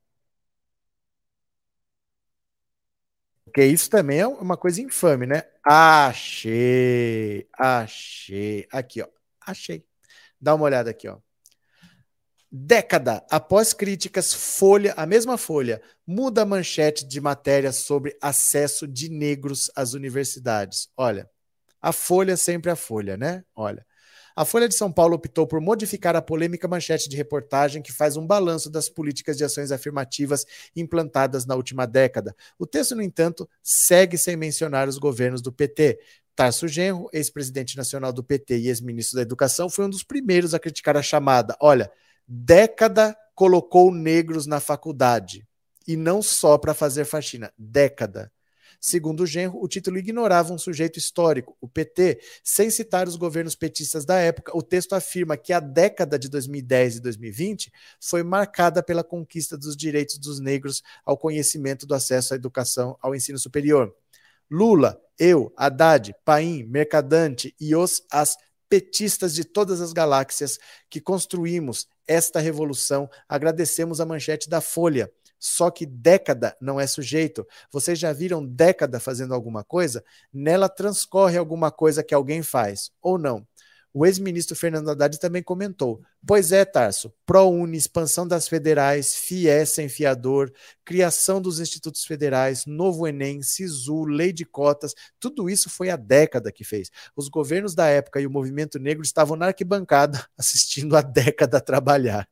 Porque isso também é uma coisa infame, né? Achei. Aqui, ó. Achei. Dá uma olhada aqui, ó. Década após críticas, Folha, a mesma Folha, muda a manchete de matéria sobre acesso de negros às universidades. Olha, a Folha sempre a Folha, né? Olha, a Folha de São Paulo optou por modificar a polêmica manchete de reportagem que faz um balanço das políticas de ações afirmativas implantadas na última década. O texto, no entanto, segue sem mencionar os governos do PT. Tarso Genro, ex-presidente nacional do PT e ex-ministro da Educação, foi um dos primeiros a criticar a chamada, olha, década colocou negros na faculdade. E não só para fazer faxina. Década. Segundo Genro, o título ignorava um sujeito histórico, o PT, sem citar os governos petistas da época. O texto afirma que a década de 2010 e 2020 foi marcada pela conquista dos direitos dos negros ao conhecimento do acesso à educação, ao ensino superior. Lula, eu, Haddad, Paim, Mercadante e as petistas de todas as galáxias que construímos esta revolução, agradecemos a manchete da Folha. Só que década não é sujeito. Vocês já viram década fazendo alguma coisa? Nela transcorre alguma coisa que alguém faz, ou não. O ex-ministro Fernando Haddad também comentou. Pois é, Tarso, ProUni, expansão das federais, FIES sem fiador, criação dos institutos federais, novo Enem, SISU, lei de cotas, tudo isso foi a década que fez. Os governos da época e o movimento negro estavam na arquibancada assistindo a década trabalhar.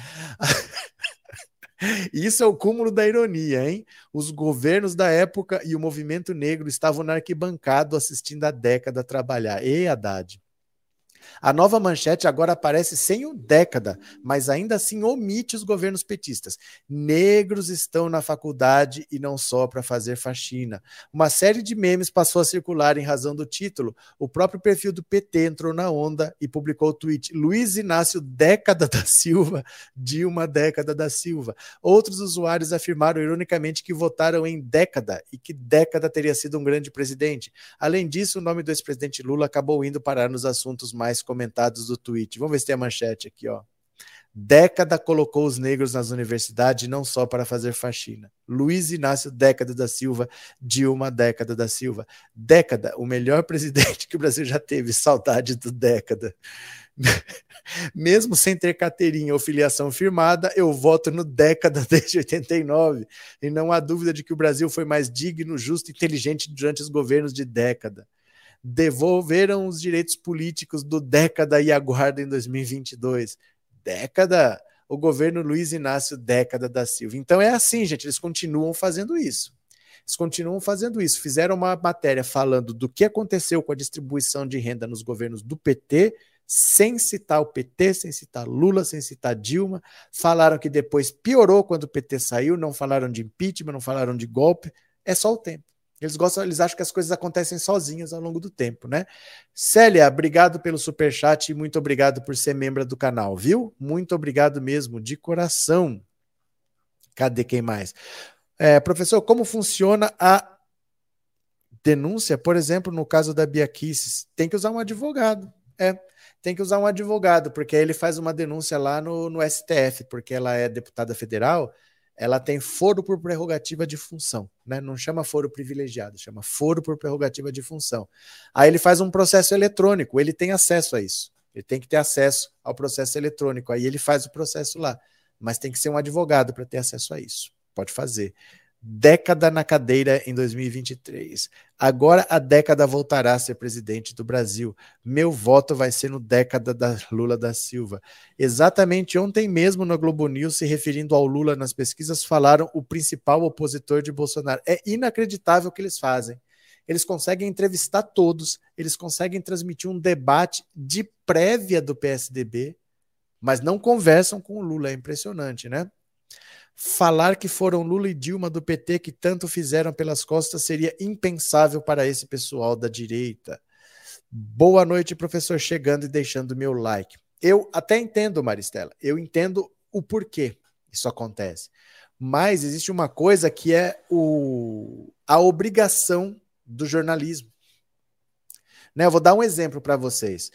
Isso é o cúmulo da ironia, hein? Os governos da época e o movimento negro estavam na arquibancada assistindo a década trabalhar. Ei, Haddad. A nova manchete agora aparece sem o década, mas ainda assim omite os governos petistas. Negros estão na faculdade e não só para fazer faxina. Uma série de memes passou a circular em razão do título. O próprio perfil do PT entrou na onda e publicou o tweet: Luiz Inácio Década da Silva, Dilma Década da Silva. Outros usuários afirmaram ironicamente que votaram em década e que década teria sido um grande presidente. Além disso, o nome do ex-presidente Lula acabou indo parar nos assuntos mais comentados do tweet. Vamos ver se tem a manchete aqui, ó. Década colocou os negros nas universidades não só para fazer faxina. Luiz Inácio Década da Silva, Dilma Década da Silva. Década, o melhor presidente que o Brasil já teve. Saudade do Década. Mesmo sem ter carteirinha ou filiação firmada, eu voto no Década desde 89. E não há dúvida de que o Brasil foi mais digno, justo e inteligente durante os governos de Década. Devolveram os direitos políticos do Década e aguardem 2022. Década, o governo Luiz Inácio Década da Silva. Então é assim, gente, eles continuam fazendo isso. Eles continuam fazendo isso. Fizeram uma matéria falando do que aconteceu com a distribuição de renda nos governos do PT, sem citar o PT, sem citar Lula, sem citar Dilma. Falaram que depois piorou quando o PT saiu, não falaram de impeachment, não falaram de golpe. É só o tempo. Eles acham que as coisas acontecem sozinhas ao longo do tempo, né? Célia, obrigado pelo superchat e muito obrigado por ser membro do canal, viu? Muito obrigado mesmo, de coração. Cadê quem mais? Professor, como funciona a denúncia? Por exemplo, no caso da Bia Kicis, tem que usar um advogado. Tem que usar um advogado, porque aí ele faz uma denúncia lá no STF, porque ela é deputada federal. Ela tem foro por prerrogativa de função, né? Não chama foro privilegiado, chama foro por prerrogativa de função. Aí ele faz um processo eletrônico, ele tem acesso a isso. Ele tem que ter acesso ao processo eletrônico, aí ele faz o processo lá. Mas tem que ser um advogado para ter acesso a isso. Pode fazer. Década na cadeira em 2023. Agora a Década voltará a ser presidente do Brasil. Meu voto vai ser no Década da Lula da Silva. Exatamente ontem mesmo na Globo News, se referindo ao Lula nas pesquisas, falaram o principal opositor de Bolsonaro. É inacreditável o que eles fazem. Eles conseguem entrevistar todos, eles conseguem transmitir um debate de prévia do PSDB, mas não conversam com o Lula. É impressionante, né? Falar que foram Lula e Dilma do PT que tanto fizeram pelas costas seria impensável para esse pessoal da direita. Boa noite, professor, chegando e deixando meu like. Eu até entendo, Maristela, eu entendo o porquê isso acontece, mas existe uma coisa que é a obrigação do jornalismo. Né, eu vou dar um exemplo para vocês.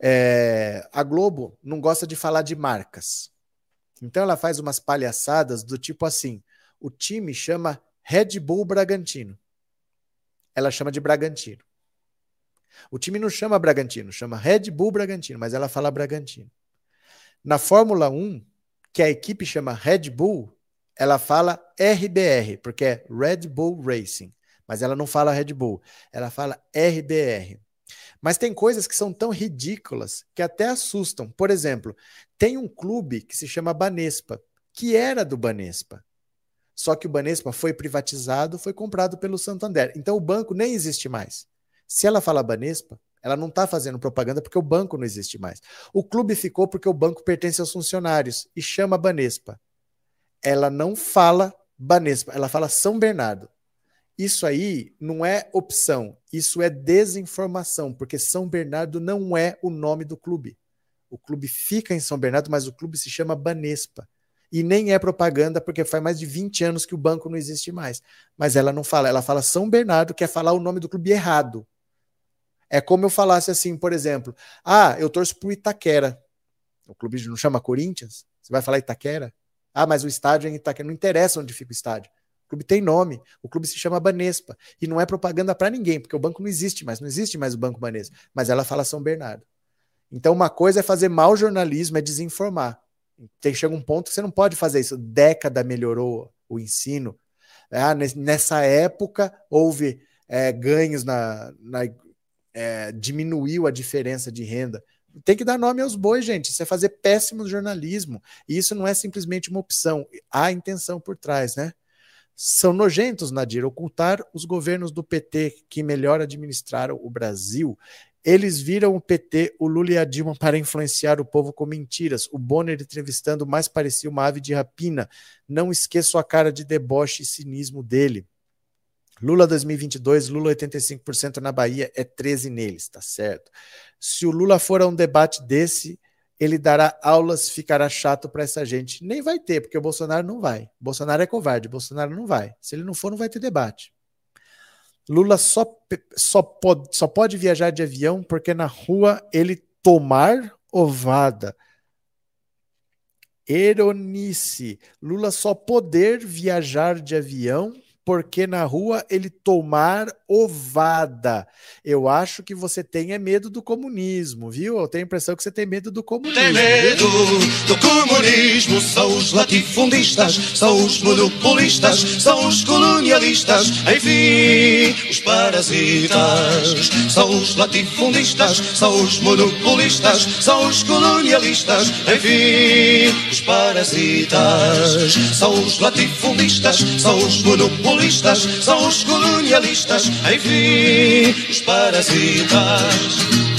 A Globo não gosta de falar de marcas. Então ela faz umas palhaçadas do tipo assim: o time chama Red Bull Bragantino. Ela chama de Bragantino. O time não chama Bragantino, chama Red Bull Bragantino, mas ela fala Bragantino. Na Fórmula 1, que a equipe chama Red Bull, ela fala RBR, porque é Red Bull Racing. Mas ela não fala Red Bull, ela fala RBR. Mas tem coisas que são tão ridículas que até assustam. Por exemplo, tem um clube que se chama Banespa, que era do Banespa. Só que o Banespa foi privatizado, foi comprado pelo Santander. Então o banco nem existe mais. Se ela fala Banespa, Ela não está fazendo propaganda porque o banco não existe mais. O clube ficou porque o banco pertence aos funcionários e chama Banespa. Ela não fala Banespa, ela fala São Bernardo. Isso aí não é opção, isso é desinformação, porque São Bernardo não é o nome do clube. O clube fica em São Bernardo, mas o clube se chama Banespa. E nem é propaganda, porque faz mais de 20 anos que o banco não existe mais. Mas ela não fala, ela fala São Bernardo, que é falar o nome do clube errado. É como eu falasse assim, por exemplo, eu torço pro Itaquera. O clube não chama Corinthians? Você vai falar Itaquera? Mas o estádio é em Itaquera. Não interessa onde fica o estádio. O clube tem nome. O clube se chama Banespa. E não é propaganda para ninguém, porque o banco não existe mais. Não existe mais o Banco Banespa. Mas ela fala São Bernardo. Então uma coisa é fazer mau jornalismo, é desinformar. Chega um ponto que você não pode fazer isso. Década melhorou o ensino. Nessa época houve ganhos diminuiu a diferença de renda. Tem que dar nome aos bois, gente. Isso é fazer péssimo jornalismo. E isso não é simplesmente uma opção. Há intenção por trás, né? São nojentos, Nadir, ocultar os governos do PT que melhor administraram o Brasil. Eles viram o PT, o Lula e a Dilma para influenciar o povo com mentiras. O Bonner entrevistando mais parecia uma ave de rapina. Não esqueço a cara de deboche e cinismo dele. Lula 2022, Lula 85% na Bahia, é 13 neles, tá certo. Se o Lula for a um debate desse, ele dará aulas, ficará chato para essa gente. Nem vai ter, porque o Bolsonaro não vai. Bolsonaro é covarde, Bolsonaro não vai. Se ele não for, não vai ter debate. Lula só pode viajar de avião porque na rua ele tomar ovada. Eronice. Lula só poder viajar de avião porque na rua ele tomar ovada. Eu acho que você tem medo do comunismo, viu? Eu tenho a impressão que você tem medo do comunismo. Tem medo do comunismo, são os latifundistas, são os monopolistas, são os colonialistas, enfim, os parasitas. São os latifundistas, são os monopolistas, são os colonialistas, enfim, os parasitas. São os latifundistas, são os monopolistas, são os colonialistas, enfim, os parasitas.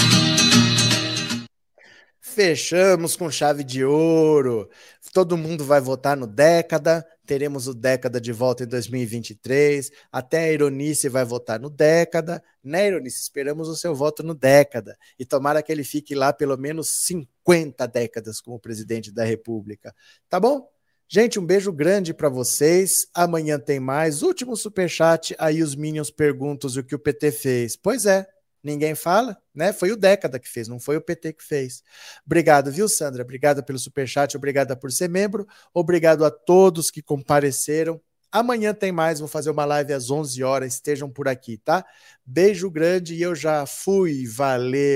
Fechamos com chave de ouro. Todo mundo vai votar no Década. Teremos o Década de volta em 2023. Até a Eronice vai votar no Década. Né, Eronice? Esperamos o seu voto no Década. E tomara que ele fique lá pelo menos 50 décadas como presidente da República. Tá bom? Gente, um beijo grande para vocês. Amanhã tem mais. Último superchat. Aí os Minions perguntam o que o PT fez. Pois é, ninguém fala, né? Foi o Década que fez, não foi o PT que fez. Obrigado, viu, Sandra? Obrigado pelo superchat, obrigada por ser membro. Obrigado a todos que compareceram. Amanhã tem mais, vou fazer uma live às 11 horas. Estejam por aqui, tá? Beijo grande e eu já fui. Valeu!